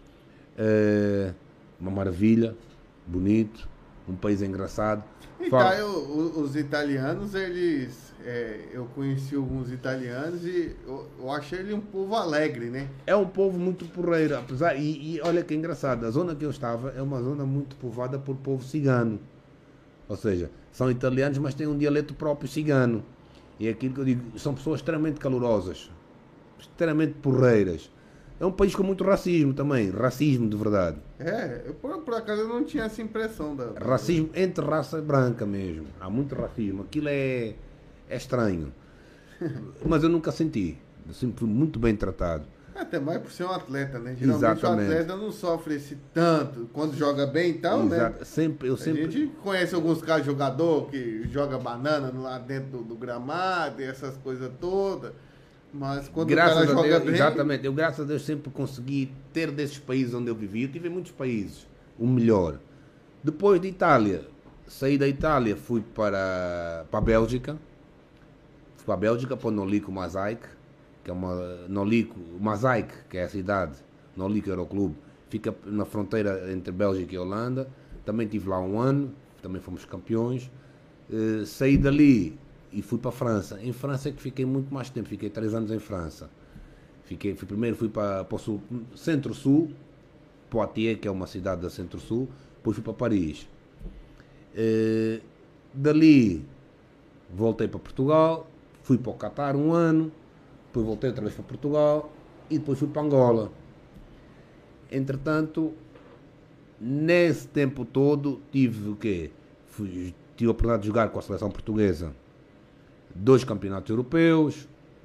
Uh, uma maravilha, bonito, um país engraçado. Então, Fala... eu, os italianos, eles... É, eu conheci alguns italianos e eu, eu achei ele um povo alegre, né? É um povo muito porreiro, apesar... E, e olha que engraçado, a zona que eu estava é uma zona muito povoada por povo cigano. Ou seja, são italianos, mas têm um dialeto próprio cigano. E é aquilo que eu digo, são pessoas extremamente calorosas, extremamente porreiras. É um país com muito racismo também, racismo de verdade. É, eu, por, por acaso eu não tinha essa impressão. Da, da... Racismo entre raça branca mesmo. Há muito racismo. Aquilo é, é estranho. Mas eu nunca senti. Eu sempre fui muito bem tratado. Até mais por ser um atleta, né? Geralmente Exatamente. o atleta não sofre esse tanto quando joga bem e tal, Exato. né? Sempre, eu sempre... A gente conhece alguns casos de jogador que joga banana lá dentro do, do gramado e essas coisas todas. Mas quando graças o cara a joga Deus, bem... Exatamente. Eu, graças a Deus, sempre consegui ter desses países onde eu vivi. Eu tive em muitos países. O melhor. Depois de Itália, saí da Itália, fui para, para a Bélgica. Fui para a Bélgica, para o Nolico Mosaic, que é uma... Nolico, Mosaic, que é a cidade. Nolico Aeroclube. Fica na fronteira entre Bélgica e Holanda. Também estive lá um ano. Também fomos campeões. Uh, saí dali... E fui para a França. Em França é que fiquei muito mais tempo. Fiquei três anos em França. Fiquei, fui, primeiro fui para, para o sul, centro-sul, Poitiers, que é uma cidade da centro-sul. Depois fui para Paris. E, dali voltei para Portugal. Fui para o Catar um ano. Depois voltei outra vez para Portugal. E depois fui para Angola. Entretanto, nesse tempo todo tive o quê? Fui, tive a oportunidade de jogar com a seleção portuguesa dois campeonatos europeus,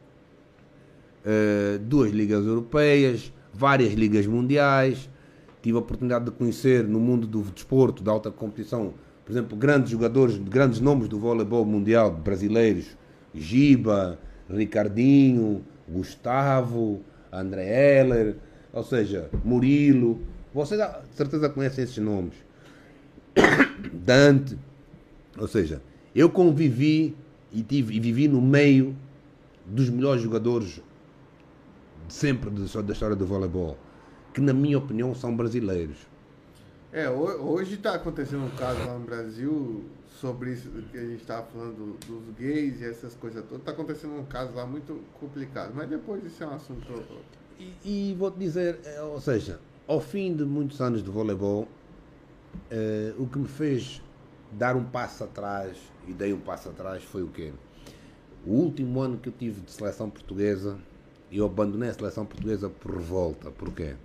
uh, duas ligas europeias, várias ligas mundiais. Tive a oportunidade de conhecer no mundo do desporto, da alta competição, por exemplo, grandes jogadores, grandes nomes do voleibol mundial brasileiros, Giba, Ricardinho, Gustavo, André Heller, ou seja, Murilo. Vocês com certeza conhecem esses nomes. Dante. Ou seja, eu convivi e, tive, e vivi no meio dos melhores jogadores de sempre de, da história do voleibol, que na minha opinião são brasileiros. É, hoje está acontecendo um caso lá no Brasil sobre isso que a gente estava falando dos gays e essas coisas todas. Está acontecendo um caso lá muito complicado, mas depois isso é um assunto... E, e vou-te dizer, ou seja, ao fim de muitos anos de voleibol, eh, o que me fez dar um passo atrás, e dei um passo atrás, foi o quê? O último ano que eu tive de seleção portuguesa, eu abandonei a seleção portuguesa por revolta. Porquê?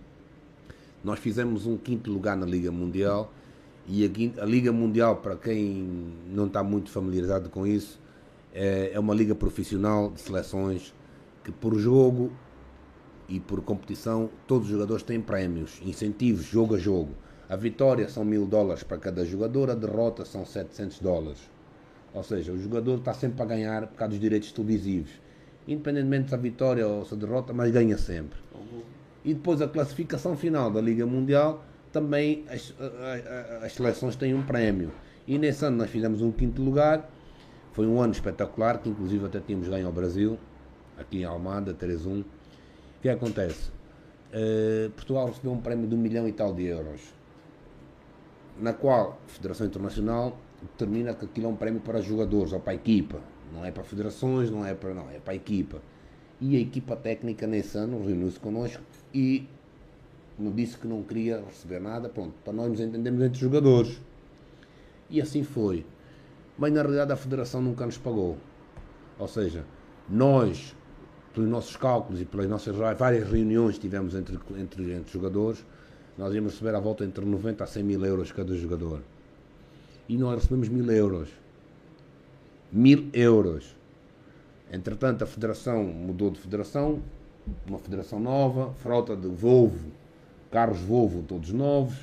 Nós fizemos um quinto lugar na Liga Mundial, e a, a Liga Mundial, para quem não está muito familiarizado com isso, é, é uma liga profissional de seleções que por jogo e por competição todos os jogadores têm prémios, incentivos, jogo a jogo. A vitória são mil dólares para cada jogador, a derrota são setecentos dólares. Ou seja, o jogador está sempre a ganhar por causa dos direitos televisivos. Independentemente da vitória ou da derrota, mas ganha sempre. E depois a classificação final da Liga Mundial, também as, as, as seleções têm um prémio. E nesse ano nós fizemos um quinto lugar. Foi um ano espetacular, que inclusive até tínhamos ganho ao Brasil, aqui em Almada, três a um. O que acontece? Uh, Portugal recebeu um prémio de um milhão e tal de euros, na qual a Federação Internacional determina que aquilo é um prémio para jogadores ou para a equipa. Não é para federações, não é para, não, é para a equipa. E a equipa técnica nesse ano reuniu-se connosco e me disse que não queria receber nada, pronto, para nós nos entendermos entre os jogadores. E assim foi. Mas na realidade a Federação nunca nos pagou. Ou seja, nós, pelos nossos cálculos e pelas nossas várias reuniões que tivemos entre, entre, entre jogadores, nós íamos receber à volta entre noventa a cem mil euros cada jogador. E nós recebemos mil euros. Mil euros. Entretanto, a Federação mudou de federação, uma federação nova, frota de Volvo, carros Volvo todos novos,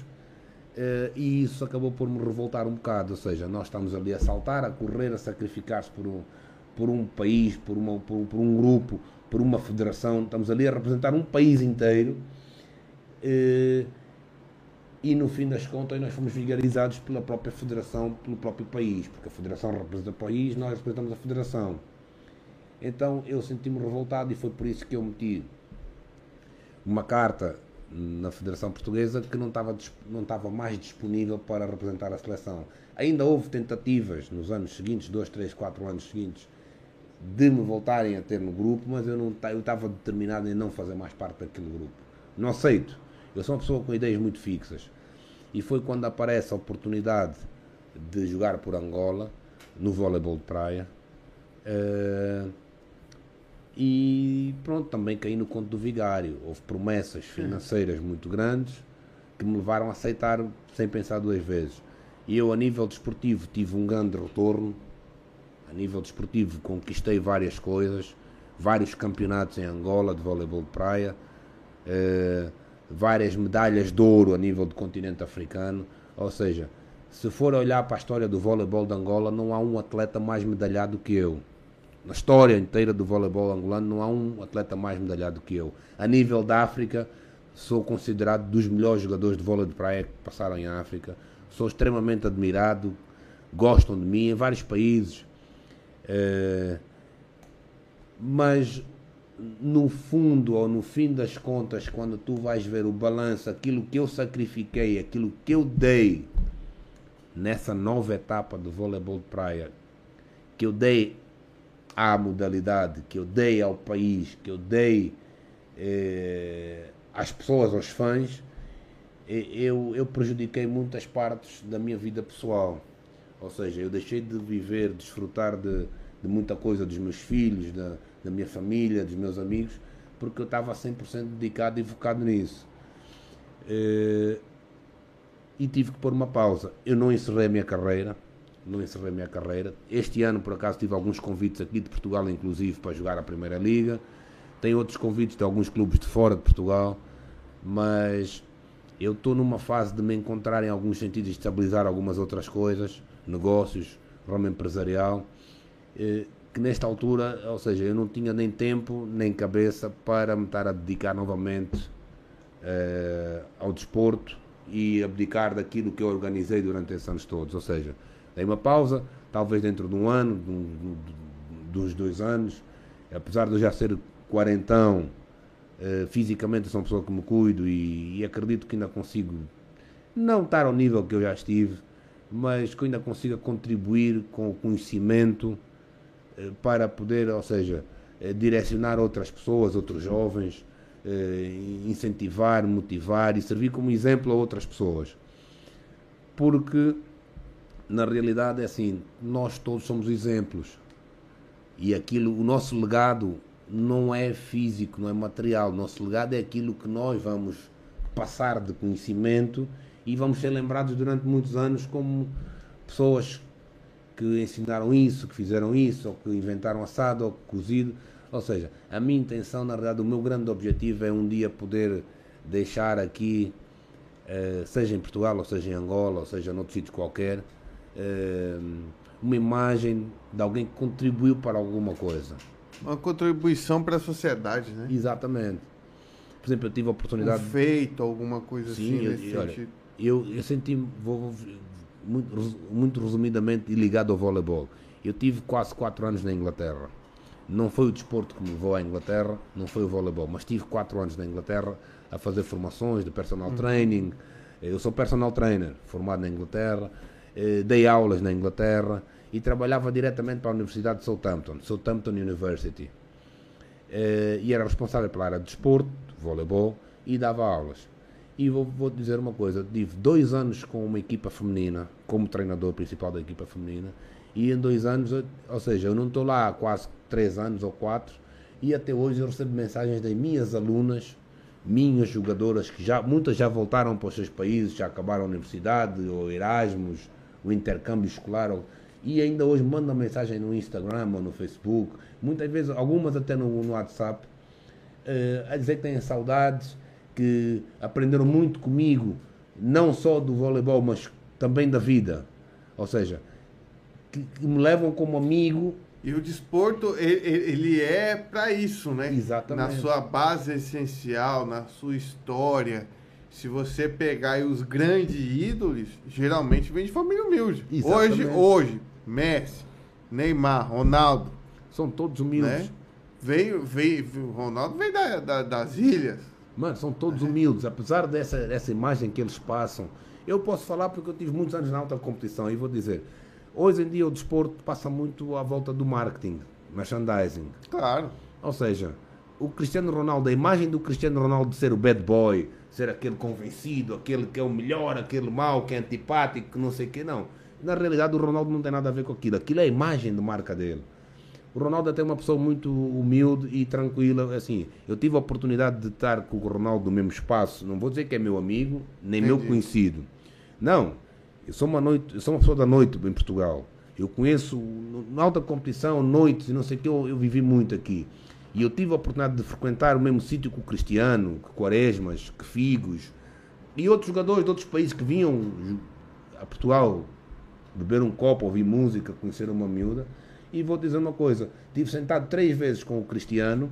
e isso acabou por me revoltar um bocado. Ou seja, nós estamos ali a saltar, a correr, a sacrificar-se por um, por um país, por, uma, por, por um grupo, por uma federação, estamos ali a representar um país inteiro, e, e no fim das contas nós fomos vigarizados pela própria federação, pelo próprio país, porque a federação representa o país, nós representamos a federação. Então eu senti-me revoltado e foi por isso que eu meti uma carta na Federação Portuguesa que não estava, não estava mais disponível para representar a seleção. Ainda houve tentativas nos anos seguintes, dois, três, quatro anos seguintes, de me voltarem a ter no grupo, mas eu, não, eu estava determinado em não fazer mais parte daquele grupo. Não aceito. Eu sou uma pessoa com ideias muito fixas. E foi quando aparece a oportunidade de jogar por Angola, no voleibol de praia, uh, e pronto, também caí no conto do vigário. Houve promessas financeiras muito grandes que me levaram a aceitar sem pensar duas vezes. E eu, a nível desportivo, tive um grande retorno. A nível desportivo, conquistei várias coisas, vários campeonatos em Angola de voleibol de praia, eh, várias medalhas de ouro a nível do continente africano. Ou seja, se for olhar para a história do voleibol de Angola, não há um atleta mais medalhado que eu. Na história inteira do voleibol angolano não há um atleta mais medalhado que eu. A nível da África, sou considerado dos melhores jogadores de vôlei de praia que passaram em África. Sou extremamente admirado, gostam de mim em vários países. Uh, mas no fundo ou no fim das contas, quando tu vais ver o balanço, aquilo que eu sacrifiquei, aquilo que eu dei nessa nova etapa do voleibol de praia, que eu dei à modalidade, que eu dei ao país, que eu dei eh, às pessoas, aos fãs, eu, eu prejudiquei muitas partes da minha vida pessoal. Ou seja, eu deixei de viver, desfrutar de, de muita coisa dos meus filhos, da, da minha família, dos meus amigos, porque eu estava cem por cento dedicado e focado nisso. Eh, e tive que pôr uma pausa. Eu não encerrei a minha carreira, não encerrei a minha carreira. Este ano, por acaso, tive alguns convites aqui de Portugal, inclusive, para jogar a Primeira Liga. Tenho outros convites de alguns clubes de fora de Portugal, mas eu estou numa fase de me encontrar em alguns sentidos e estabilizar algumas outras coisas, negócios, ramo empresarial, que nesta altura, ou seja, eu não tinha nem tempo nem cabeça para me estar a dedicar novamente uh, ao desporto e abdicar daquilo que eu organizei durante esses anos todos. Ou seja, dei uma pausa, talvez dentro de um ano, de, um, de, de uns dois anos, apesar de eu já ser quarentão, uh, fisicamente sou uma pessoa que me cuido e, e acredito que ainda consigo não estar ao nível que eu já estive, mas que ainda consiga contribuir com o conhecimento uh, para poder, ou seja, uh, direcionar outras pessoas, outros jovens, uh, incentivar, motivar e servir como exemplo a outras pessoas. Porque, na realidade, é assim, nós todos somos exemplos e aquilo, o nosso legado não é físico, não é material. O nosso legado é aquilo que nós vamos passar de conhecimento e vamos ser lembrados durante muitos anos como pessoas que ensinaram isso, que fizeram isso, ou que inventaram assado, ou cozido. Ou seja, a minha intenção, na realidade, o meu grande objetivo é um dia poder deixar aqui, eh, seja em Portugal, ou seja em Angola, ou seja noutro sítio qualquer, eh, uma imagem de alguém que contribuiu para alguma coisa. Uma contribuição para a sociedade, né? Exatamente. Por exemplo, eu tive a oportunidade... Um feito, alguma coisa Sim, assim, eu, nesse olha, sentido. Eu, eu senti, vou, vou, muito, muito resumidamente, ligado ao voleibol. Eu tive quase quatro anos na Inglaterra. Não foi o desporto que me levou à Inglaterra, não foi o voleibol, mas tive quatro anos na Inglaterra a fazer formações de personal uhum. training. Eu sou personal trainer, formado na Inglaterra, eh, dei aulas na Inglaterra e trabalhava diretamente para a Universidade de Southampton, Southampton University. Eh, e era responsável pela área de desporto, voleibol, e dava aulas. E vou, vou dizer uma coisa, tive dois anos com uma equipa feminina, como treinador principal da equipa feminina, e em dois anos, ou seja, eu não estou lá há quase três anos ou quatro, e até hoje eu recebo mensagens das minhas alunas, minhas jogadoras, que já, muitas já voltaram para os seus países, já acabaram a universidade, ou Erasmus, o intercâmbio escolar, ou, e ainda hoje mandam mensagem no Instagram ou no Facebook, muitas vezes, algumas até no, no WhatsApp, uh, a dizer que têm saudades, que aprenderam muito comigo, não só do voleibol, mas também da vida. Ou seja, que, que me levam como amigo. E o desporto, ele, ele é para isso, né? Exatamente. Na sua base essencial, na sua história. Se você pegar aí os grandes ídolos, geralmente vem de família humilde. Exatamente. Hoje, hoje, Messi, Neymar, Ronaldo. São todos humildes. Né? Veio, veio, o Ronaldo veio da, da, das ilhas. Mano, são todos humildes. Apesar dessa, dessa imagem que eles passam. Eu posso falar porque eu tive muitos anos na alta competição e vou dizer... Hoje em dia o desporto passa muito à volta do marketing, merchandising. Claro. Ou seja, o Cristiano Ronaldo, a imagem do Cristiano Ronaldo de ser o bad boy, ser aquele convencido, aquele que é o melhor, aquele mau, que é antipático, que não sei o que, não. Na realidade o Ronaldo não tem nada a ver com aquilo. Aquilo é a imagem de marca dele. O Ronaldo é até uma pessoa muito humilde e tranquila. Assim, eu tive a oportunidade de estar com o Ronaldo no mesmo espaço. Não vou dizer que é meu amigo, nem Entendi. meu conhecido. Não. Eu sou, uma noite, eu sou uma pessoa da noite em Portugal. Eu conheço, na alta competição, noites e não sei o que, eu, eu vivi muito aqui. E eu tive a oportunidade de frequentar o mesmo sítio que o Cristiano, que Quaresmas, que Figos, e outros jogadores de outros países que vinham a Portugal beber um copo, ouvir música, conhecer uma miúda. E vou dizer uma coisa, tive sentado três vezes com o Cristiano,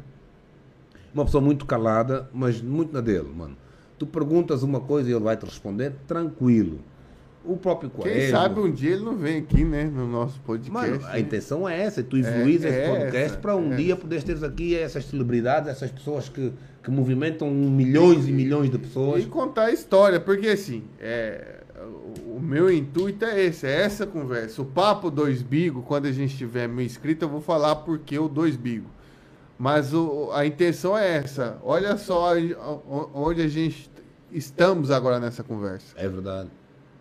uma pessoa muito calada, mas muito na dele, mano. Tu perguntas uma coisa e ele vai te responder tranquilo. O próprio Quaresma. Quem sabe um dia ele não vem aqui, né, no nosso podcast. Mano, a né? intenção é essa, tu evoluís é, esse é podcast para um é dia poderes ter aqui essas celebridades, essas pessoas que, que movimentam milhões e, e milhões de pessoas. E contar a história, porque assim, é, o meu intuito é esse, é essa conversa. O Papo Dois Bigo, quando a gente tiver mil inscritos, eu vou falar porque o Dois Bigo. Mas o, a intenção é essa. Olha só onde a gente estamos agora nessa conversa. É verdade.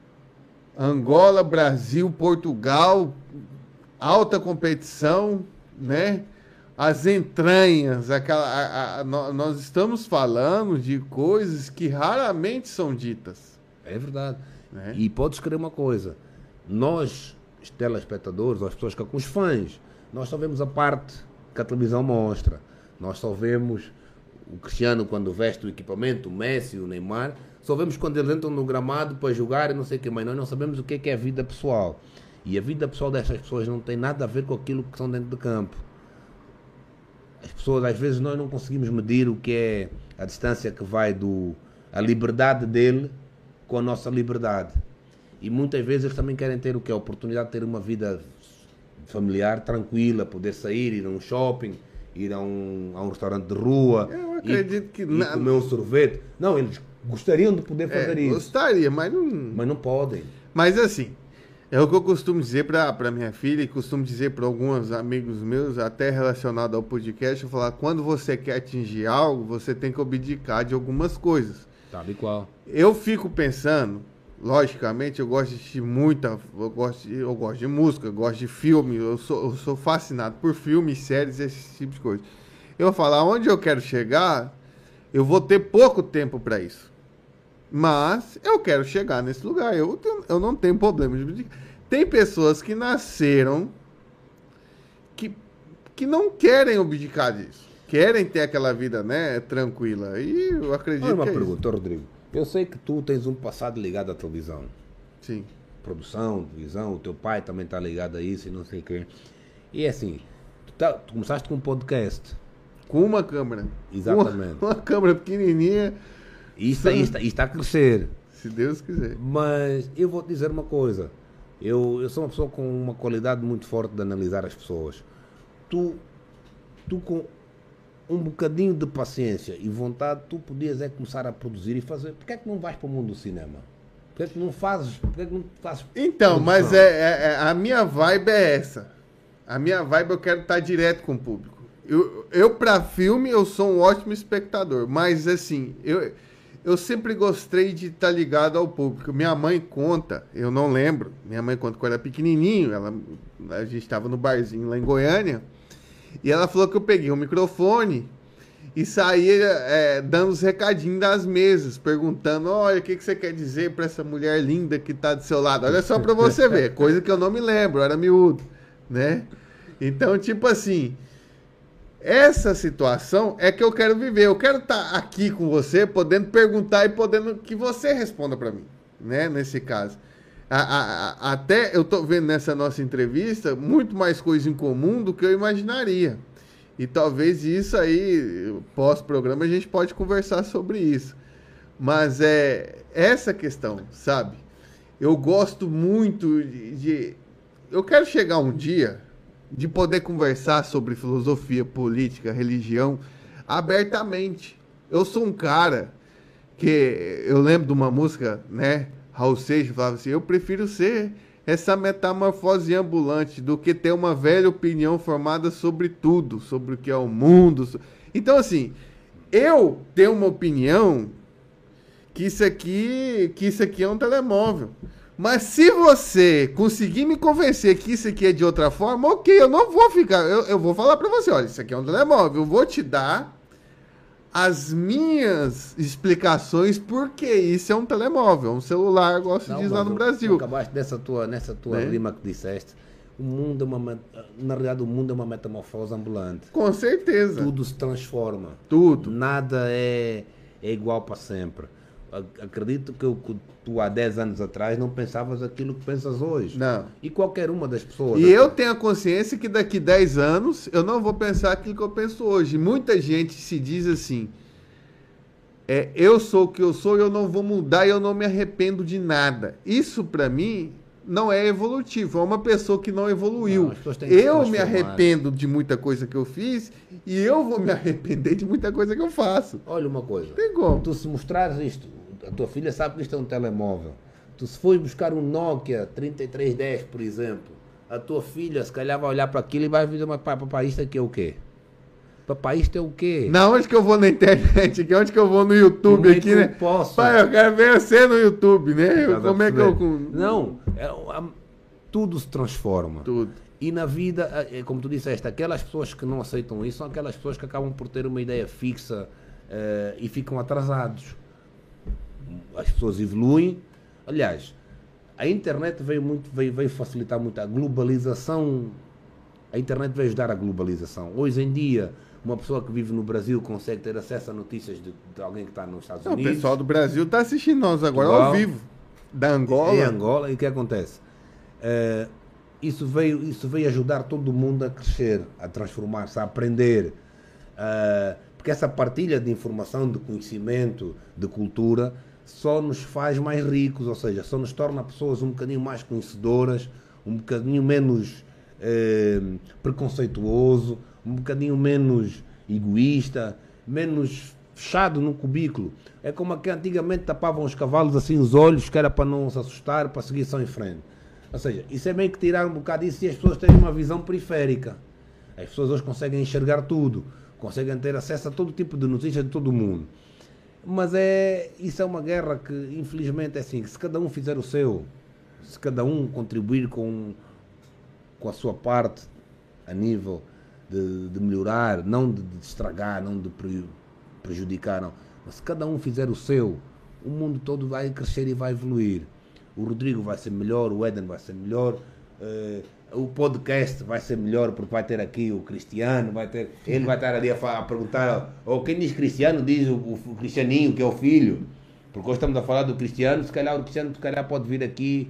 Angola, Brasil, Portugal, alta competição, né? As entranhas, aquela, a, a, nós estamos falando de coisas que raramente são ditas. É verdade. né? E podes crer uma coisa, nós, os telespectadores, as pessoas que com os fãs, nós só vemos a parte que a televisão mostra. Nós só vemos o Cristiano quando veste o equipamento, o Messi, o Neymar, só vemos quando eles entram no gramado para jogar e não sei o que, mas nós não sabemos o que é, que é a vida pessoal. E a vida pessoal destas pessoas não tem nada a ver com aquilo que são dentro do campo. As pessoas, às vezes, nós não conseguimos medir o que é a distância que vai do a liberdade dele com a nossa liberdade. E muitas vezes eles também querem ter o que? A oportunidade de ter uma vida familiar, tranquila, poder sair, ir a um shopping, ir a um, a um restaurante de rua, Eu acredito ir, que ir na... comer um sorvete. Não, eles gostariam de poder fazer é, isso. Gostaria, mas não... Mas não podem. Mas assim, é o que eu costumo dizer para minha filha e costumo dizer para alguns amigos meus, até relacionado ao podcast, eu falar, quando você quer atingir algo, você tem que abdicar de algumas coisas. Tal e qual. Eu fico pensando, logicamente, eu gosto de assistir muita, eu gosto de, eu gosto de música, eu gosto de filme, eu sou, eu sou fascinado por filmes, séries, esse tipo de coisa. Eu vou falar, onde eu quero chegar, eu vou ter pouco tempo para isso. Mas eu quero chegar nesse lugar, eu, tenho, eu não tenho problema de abdicar. Tem pessoas que nasceram que, que não querem abdicar disso. Querem ter aquela vida, né, tranquila. E eu acredito Olha uma que é pergunta, Rodrigo. Eu sei que tu tens um passado ligado à televisão. isso. Sim. Produção, televisão, o teu pai também está ligado a isso e não sei o quê. E é assim, tu, tá, tu começaste com um podcast. Com uma câmera. Exatamente. Uma, uma câmera pequenininha, E isso, isso, isso está a crescer. se Deus quiser. Mas eu vou te dizer uma coisa. Eu, eu sou uma pessoa com uma qualidade muito forte de analisar as pessoas. Tu, tu com um bocadinho de paciência e vontade, tu podias é começar a produzir e fazer. Porquê é que não vais para o mundo do cinema? Porquê é que não fazes? Porquê é que não fazes Então, produção? mas é, é- é- a minha vibe é essa. A minha vibe eu quero estar direto com o público. Eu, eu para filme, eu sou um ótimo espectador. Mas, assim, eu, eu sempre gostei de estar ligado ao público. Minha mãe conta, eu não lembro. Minha mãe conta quando eu era pequenininho. Ela, a gente estava no barzinho lá em Goiânia. E ela falou que eu peguei um microfone e saía é, dando os recadinhos das mesas, perguntando, olha, o que, que você quer dizer para essa mulher linda que tá do seu lado? Olha só para você ver, coisa que eu não me lembro, eu era miúdo, né? Então, tipo assim, essa situação é que eu quero viver. Eu quero estar aqui com você, podendo perguntar e podendo que você responda para mim, né? Nesse caso. A, a, a, até eu tô vendo nessa nossa entrevista muito mais coisa em comum do que eu imaginaria. E talvez isso aí, pós-programa, a gente pode conversar sobre isso. Mas é essa questão, sabe? Eu gosto muito de, de... Eu quero chegar um dia de poder conversar sobre filosofia, política, religião, abertamente. Eu sou um cara que... Eu lembro de uma música, né? Raul Seixas falava assim, eu prefiro ser essa metamorfose ambulante do que ter uma velha opinião formada sobre tudo, sobre o que é o mundo. Então, assim, eu tenho uma opinião que isso aqui, que isso aqui é um telemóvel. Mas se você conseguir me convencer que isso aqui é de outra forma, ok, eu não vou ficar, eu, eu vou falar pra você, olha, isso aqui é um telemóvel, eu vou te dar as minhas explicações porque isso é um telemóvel, um celular, igual se Não, diz lá no mas Brasil. tu acabaste dessa tua, nessa tua Né? rima que disseste. O mundo é uma, met- na realidade, o mundo é uma metamorfose ambulante. Com certeza. Tudo se transforma. Tudo. Nada é, é igual para sempre. A- Acredito que, o que tu há dez anos atrás não pensavas aquilo que pensas hoje. Não. E qualquer uma das pessoas. E eu tenho a consciência que daqui dez anos eu não vou pensar aquilo que eu penso hoje. Muita gente se diz assim, é, eu sou o que eu sou e eu não vou mudar e eu não me arrependo de nada. Isso pra mim não é evolutivo, é uma pessoa que não evoluiu. Não, as pessoas têm que se eu me transformar. arrependo de muita coisa que eu fiz e eu vou me arrepender de muita coisa que eu faço. Olha uma coisa. Tem como. Tu se mostrares isto, a tua filha sabe que isto é um telemóvel. Tu se fores buscar um Nokia trinta e três dez, por exemplo, a tua filha se calhar vai olhar para aquilo e vai dizer, mas pai, papai, isto aqui é o quê? Papai, isto é o quê? Na onde que eu vou na internet aqui? Onde que eu vou no YouTube Como é aqui, que eu né? posso? Pai, eu quero ver você no YouTube, né? Estás a Como é que eu... perceber? Não, é, a- tudo se transforma. Tudo. E na vida, é como tu disseste, aquelas pessoas que não aceitam isso são aquelas pessoas que acabam por ter uma ideia fixa eh, e ficam atrasados. As pessoas evoluem. Aliás, A internet veio, muito, veio, veio facilitar muito a globalização. A internet veio ajudar a globalização. Hoje em dia, uma pessoa que vive no Brasil consegue ter acesso a notícias de, de alguém que está nos Estados Não, Unidos. o pessoal do Brasil está assistindo nós agora Portugal, ao vivo. Da Angola. Em Angola. E o que acontece? Uh, isso, veio, isso veio ajudar todo mundo a crescer, a transformar-se, a aprender. Uh, porque essa partilha de informação, de conhecimento, de cultura, só nos faz mais ricos, ou seja, só nos torna pessoas um bocadinho mais conhecedoras, um bocadinho menos eh, preconceituoso, um bocadinho menos egoísta, menos fechado num cubículo. É como que antigamente tapavam os cavalos assim os olhos, que era para não se assustar, para seguir só em frente. Ou seja, isso é meio que tirar um bocado disso e as pessoas terem uma visão periférica. As pessoas hoje conseguem enxergar tudo, conseguem ter acesso a todo tipo de notícias de todo o mundo. Mas é, isso é uma guerra que, infelizmente, é assim, que se cada um fizer o seu, se cada um contribuir com, com a sua parte a nível de, de melhorar, não de, de estragar, não de prejudicar, não. Mas se cada um fizer o seu, o mundo todo vai crescer e vai evoluir. O Rodrigo vai ser melhor, o Éden vai ser melhor, uh, o podcast vai ser melhor porque vai ter aqui o Cristiano, vai ter, ele vai estar ali a, a perguntar, ou quem diz Cristiano diz o, o, o Cristianinho, que é o filho, porque hoje estamos a falar do Cristiano, se calhar o Cristiano se calhar pode vir aqui,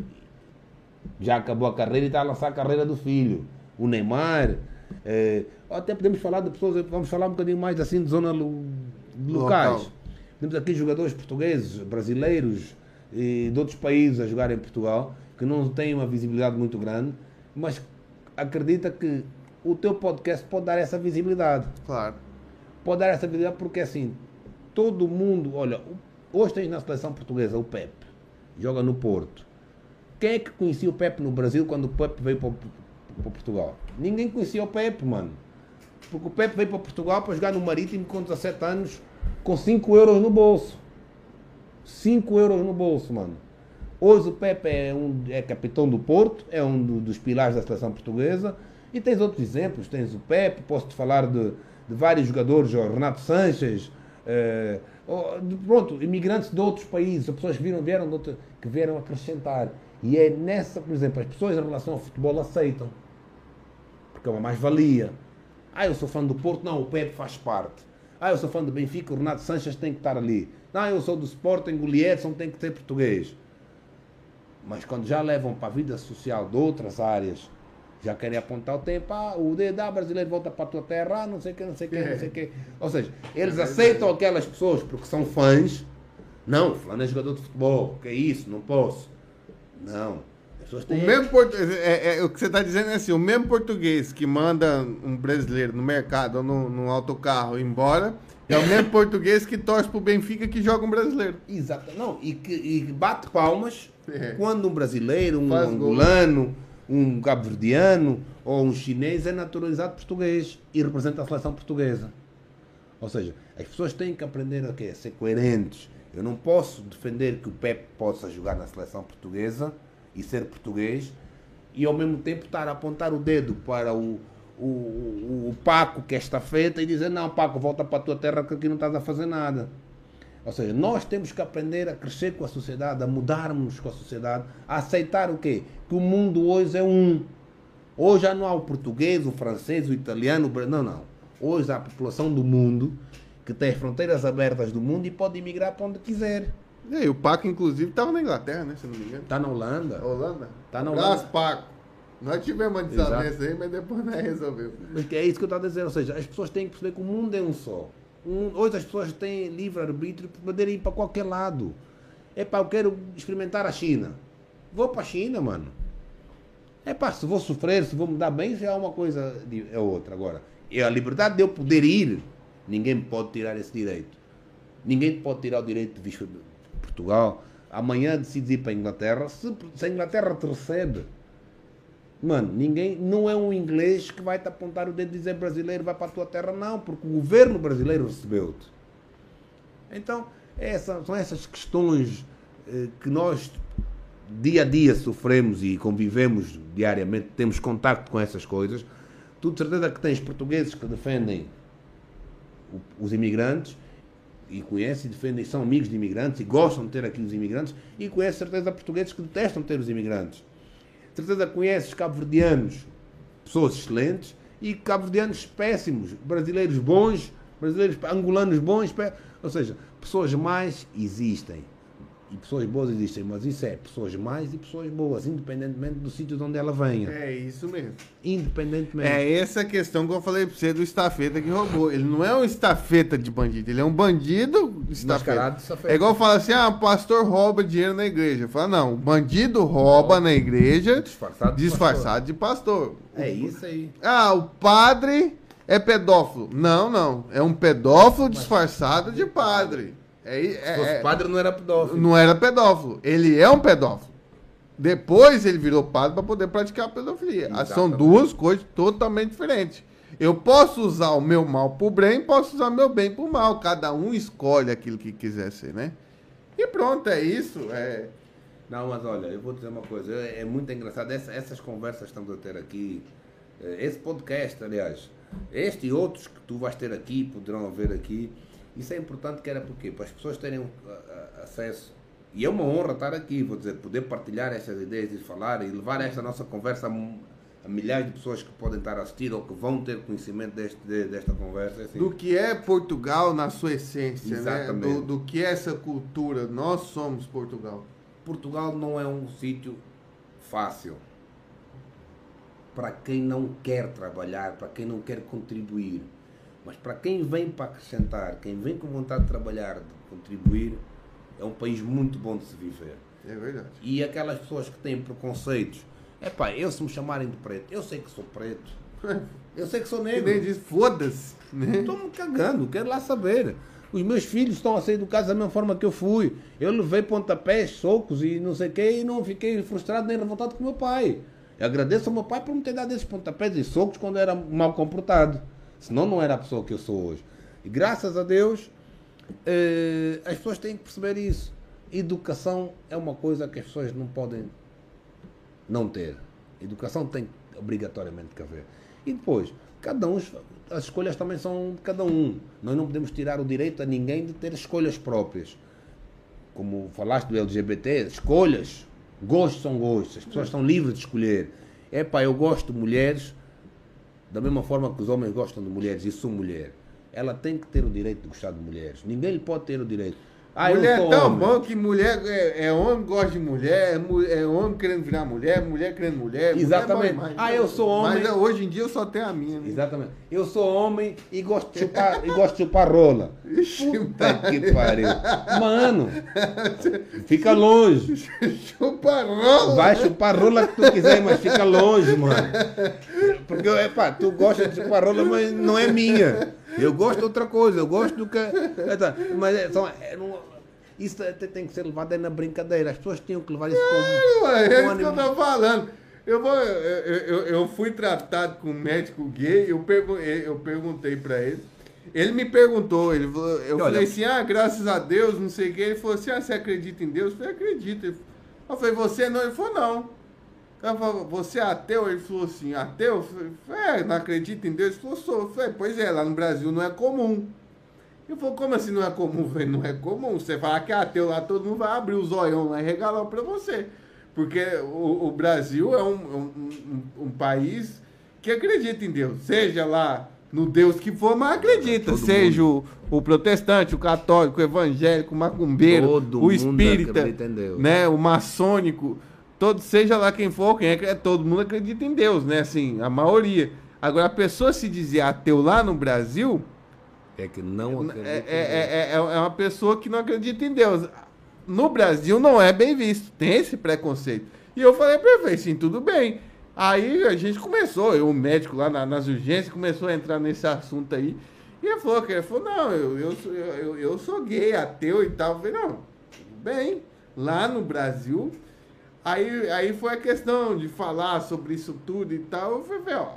já acabou a carreira e está a lançar a carreira do filho, o Neymar, eh, até podemos falar de pessoas, vamos falar um bocadinho mais assim de zona lo, locais. Local. Temos aqui jogadores portugueses, brasileiros e de outros países a jogar em Portugal, que não têm uma visibilidade muito grande, mas acredita que o teu podcast pode dar essa visibilidade. Claro. Pode dar essa visibilidade porque assim, todo mundo, olha, hoje tens na seleção portuguesa o Pepe, joga no Porto. Quem é que conhecia o Pepe no Brasil quando o Pepe veio para, para Portugal? Ninguém conhecia o Pepe, mano. Porque o Pepe veio para Portugal para jogar no Marítimo com dezassete anos, com cinco euros no bolso. cinco euros no bolso, mano. Hoje o Pepe é, um, é capitão do Porto, é um do, dos pilares da seleção portuguesa. E tens outros exemplos, tens o Pepe, posso-te falar de, de vários jogadores, o Renato Sanches, eh, de, pronto, imigrantes de outros países, pessoas que vieram, vieram, de outro, que vieram acrescentar. E é nessa, por exemplo, as pessoas em relação ao futebol aceitam, porque é uma mais-valia. Ah, eu sou fã do Porto, não, o Pepe faz parte. Ah, eu sou fã do Benfica, o Renato Sanches tem que estar ali. Não, eu sou do Sporting, o Liedson tem que ser português. Mas quando já levam para a vida social de outras áreas, já querem apontar o tempo, ah, o D D A brasileiro volta para a tua terra, ah, não sei o que, não sei o que, não sei o que. Ou seja, eles aceitam aquelas pessoas porque são fãs. Não, fulano é jogador de futebol, que é isso, não posso. Não. As pessoas têm... O mesmo portu... é, é, o que você está dizendo é assim, o mesmo português que manda um brasileiro no mercado ou no, no autocarro embora, é o mesmo português que torce pro Benfica que joga um brasileiro. Exato. Não, e que e bate palmas é. quando um brasileiro, um Faz angolano, gol. um cabo-verdiano ou um chinês é naturalizado português e representa a seleção portuguesa. Ou seja, as pessoas têm que aprender a, quê? A ser coerentes. Eu não posso defender que o Pepe possa jogar na seleção portuguesa e ser português e ao mesmo tempo estar a apontar o dedo para o O, o, o Paco que é estafeta e dizer, não, Paco, volta para a tua terra que aqui não estás a fazer nada. Ou seja, nós temos que aprender a crescer com a sociedade, a mudarmos com a sociedade, a aceitar o quê? Que o mundo hoje é um. Hoje já não há o português, o francês, o italiano, o... não, não. Hoje há a população do mundo que tem as fronteiras abertas do mundo e pode emigrar para onde quiser. E o Paco, inclusive, estava na Inglaterra, né, se não me engano. Está na Holanda. Holanda? Está na Holanda. Holanda. Paco. Nós tivemos uma desavença aí, mas depois nós resolvemos. Mas é isso que eu estou a dizer, ou seja, as pessoas têm que perceber que o mundo é um só. Um, hoje as pessoas têm livre-arbítrio para poderem ir para qualquer lado. É pá, eu quero experimentar a China. Vou para a China, mano. É pá, se vou sofrer, se vou me dar bem, já é uma coisa, é outra. Agora, é a liberdade de eu poder ir, ninguém me pode tirar esse direito. Ninguém pode tirar o direito de vir para Portugal. Amanhã decides ir para a Inglaterra, se, se a Inglaterra te recebe. Mano, ninguém, não é um inglês que vai te apontar o dedo e dizer brasileiro, vai para a tua terra, não, porque o governo brasileiro recebeu-te. Então, essa, são essas questões eh, que nós dia a dia sofremos e convivemos diariamente, temos contacto com essas coisas. Tu de certeza que tens portugueses que defendem o, os imigrantes e conhecem, defendem, são amigos de imigrantes e gostam de ter aqui os imigrantes, e conhece certeza portugueses que detestam ter os imigrantes. Certeza conheces cabo-verdianos, pessoas excelentes, e cabo-verdianos péssimos, brasileiros bons, brasileiros angolanos bons, pé... ou seja, pessoas mais existem. E pessoas boas existem, mas isso é pessoas mais e pessoas boas, independentemente do sítio de onde ela venha. É isso mesmo. Independentemente. É essa questão que eu falei pra você do estafeta que roubou. Ele não é um estafeta de bandido, ele é um bandido estafeta. De estafeta. É igual falar assim, ah, o pastor rouba dinheiro na igreja. Fala, não, o bandido rouba na igreja disfarçado de disfarçado de pastor. É isso aí. Ah, o padre é pedófilo. Não, não. É um pedófilo disfarçado de padre. É, é, Se fosse padre, não era pedófilo. Não era pedófilo. Ele é um pedófilo. Depois ele virou padre para poder praticar a pedofilia. Exatamente. São duas coisas totalmente diferentes. Eu posso usar o meu mal pro bem, posso usar o meu bem pro mal. Cada um escolhe aquilo que quiser ser, né? E pronto, é isso. É... Não, mas olha, eu vou dizer uma coisa. É muito engraçado. Essa, essas conversas que estamos a ter aqui, esse podcast, aliás, este e outros que tu vais ter aqui, poderão haver aqui. Isso é importante, que era porque para as pessoas terem uh, uh, acesso, e é uma honra estar aqui, vou dizer, poder partilhar estas ideias e falar e levar esta nossa conversa a, a milhares de pessoas que podem estar a assistir ou que vão ter conhecimento deste, de, desta conversa. Assim. Do que é Portugal na sua essência, Exatamente. né? Do, do que é essa cultura. Nós somos Portugal. Portugal não é um sítio fácil para quem não quer trabalhar, para quem não quer contribuir. Mas para quem vem para acrescentar, quem vem com vontade de trabalhar, de contribuir, é um país muito bom de se viver. É verdade. E aquelas pessoas que têm preconceitos, é pá, eu se me chamarem de preto, eu sei que sou preto, eu sei que sou negro. Que nem diz, foda-se. Né? Estou-me cagando, quero lá saber. Os meus filhos estão a sair do casa da mesma forma que eu fui. Eu levei pontapés, socos e não sei o quê, e não fiquei frustrado nem revoltado com o meu pai. Eu agradeço ao meu pai por me ter dado esses pontapés e socos quando eu era mal comportado. Senão não era a pessoa que eu sou hoje. E graças a Deus, eh, as pessoas têm que perceber isso. Educação é uma coisa que as pessoas não podem não ter. Educação tem obrigatoriamente que haver. E depois, cada um, as escolhas também são de cada um. Nós não podemos tirar o direito a ninguém de ter escolhas próprias. Como falaste do L G B T, escolhas. Gostos são gostos. As pessoas estão livres de escolher. Epá, eu gosto de mulheres da mesma forma que os homens gostam de mulheres, e sou mulher. Ela tem que ter o direito de gostar de mulheres. Ninguém lhe pode ter o direito. Ah, mulher eu é tão homem. bom que mulher é, é homem que gosta de mulher, é, mu- é homem querendo virar mulher, mulher querendo mulher. Exatamente. Mulher é mais- Ah, eu sou homem. Mas hoje em dia eu só tenho a minha. Né? Exatamente. Eu sou homem e gosto de chupar, e gosto de chupar rola. Ixi, Puta que pariu. Mano, fica longe. Chupa rola. Vai chupar rola que tu quiser, mas fica longe, mano. Porque, epá, tu gosta de chupar rola, mas não é minha. Eu gosto de outra coisa, eu gosto do que... Mas é, só, é, não, isso tem que ser levado na brincadeira. As pessoas tinham que levar isso como... É, é como isso que eu tô falando. Eu, vou, eu, eu, eu fui tratado com um médico gay, eu, pergu eu perguntei pra ele. Ele me perguntou, ele, falou- eu Olha, falei assim, ah, graças a Deus, não sei o que. Ele falou assim, ah, você acredita em Deus? Eu falei, acredito. Ele- Eu falei, você não? Ele falou, não. Eu falei, você é ateu? Ele falou assim, ateu? Eu falei, é, não acredita em Deus? Ele falou, sou. Eu falei, pois é, lá no Brasil não é comum. Ele falou, como assim não é comum? Eu falei, não é comum. Você falar que é ateu lá, todo mundo vai abrir os olhão lá e regalar pra você. Porque o, o Brasil é um, um, um, um país que acredita em Deus. Seja lá no Deus que for, mas acredita. Todo Seja o, o protestante, o católico, o evangélico, o macumbeiro, Todo o mundo espírita, acredita em Deus. né, o maçônico. Todo, seja lá quem for, quem é, todo mundo acredita em Deus, né? Assim, a maioria. Agora, a pessoa se dizer ateu lá no Brasil É que não acredita é, em Deus. é, é, é uma pessoa que não acredita em Deus. No Brasil não é bem visto, tem esse preconceito. E eu falei, perfeito, sim, tudo bem. Aí a gente começou, eu, o médico lá na, nas urgências, começou a entrar nesse assunto aí. E ele falou, que ele falou, não, eu, eu, sou, eu, eu sou gay, ateu e tal. Eu falei, não, tudo bem. Lá no Brasil, aí, aí foi a questão de falar sobre isso tudo e tal. Eu falei, ó,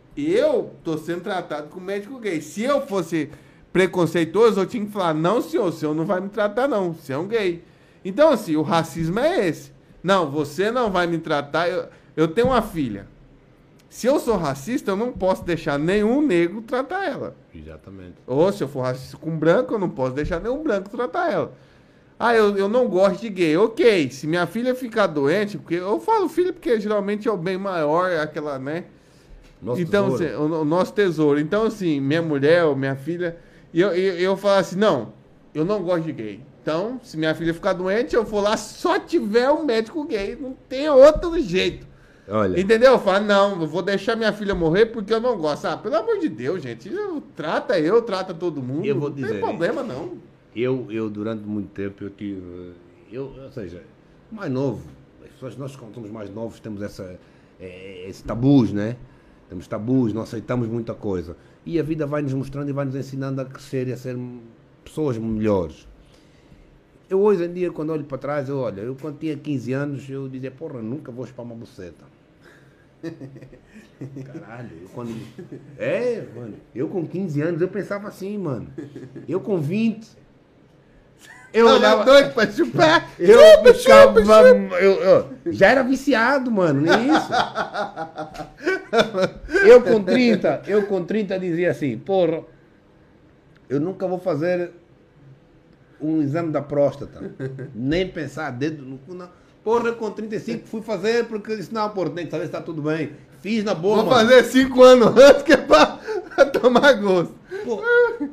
eu tô sendo tratado como médico gay. Se eu fosse preconceituoso, eu tinha que falar, não, senhor, o senhor não vai me tratar, não, você é um gay. Então, assim, o racismo é esse. Não, você não vai me tratar. Eu, eu tenho uma filha. Se eu sou racista, eu não posso deixar nenhum negro tratar ela. Exatamente. Ou se eu for racista com branco, eu não posso deixar nenhum branco tratar ela. Ah, eu, eu não gosto de gay. Ok, se minha filha ficar doente, porque eu falo filho porque geralmente é o bem maior, é aquela, né? Nosso então, tesouro. assim, o, o nosso tesouro. Então, assim, minha mulher ou minha filha, e eu, eu, eu falo assim, não, eu não gosto de gay. Então, se minha filha ficar doente, eu vou lá só tiver um médico gay. Não tem outro jeito. Olha. Entendeu? Eu falo, não, eu vou deixar minha filha morrer porque eu não gosto. Ah, pelo amor de Deus, gente. Eu, trata eu, trata todo mundo. Eu vou dizer, não tem problema, não. Eu, eu, durante muito tempo, eu tive... Eu, ou seja, mais novo. As pessoas, nós, quando somos mais novos, temos essa, é, esse tabus, né? Temos tabus, não aceitamos muita coisa. E a vida vai nos mostrando e vai nos ensinando a crescer e a ser pessoas melhores. Eu hoje em dia, quando olho para trás, eu olho, eu quando tinha quinze anos, eu dizia, porra, nunca vou chupar uma buceta. Caralho, eu quando... É, mano, eu com quinze anos, eu pensava assim, mano. Eu com vinte... Eu Tava olhava... doido pra chupar. Eu Chupa, ficava... chupa, chupa. Eu, eu, já era viciado, mano, nem isso. Eu com trinta, eu com trinta dizia assim, porra, eu nunca vou fazer um exame da próstata. Nem pensar dedo no cu, não. Porra, eu com trinta e cinco fui fazer porque eu disse, não, porra, tem que saber se está tudo bem. Fiz na boa, Vou mano. fazer cinco anos antes que é pra, pra tomar gosto. Pô,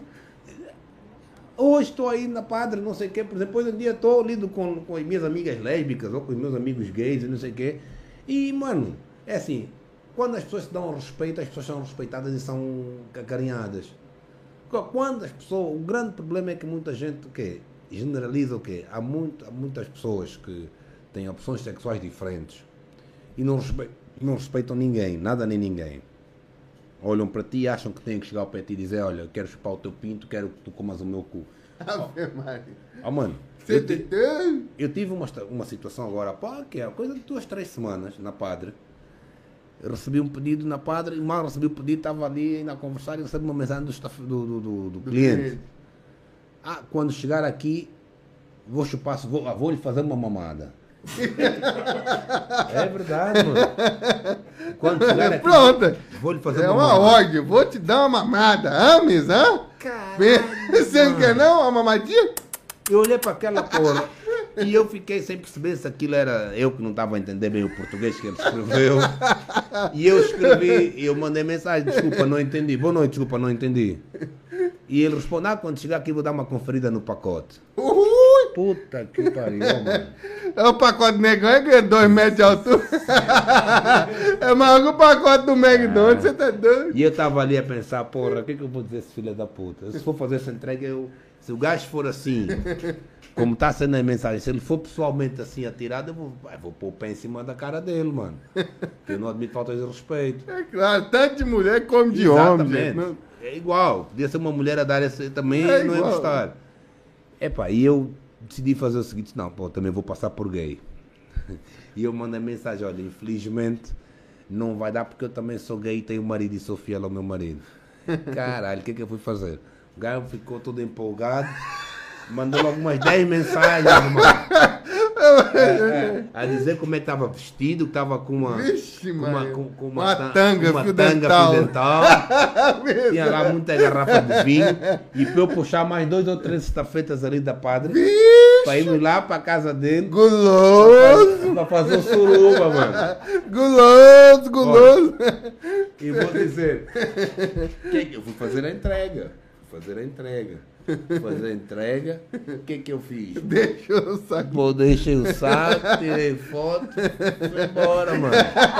hoje estou aí na Padre, não sei o quê, por exemplo, hoje em dia estou lido com, com as minhas amigas lésbicas ou com os meus amigos gays e não sei o quê. E, mano, é assim, quando as pessoas se dão respeito, as pessoas são respeitadas e são acarinhadas. Quando as pessoas, o grande problema é que muita gente, o quê? Generaliza o quê? Há, muito, há muitas pessoas que têm opções sexuais diferentes e não respeitam, não respeitam ninguém, nada nem ninguém. Olham para ti e acham que têm que chegar ao pé de ti e dizer, olha, eu quero chupar o teu pinto, quero que tu comas o meu cu. Ave Maria. Ah, mano, eu, te, eu tive uma, uma situação agora, pá, que é coisa de duas, três semanas na Padre. Eu recebi um pedido na Padre, e mal recebi o pedido, estava ali na conversar e recebi uma mensagem do, staff, do, do, do, do cliente. Ah, quando chegar aqui, vou chupar, vou, vou lhe fazer uma mamada. É verdade, mano. Quando chegar aqui, pronto. Vou lhe fazer é uma uma mamada. ordem, vou te dar uma mamada. Ames, hã? Caralho, Você não quer não? Uma mamadinha? Eu olhei para aquela porra e eu fiquei sem perceber se aquilo era eu que não estava a entender bem o português que ele escreveu. E eu escrevi, e eu mandei mensagem, desculpa, não entendi. Boa noite, desculpa, não entendi. E ele responde, ah, quando chegar aqui vou dar uma conferida no pacote. Ui! Puta que pariu, mano. É o pacote negão, é dois metros de altura. É maior que o pacote do McDonald's, você tá doido? E eu tava ali a pensar, porra, o que, que eu vou dizer esse filho da puta? Se for fazer essa entrega, eu, se o gajo for assim, como tá sendo a mensagem, se ele for pessoalmente assim atirado, eu vou, eu vou pôr o pé em cima da cara dele, mano. Porque eu não admito falta de respeito. É claro, tanto de mulher como de homem, gente. Não... É igual. Podia ser uma mulher a dar esse também, É não ia igual. gostar. Epá, e eu decidi fazer o seguinte, não, pô, também vou passar por gay. E eu mandei mensagem, olha, infelizmente não vai dar porque eu também sou gay e tenho marido e sou fiel ao meu marido. Caralho, o que é que eu fui fazer? O gajo ficou todo empolgado, mandou logo umas dez mensagens, mano. É, é, a dizer como é que estava vestido, que estava com uma, Vixe, com uma, Maria. com, com Uma ta- tanga, uma fio tanga dental. fio dental. Tinha lá muita garrafa de vinho e para eu puxar mais dois ou três estafetas ali da Padre para irmos lá para a casa dele Guloso! para fazer o suruba, mano. Guloso, guloso! E vou dizer, que que eu fui fazer a entrega, fui fazer a entrega. Fazer a entrega, o que que eu fiz? Deixou o saco. Pô, deixei o saco, tirei foto, fui embora, mano.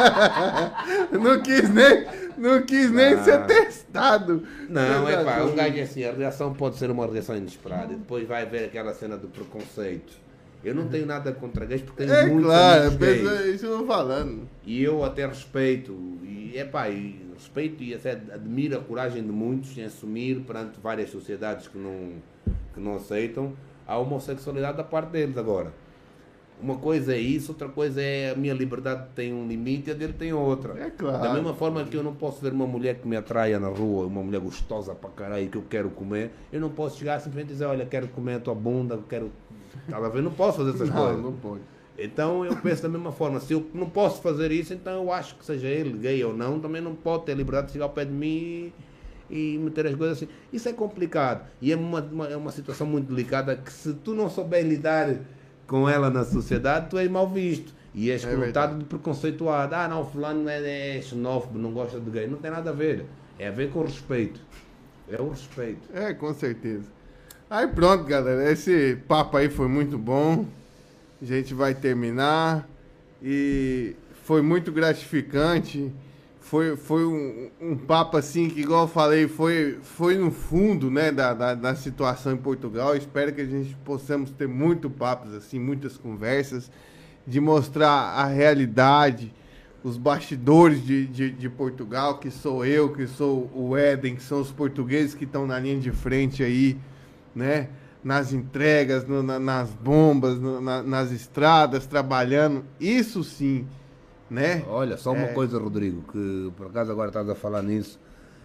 Não quis nem, não quis nem Ah. ser testado. Não, é pá, um gajo assim, a reação pode ser uma reação inesperada. E depois vai ver aquela cena do preconceito. Eu não tenho nada contra gays porque tenho É muitos claro, amigos gays. pensa- isso eu tô falando. E eu até respeito, e é pá, e respeito e até admiro a coragem de muitos em assumir perante várias sociedades que não, que não aceitam a homossexualidade da parte deles agora. Uma coisa é isso, outra coisa é a minha liberdade tem um limite e a dele tem outra. É claro. Da mesma forma que eu não posso ver uma mulher que me atraia na rua, uma mulher gostosa pra caralho que eu quero comer, eu não posso chegar simplesmente e dizer, olha, quero comer a tua bunda, quero... Tá a ver? Não posso fazer essas Não, coisas. não pode. Então eu penso da mesma forma, se eu não posso fazer isso, então eu acho que seja ele gay ou não, também não pode ter a liberdade de chegar ao pé de mim e, e meter as coisas assim. Isso é complicado e é uma, uma, é uma situação muito delicada que se tu não souber lidar com ela na sociedade, tu és mal visto e és É conotado verdade. de preconceituado. Ah não, fulano é, é xenófobo, não gosta de gay. Não tem nada a ver, é a ver com o respeito. É o respeito. É, com certeza. Aí pronto, galera. Esse papo aí foi muito bom. A gente vai terminar. E foi muito gratificante. Foi, foi um, um papo assim que, igual eu falei, foi, foi no fundo, né, da, da, da situação em Portugal. Espero que a gente possamos ter muito papos assim, muitas conversas, de mostrar a realidade, os bastidores de, de, de Portugal, que sou eu, que sou o Éden, que são os portugueses que estão na linha de frente aí, né? Nas entregas, no, na, nas bombas, no, na, nas estradas, trabalhando. Isso sim, né? Olha, só uma É. coisa, Rodrigo, que por acaso agora estás a falar nisso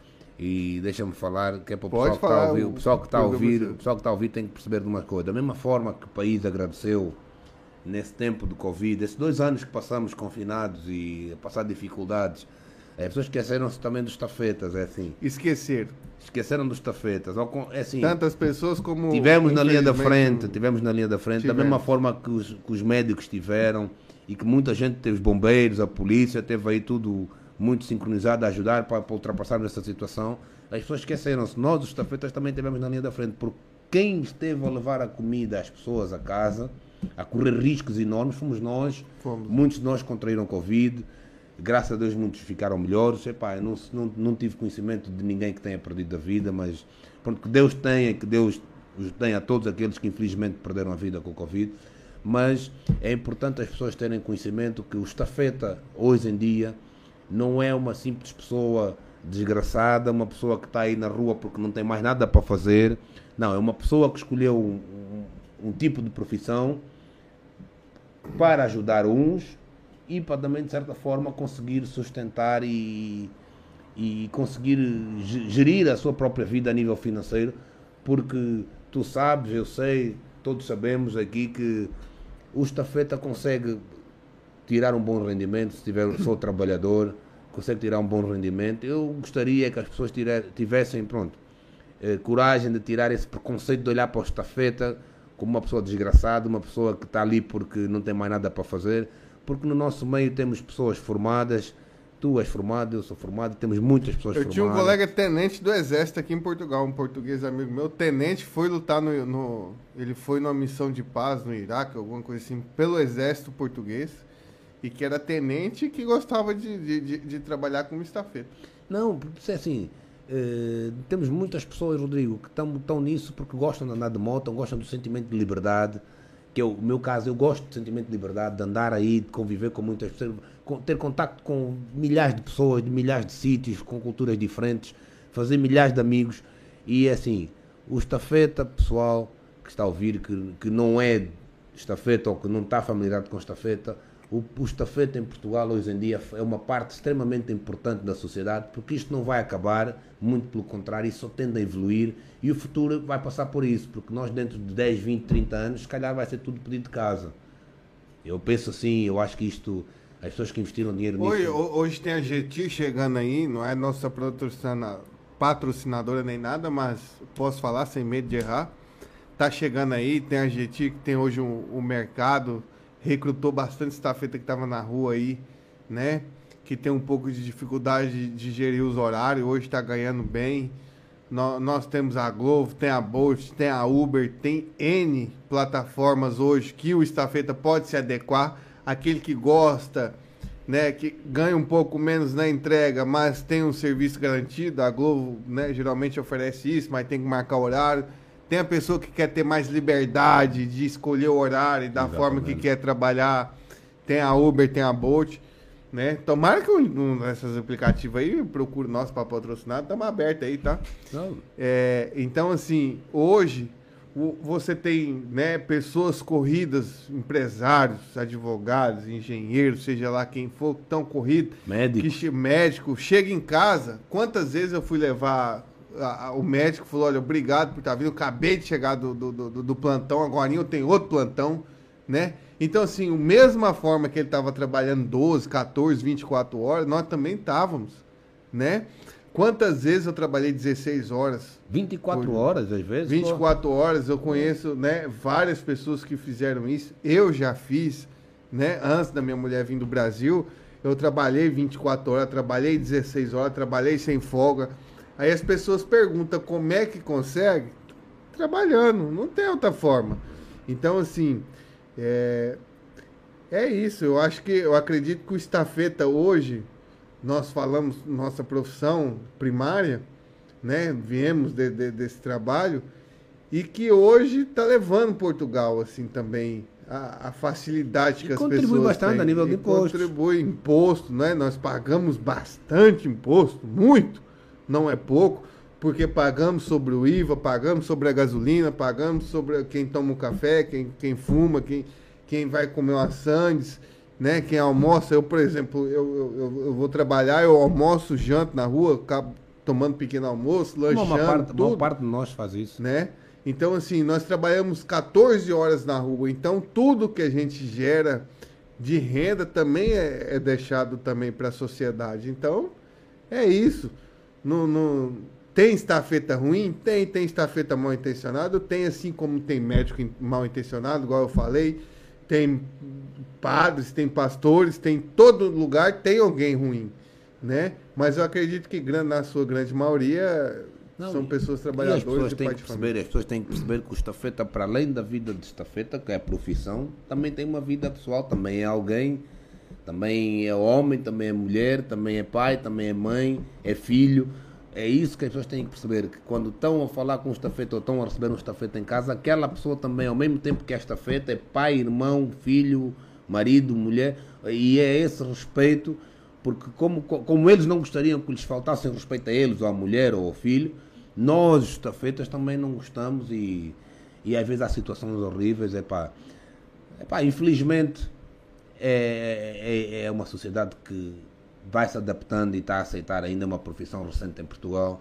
e deixa-me falar, que é para o Pode pessoal que está a falar, ouvir, o- o pessoal que está a o programa ouvir, é seu. o pessoal que está a ouvir tem que perceber de uma coisa. Da mesma forma que o país agradeceu nesse tempo de Covid, esses dois anos que passamos confinados e a passar dificuldades, as pessoas esqueceram-se também dos estafetas, é assim. Esquecer. Esqueceram dos estafetas. Ao con- É assim. Tantas pessoas como... Tivemos na linha da infelizmente, frente, tivemos na linha da frente, da tivemos. mesma forma que os, que os médicos tiveram e que muita gente teve, os bombeiros, a polícia, teve aí tudo muito sincronizado a ajudar para, para ultrapassarmos essa situação. As pessoas esqueceram-se, nós os estafetas também tivemos na linha da frente, porque quem esteve a levar a comida às pessoas a casa, a correr riscos enormes, fomos nós. Fomos. Muitos de nós contraíram Covid, graças a Deus muitos ficaram melhores. Epá, eu não, não, não tive conhecimento de ninguém que tenha perdido a vida, mas pronto, que Deus tenha, que Deus os tenha a todos aqueles que infelizmente perderam a vida com o Covid. Mas é importante as pessoas terem conhecimento que o estafeta, hoje em dia, não é uma simples pessoa desgraçada, uma pessoa que está aí na rua porque não tem mais nada para fazer. Não, é uma pessoa que escolheu um, um, um tipo de profissão para ajudar uns e para também, de certa forma, conseguir sustentar e, e conseguir ge- gerir a sua própria vida a nível financeiro, porque tu sabes, eu sei, todos sabemos aqui que o estafeta consegue tirar um bom rendimento, se tiver, sou trabalhador, consegue tirar um bom rendimento. Eu gostaria que as pessoas tire- tivessem, pronto, eh, coragem de tirar esse preconceito de olhar para o estafeta como uma pessoa desgraçada, uma pessoa que está ali porque não tem mais nada para fazer, porque no nosso meio temos pessoas formadas, tu és formado, eu sou formado, temos muitas pessoas Eu formadas. tinha um colega tenente do exército aqui em Portugal, um português amigo meu. O tenente foi lutar no, no... Ele foi numa missão de paz no Iraque, alguma coisa assim, pelo exército português. E que era tenente e que gostava de, de, de, de trabalhar como estafeta. Não, porque é assim, eh, temos muitas pessoas, Rodrigo, que estão nisso porque gostam de andar de moto, gostam do sentimento de liberdade, que é o meu caso, eu gosto do sentimento de liberdade, de andar aí, de conviver com muitas pessoas, com- ter contacto com milhares de pessoas, de milhares de sítios, com culturas diferentes, fazer milhares de amigos. E é assim, o estafeta, pessoal que está a ouvir, que, que não é estafeta ou que não está familiarizado com estafeta, o, o estafeta em Portugal hoje em dia é uma parte extremamente importante da sociedade, porque isto não vai acabar, muito pelo contrário, isso só tende a evoluir e o futuro vai passar por isso, porque nós dentro de dez, vinte, trinta anos, se calhar vai ser tudo pedido de casa. Eu penso assim, eu acho que isto, as pessoas que investiram dinheiro nisso... Hoje, ho- hoje tem a G T chegando aí, não é nossa patrocina- patrocinadora nem nada, mas posso falar sem medo de errar. Tá chegando aí, tem a G T que tem hoje o um, um mercado, recrutou bastante estafeta que estava na rua aí, né? Que tem um pouco de dificuldade de, de gerir os horários, hoje está ganhando bem. Nó- Nós temos a Glovo, tem a Bolt, tem a Uber, tem N plataformas hoje que o estafeta pode se adequar. Aquele que gosta, né, que ganha um pouco menos na entrega, mas tem um serviço garantido. A Glovo, né, geralmente oferece isso, mas tem que marcar horário. Tem a pessoa que quer ter mais liberdade de escolher o horário e da Exatamente. forma que quer trabalhar. Tem a Uber, tem a Bolt, né? Tomara que um, um desses aplicativos aí procure nós para patrocinar, estamos abertos aí, tá? Não, É, então, assim, hoje o- você tem, né, pessoas corridas, empresários, advogados, engenheiros, seja lá quem for, que estão corridos, médico. que che- médico, chega em casa. Quantas vezes eu fui levar a- a- o médico, falou, olha, obrigado por estar vindo, eu acabei de chegar do, do, do, do plantão, agora eu tenho outro plantão, né? Então, assim, a mesma forma que ele estava trabalhando doze, quatorze, vinte e quatro horas, nós também estávamos, né? Quantas vezes eu trabalhei dezesseis horas? vinte e quatro horas, às vezes? vinte e quatro horas, eu conheço, né, várias pessoas que fizeram isso. Eu já fiz, né? Antes da minha mulher vir do Brasil, eu trabalhei vinte e quatro horas, trabalhei dezesseis horas, trabalhei sem folga. Aí as pessoas perguntam como é que consegue? Trabalhando, não tem outra forma. Então, assim, é, é isso. Eu acho que, eu acredito que o estafeta hoje, nós falamos nossa profissão primária, né? Viemos de, de, desse trabalho e que hoje está levando Portugal, assim, também a, a facilidade E que as contribui pessoas bastante têm. a nível de E impostos. Contribui imposto, né? Nós pagamos bastante imposto, muito, não é pouco, porque pagamos sobre o I V A, pagamos sobre a gasolina, pagamos sobre quem toma o café, quem, quem fuma, quem, quem vai comer uma sandes, né? Quem almoça. Eu, por exemplo, eu, eu, eu vou trabalhar, eu almoço, janto na rua, acabo tomando pequeno almoço, lanchando, Uma parte, tudo, uma parte de nós faz isso. né? Então, assim, nós trabalhamos quatorze horas na rua, então tudo que a gente gera de renda também é, é deixado também para a sociedade. Então, é isso. Não, não... Tem estafeta ruim? Tem. Tem estafeta mal intencionado? Tem, assim como tem médico mal intencionado, igual eu falei. Tem padres, tem pastores, tem todo lugar tem alguém ruim, né? Mas eu acredito que grande, na sua grande maioria Não, são pessoas E as trabalhadoras pessoas e têm pai que de perceber, família. as pessoas têm que perceber que o estafeta, para além da vida de estafeta, que é a profissão, também tem uma vida pessoal, também é alguém, também é homem, também é mulher, também é pai, também é mãe, é filho. É isso que as pessoas têm que perceber, que quando estão a falar com o estafeta ou estão a receber um estafeta em casa, aquela pessoa também, ao mesmo tempo que é estafeta, é pai, irmão, filho, marido, mulher, e é esse respeito, porque como, como eles não gostariam que lhes faltasse respeito a eles, ou à mulher, ou ao filho, nós, estafetas, também não gostamos e, e às vezes há situações horríveis. Epá, epá, infelizmente, é, é, é uma sociedade que vai se adaptando e está a aceitar ainda uma profissão recente em Portugal,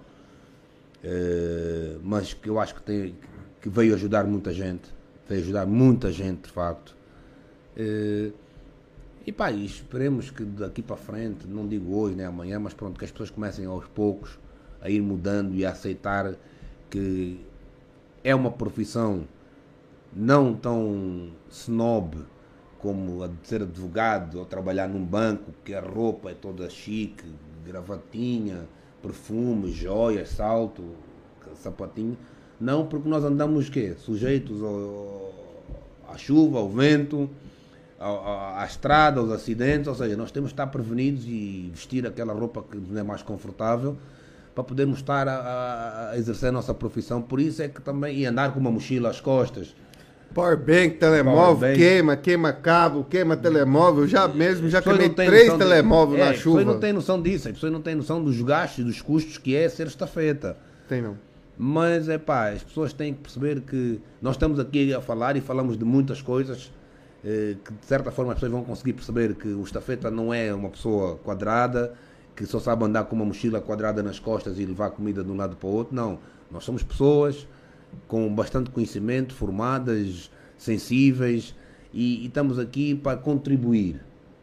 é, mas que eu acho que, tem, que veio ajudar muita gente, veio ajudar muita gente, de facto. É, e pá, e esperemos que daqui para frente, não digo hoje nem amanhã, mas pronto, que as pessoas comecem aos poucos a ir mudando e a aceitar que é uma profissão não tão snob como a de ser advogado ou trabalhar num banco, que a roupa é toda chique, gravatinha, perfume, joias, salto, sapatinho. Não, porque nós andamos quê? Sujeitos ao, à chuva, ao vento, à, à estrada, aos acidentes, ou seja, nós temos de estar prevenidos e vestir aquela roupa que nos é mais confortável para podermos estar a, a exercer a nossa profissão. Por isso é que também, e andar com uma mochila às costas. Powerbank, telemóvel, Powerbank. queima, queima cabo, queima telemóvel. Já mesmo, já As pessoas queimei não têm três noção de- telemóveis é, na As pessoas chuva. não têm noção disso, as pessoas não têm noção dos gastos e dos custos que é ser estafeta. Tem não. Mas é pá, as pessoas têm que perceber que nós estamos aqui a falar e falamos de muitas coisas eh, que de certa forma as pessoas vão conseguir perceber que o estafeta não é uma pessoa quadrada, que só sabe andar com uma mochila quadrada nas costas e levar comida de um lado para o outro. Não, nós somos pessoas com bastante conhecimento, formadas, sensíveis e, e estamos aqui para contribuir.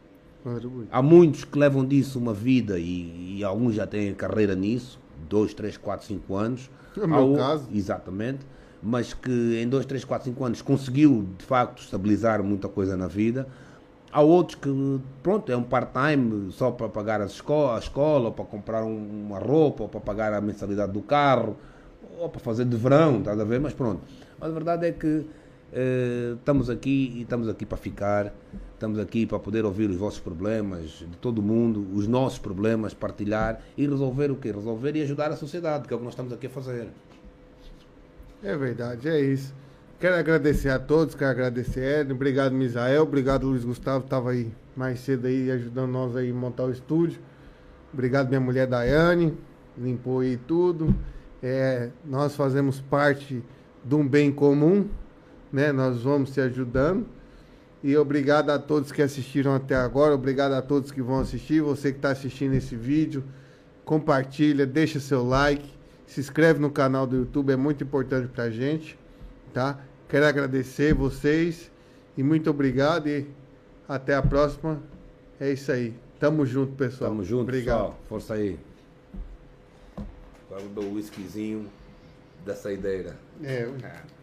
Há muitos que levam disso uma vida e, e alguns já têm carreira nisso, dois, três, quatro, cinco anos. É o meu Há o- caso. Exatamente, mas que em dois, três, quatro, cinco anos conseguiu de facto estabilizar muita coisa na vida. Há outros que, pronto, é um part-time só para pagar as esco a escola, ou para comprar um- uma roupa, ou para pagar a mensalidade do carro, ou para fazer de verão, estás a ver? Mas pronto, mas a verdade é que eh, estamos aqui e estamos aqui para ficar, estamos aqui para poder ouvir os vossos problemas, de todo mundo, os nossos problemas, partilhar e resolver o quê? Resolver e ajudar a sociedade, que é o que nós estamos aqui a fazer. É verdade, é isso. Quero agradecer a todos, quero agradecer a Edna, obrigado Misael, obrigado Luiz Gustavo, estava aí mais cedo aí ajudando nós aí a montar o estúdio. Obrigado minha mulher Daiane, limpou aí tudo. É, nós fazemos parte de um bem comum, né? Nós vamos se ajudando. E obrigado a todos que assistiram até agora, obrigado a todos que vão assistir, você que está assistindo esse vídeo, compartilha, deixa seu like, se inscreve no canal do YouTube, é muito importante pra gente, tá? Quero agradecer vocês E muito obrigado e até a próxima. É isso aí. Tamo junto, pessoal. Tamo junto, obrigado. pessoal. Força aí. Agora eu dou o whiskyzinho da saideira. É,